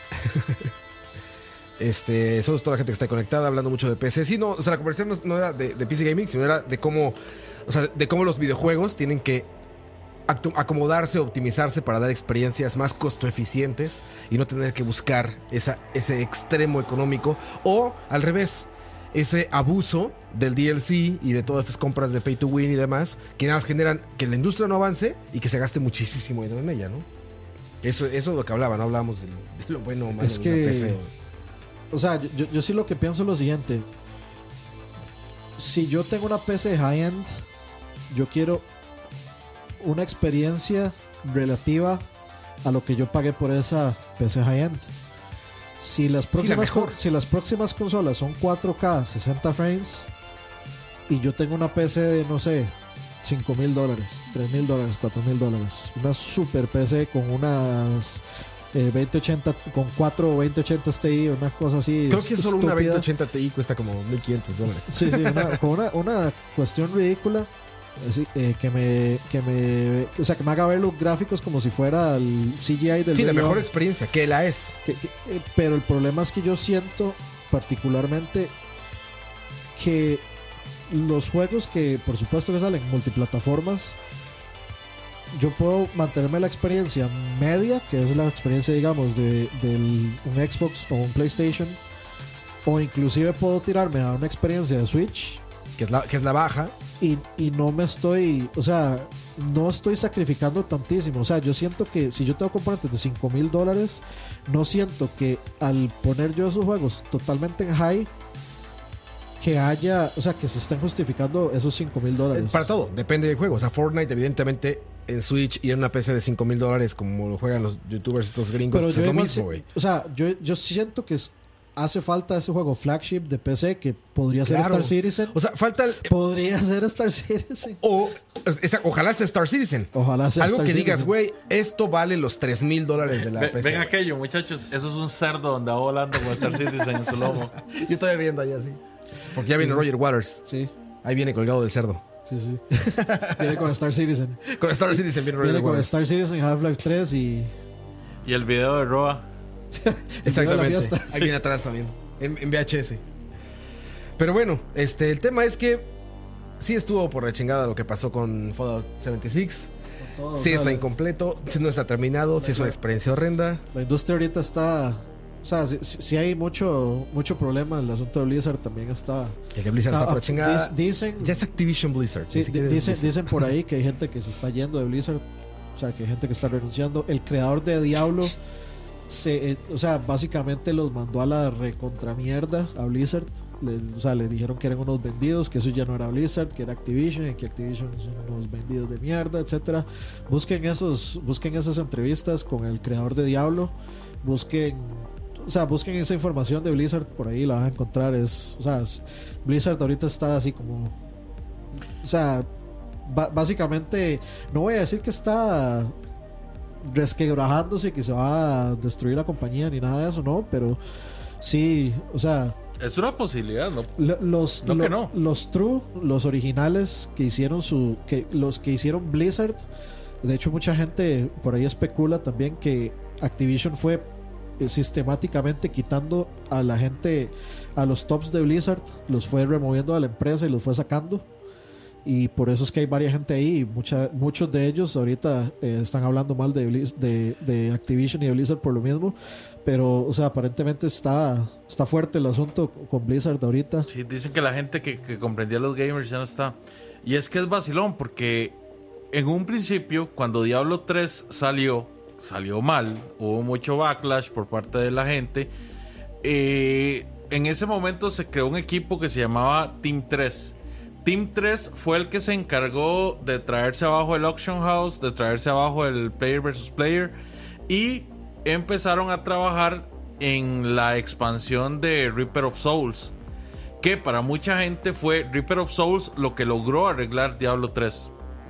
Este, somos toda la gente que está conectada hablando mucho de P C. Sí, no, o sea, la conversación no, no era de, de P C Gaming, sino era de cómo, o sea, de cómo los videojuegos tienen que actu- acomodarse, optimizarse para dar experiencias más costo eficientes y no tener que buscar esa, ese extremo económico o al revés, ese abuso del D L C y de todas estas compras de pay to win y demás que nada más generan que la industria no avance y que se gaste muchísimo dinero en ella, ¿no? Eso, eso es lo que hablaba, no hablábamos de lo, de lo bueno o malo Es de una que- P C. O sea, yo, yo, yo sí lo que pienso es lo siguiente. Si yo tengo una P C high-end, yo quiero una experiencia relativa a lo que yo pagué por esa P C high-end. Si las próximas, mejor. con- si las próximas consolas son cuatro K, sesenta frames, y yo tengo una P C de, no sé, cinco mil dólares, tres mil dólares, cuatro mil dólares, una super P C con unas eh, veinte ochenta, con cuatro veinte ochenta Ti, una cosa así. Creo que solo una estúpida. veinte ochenta Ti cuesta como mil quinientos dólares. Sí, sí, una, con una, una cuestión ridícula. Así, eh, que me que me o sea que me haga ver los gráficos como si fuera el C G I del Sí, la Rey mejor León. experiencia, que la es. Que- que- eh, pero el problema es que yo siento particularmente que los juegos que por supuesto que salen multiplataformas, yo puedo mantenerme la experiencia media, que es la experiencia digamos de del, un Xbox o un PlayStation, o inclusive puedo tirarme a una experiencia de Switch Que es la, que es la baja. y, y no me estoy, o sea, no estoy sacrificando tantísimo. O sea, yo siento que si yo tengo componentes de cinco mil dólares, no siento que al poner yo esos juegos totalmente en high, que haya, o sea, que se estén justificando esos cinco mil dólares. Para todo, depende del juego. O sea, Fortnite, evidentemente, en Switch y en una P C de cinco mil dólares, como lo juegan los youtubers, estos gringos, Pero pues yo es lo igual mismo, si- güey. o sea, yo, yo siento que es- hace falta ese juego flagship de P C que podría ser Claro. Star Citizen. O sea, falta el. Podría ser Star Citizen. O, esa- ojalá sea Star Citizen. Ojalá sea Algo Star que digas, Citizen. güey, esto vale los tres mil dólares de la Ve- P C. ven aquello, muchachos. Eso es un cerdo donde va volando con Star Citizen en su lomo. Yo estoy viendo allá, sí. Porque ya viene Roger Waters. Sí, Ahí viene colgado del cerdo. sí, sí. Viene con Star Citizen. Con Star Citizen viene Roger Viene con Waters. Star Citizen, Half-Life tres y. Y el video de Roa. Exactamente. la fiesta. Ahí viene atrás también. En, en V H S. Pero bueno, este, el tema es que sí estuvo por la chingada lo que pasó con Fallout setenta y seis. Todo, Sí o sea, está incompleto, sí no está terminado, sí es una experiencia horrenda. La industria ahorita está. O sea, si, si- si hay mucho mucho problema en el asunto de Blizzard, también está. El que Blizzard está Ah, por la chingada. dis- Dicen, Ya es Activision Blizzard. sí, ni siquiera es dicen, Blizzard. dicen por ahí que hay gente que se está yendo de Blizzard. O sea, que hay gente que está renunciando. El creador de Diablo, se, eh, o sea, básicamente los mandó a la recontramierda a Blizzard. Le, o sea, le dijeron que eran unos vendidos, que eso ya no era Blizzard, que era Activision, y que Activision son unos vendidos de mierda, etcétera. Busquen esos, busquen esas entrevistas con el creador de Diablo. Busquen, o sea, busquen esa información de Blizzard, por ahí la van a encontrar. Es, o sea, es- Blizzard ahorita está así como, o sea, ba- básicamente, no voy a decir que está resquebrajándose, que se va a destruir la compañía ni nada de eso, no, pero sí, o sea, Es una posibilidad, ¿no? lo- los, No lo- que no. los True, los originales que hicieron su, que los que hicieron Blizzard, de hecho mucha gente por ahí especula también que Activision fue eh, sistemáticamente quitando a la gente, a los tops de Blizzard, los fue removiendo de la empresa y los fue sacando. Y por eso es que hay varias gente ahí. Y mucha, muchos de ellos ahorita eh, están hablando mal de, Blizz- de, de Activision y de Blizzard por lo mismo. Pero, o sea, aparentemente está, está fuerte el asunto con Blizzard ahorita. Sí, dicen que la gente que, que comprendía a los gamers ya no está. Y es que es vacilón, porque en un principio, cuando Diablo tres salió, salió mal, hubo mucho backlash por parte de la gente. Eh, en ese momento se creó un equipo que se llamaba Team tres. Team tres fue el que se encargó de traerse abajo el Auction House, de traerse abajo el Player versus Player, y empezaron a trabajar en la expansión de Reaper of Souls, que para mucha gente fue Reaper of Souls lo que logró arreglar Diablo tres.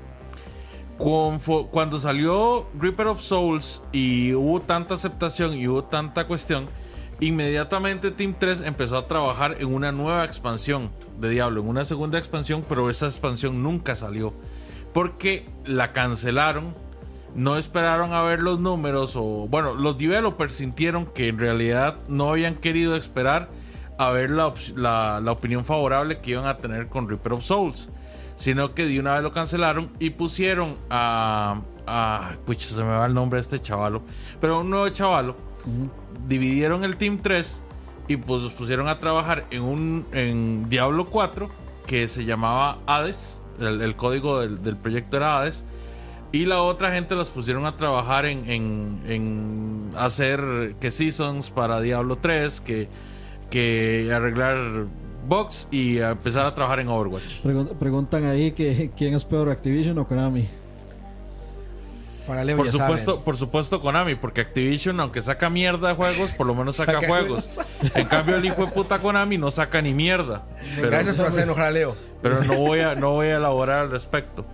Cuando salió Reaper of Souls y hubo tanta aceptación y hubo tanta cuestión, inmediatamente Team tres empezó a trabajar en una nueva expansión de Diablo, en una segunda expansión, pero esa expansión nunca salió porque la cancelaron. No esperaron a ver los números, o bueno, los developers sintieron que en realidad no habían querido esperar a ver la, op- la, la opinión favorable que iban a tener con Reaper of Souls, sino que de una vez lo cancelaron y pusieron a, a pucha, se me va el nombre de este chavalo, pero un nuevo chavalo. Uh-huh. Dividieron el Team tres y pues los pusieron a trabajar en un en Diablo cuatro que se llamaba Hades. El, el código del, del proyecto era Hades. Y la otra gente los pusieron a trabajar en, en, en hacer que seasons para Diablo tres, que, que arreglar bugs y a empezar a trabajar en Overwatch. Pregun- preguntan ahí que quién es peor, Activision o Konami. Para Leo Por ya supuesto, saben. por supuesto Konami, porque Activision, aunque saca mierda de juegos, por lo menos saca, Saca juegos. En cambio el hijo de puta Konami no saca ni mierda. Pero, Gracias por hacer enojar a Leo. pero no voy a, no voy a elaborar al respecto.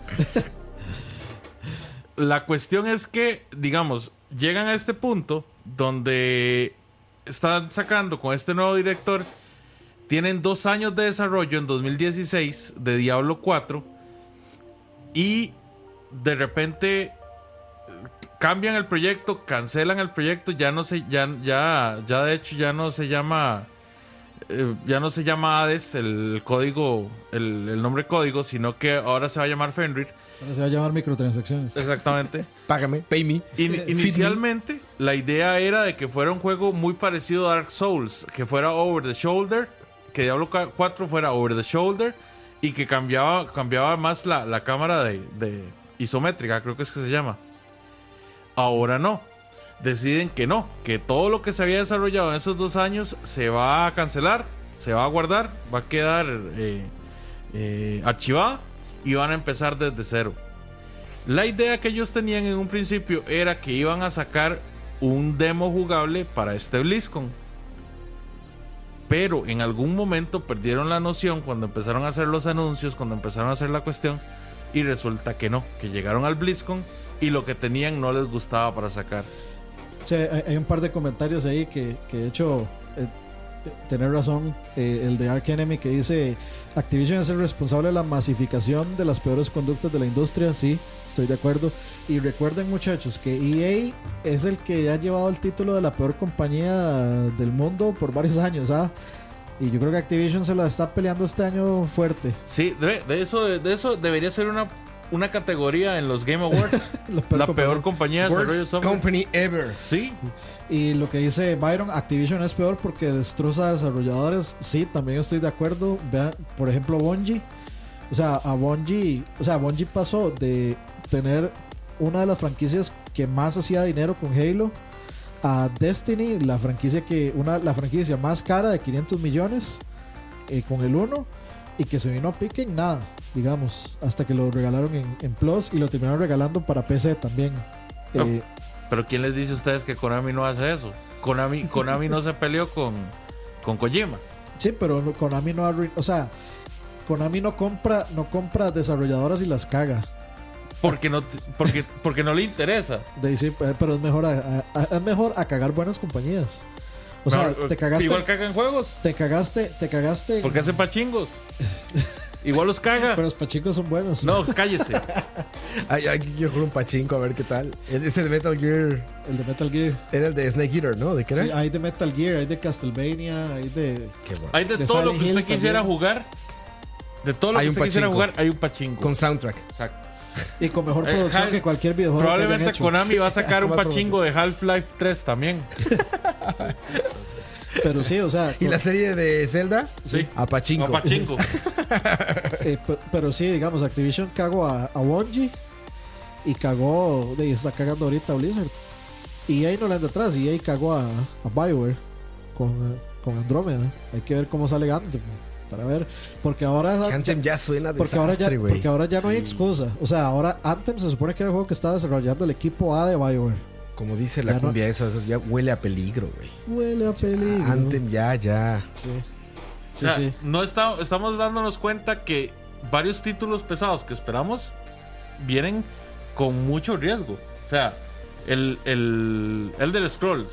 La cuestión es que, digamos, llegan a este punto donde están sacando con este nuevo director. Tienen dos años de desarrollo en dos mil dieciséis de Diablo cuatro. Y de repente cambian el proyecto, cancelan el proyecto. Ya no se, ya, ya, ya de hecho ya no se llama, eh, ya no se llama Hades el código, el, el nombre código, sino que ahora se va a llamar Fenrir. Ahora se va a llamar microtransacciones. Exactamente. Págame, pay me. In- inicialmente la idea era de que fuera un juego muy parecido a Dark Souls, que fuera over the shoulder, que Diablo cuatro fuera over the shoulder y que cambiaba, cambiaba más la, la cámara de, de isométrica, creo que es que se llama. Ahora no, deciden que no, que todo lo que se había desarrollado en esos dos años se va a cancelar, se va a guardar, va a quedar eh, eh, archivada y van a empezar desde cero. La idea que ellos tenían en un principio era que iban a sacar un demo jugable para este BlizzCon, pero en algún momento perdieron la noción cuando empezaron a hacer los anuncios, cuando empezaron a hacer la cuestión, y resulta que no, que llegaron al BlizzCon y lo que tenían no les gustaba para sacar. Sí, hay, hay un par de comentarios ahí que, que de hecho eh, t- tener razón, eh, el de Ark Enemy que dice Activision es el responsable de la masificación de las peores conductas de la industria. Sí, estoy de acuerdo. Y recuerden, muchachos, que E A es el que ha llevado el título de la peor compañía del mundo por varios años, ¿ah? Y yo creo que Activision se la está peleando este año fuerte. Sí, de, de eso, de eso debería ser una, una categoría en los Game Awards. La peor La compañía. peor compañía de desarrollo de Worst software. company ever. Sí, Y lo que dice Byron, Activision es peor porque destroza a desarrolladores. Sí, también estoy de acuerdo. Vean, por ejemplo, Bungie. O sea, a Bungie, o sea, Bungie pasó de tener una de las franquicias que más hacía dinero con Halo a Destiny, la franquicia que una la franquicia más cara de quinientos millones eh, con el uno, y que se vino a pique en nada, digamos, hasta que lo regalaron en, en Plus y lo terminaron regalando para P C también. Oh. Eh, pero ¿quién les dice a ustedes que Konami no hace eso? Konami, Konami no se peleó con, con Kojima. Sí, pero no- Konami no arruinó, o sea, Konami no compra, no compra desarrolladoras y las caga. Porque no, te- porque, porque no le interesa. De decir, eh, pero es mejor a, a- a- es mejor a cagar buenas compañías. O sea, Mejor- te cagaste, Igual cagan juegos. te cagaste, te cagaste. en- Porque hacen pachingos. Igual los caga. Pero los pachicos son buenos. No, cállese. Ay, ay, yo juego un pachinko a ver qué tal. Ese de Metal Gear El de Metal Gear. era el de Snake Eater, ¿no? ¿De qué era? Sí, hay de Metal Gear, hay de Castlevania, hay de. Qué bueno. Hay de, De todo lo Silent que usted Hill quisiera también. jugar. De todo lo Hay que un usted quisiera pachinko. jugar, hay un pachinko. Con soundtrack. Exacto. Y con mejor Eh, producción Hal- que cualquier videojuego que hayan Probablemente hecho. Konami va a sacar un Más pachingo de Half-Life tres también. Pero sí, o sea. ¿Y la serie de Zelda? Sí. A pachinko. O pachingo. Eh, pe- pero sí, digamos, Activision cagó a, a Bungie y cagó, de, está cagando ahorita a Blizzard. Y ahí no le anda atrás, y ahí cagó a, a BioWare con, eh, con Andrómeda. Hay que ver cómo sale Anthem para ver, porque ahora Que Anthem ya suena porque ahora ya, desastre, güey. porque ahora ya no hay excusa. O sea, ahora Anthem se supone que era el juego que estaba desarrollando el equipo A de BioWare. Como dice la Ya no- cumbia esa, eso ya huele a peligro, güey. Huele a peligro. Anthem ya, ya. Sí, O sí, sea, sí. no está, estamos dándonos cuenta que varios títulos pesados que esperamos vienen con mucho riesgo. O sea, el, el Elder Scrolls.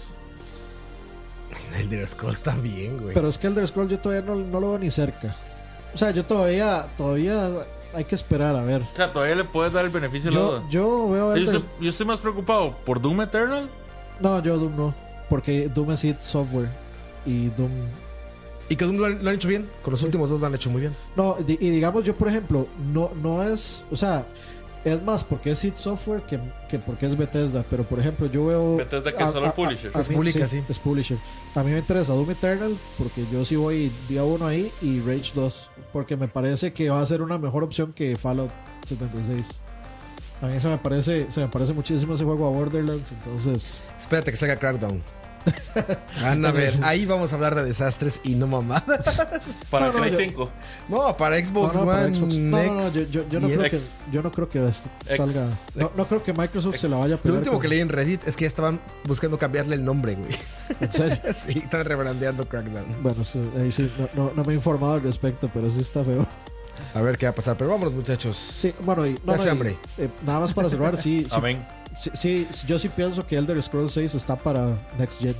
El de los Scrolls también, güey. Pero es que Elder Scrolls yo todavía no, no lo veo ni cerca. O sea, yo todavía, todavía hay que esperar a ver. O sea, todavía le puedes dar el beneficio de la Yo, duda. yo veo Yo Elder estoy, yo estoy más preocupado por Doom Eternal. No, yo Doom no. Porque Doom es id Software. Y Doom. Y que Doom lo han, lo han hecho bien. Con los últimos dos lo han hecho muy bien. No, di- y digamos yo, por ejemplo, no, no es. O sea, es más porque es id Software que, que porque es Bethesda. Pero por ejemplo, yo veo. Bethesda que es solo publisher. Es publica, sí. Es publisher. A mí me interesa Doom Eternal porque yo sí voy día uno ahí y Rage dos. Porque me parece que va a ser una mejor opción que Fallout setenta y seis. A mí se me parece, se me parece muchísimo ese juego a Borderlands. Entonces. Espérate que salga Crackdown. Van a ver, ahí vamos a hablar de desastres y no mamadas. Para No, no, Play yo- cinco. No, para Xbox No, no, One. para Xbox. No, no, no, yo, yo, yo no y creo X. que, yo no creo que est- salga. No, no creo que Microsoft se la vaya a Lo pegar. último con- que leí en Reddit es que ya estaban buscando cambiarle el nombre, güey. ¿En serio? Sí, están rebrandeando Crackdown. Bueno, sí, ahí sí, no, no, no me he informado al respecto, pero sí está feo. A ver qué va a pasar. Pero vámonos, muchachos. Sí, bueno, y, no, Ya no, hace y, hambre. eh, nada más para cerrar, sí, sí, Amén. sí, sí, yo sí pienso que Elder Scrolls seis está para Next Gen.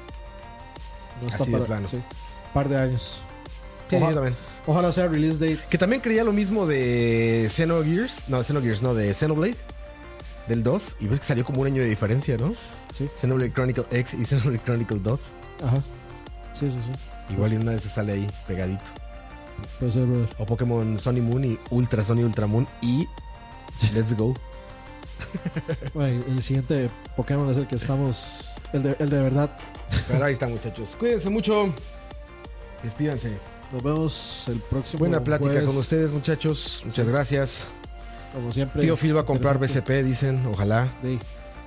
No está Así de para plano. sí, par de años. Sí, Ojalá- yo también. Ojalá sea release date. Que también creía lo mismo de Xenogears. No, Xenogears, no, de Xenoblade. Del dos. Y ves que salió como un año de diferencia, ¿no? Sí, Xenoblade Chronicle X y Xenoblade Chronicle dos. ajá. Sí, sí, sí. Igual y una de esas sale ahí pegadito. Puede ser, brother. O Pokémon Sun y Moon y Ultra Sun y Ultra Moon y Let's Go. Bueno, el siguiente Pokémon es el que estamos. El de, el de verdad. Pero ahí están, muchachos. Cuídense mucho. Despídanse. Nos vemos el próximo. Buena plática jueves, con ustedes, muchachos. Muchas gracias. Como siempre. Tío Phil va a comprar B C interesante. P, dicen. Ojalá. Sí.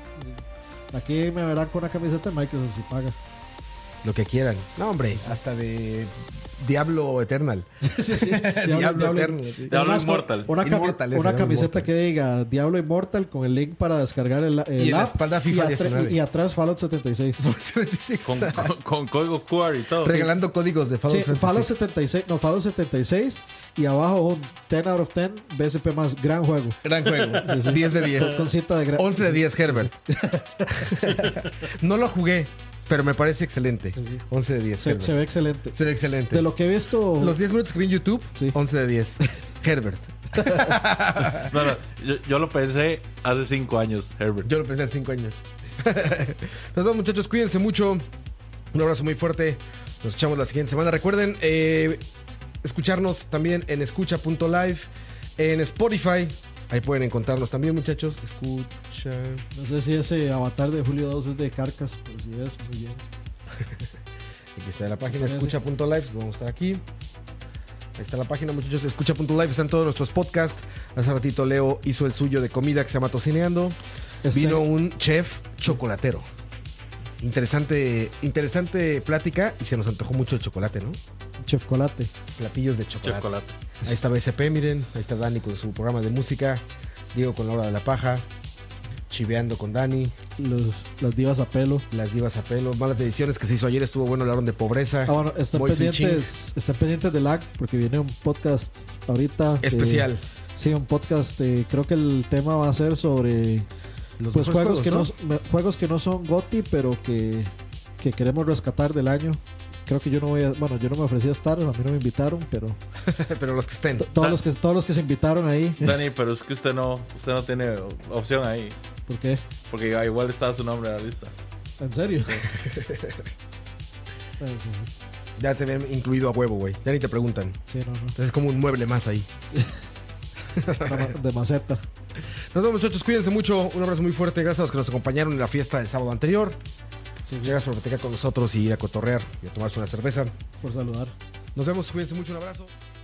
Aquí me verán con una camiseta de Microsoft si paga. Lo que quieran. No, hombre. Hasta de Diablo Eternal. Sí, sí. Diablo, Eternal. sí. Diablo Además, Immortal. Una, cami- Inmortal, ese, una Diablo camiseta Immortal. que diga Diablo Immortal con el link para descargar el, el Y en la app. espalda FIFA y, atra- diecinueve. y atrás Fallout setenta y seis. Con, con, con código Q R y todo. Regalando códigos de Fallout Sí, Fallout setenta y seis. setenta y seis. No, Fallout setenta y seis. Y abajo un diez out of diez. B S P más. Gran juego. Gran juego. Sí, sí. diez de diez. Con cita de gra- once de diez, Herbert. No lo jugué, pero me parece excelente. sí. once de diez. Se, Herbert. se ve excelente. Se ve excelente. De lo que he visto. Los diez minutos que vi en YouTube, Sí. once de diez. Herbert. No, no, yo, yo lo pensé hace cinco años, Herbert. Yo lo pensé hace cinco años. Nos vemos, muchachos. Cuídense mucho. Un abrazo muy fuerte. Nos escuchamos la siguiente semana. Recuerden eh, escucharnos también en escucha punto live, en Spotify. Ahí pueden encontrarnos también, muchachos. Escucha. No sé si ese avatar de Julio dos es de Carcas, pero si es, muy bien. Aquí está la página Parece. escucha punto live. Vamos a estar aquí. Ahí está la página, muchachos. escucha punto live. Están todos nuestros podcasts. Hace ratito Leo hizo el suyo de comida que se llama Tocineando. Este- Vino un chef chocolatero. Interesante, interesante plática y se nos antojó mucho el chocolate, ¿no? Chef Colate. Platillos de chocolate. Chocolate. Ahí está B S P, miren. Ahí está Dani con su programa de música. Diego con la hora de la paja. Chiveando con Dani. Los, las divas a pelo. Las divas a pelo. Malas ediciones que se hizo ayer. Estuvo bueno, hablaron de pobreza. Ah, bueno, están Boy pendientes, están pendientes de lag porque viene un podcast ahorita. Especial. Eh, sí, un podcast. Eh, creo que el tema va a ser sobre Los pues, juegos, juegos, que ¿no? no, me- juegos que no son G O T Y, pero que, que queremos rescatar del año. Creo que yo no voy a, bueno, yo no me ofrecí a estar, a mí no me invitaron, pero Pero los que estén. t- todos los que todos los que se invitaron ahí, Dani, pero es que usted no, usted no tiene opción ahí. ¿por qué? Porque igual está su nombre en la lista. ¿En serio? Ah, sí, sí. Ya te ven incluido a huevo, güey. Ya ni te preguntan. Sí, no, no. Entonces es como un mueble más ahí. Una ma- De maceta. Nos vemos, muchachos. Cuídense mucho. Un abrazo muy fuerte. Gracias a los que nos acompañaron en la fiesta del sábado anterior. Si llegas por platicar con nosotros y ir a cotorrear y a tomarse una cerveza. Por saludar. Nos vemos. Cuídense mucho. Un abrazo.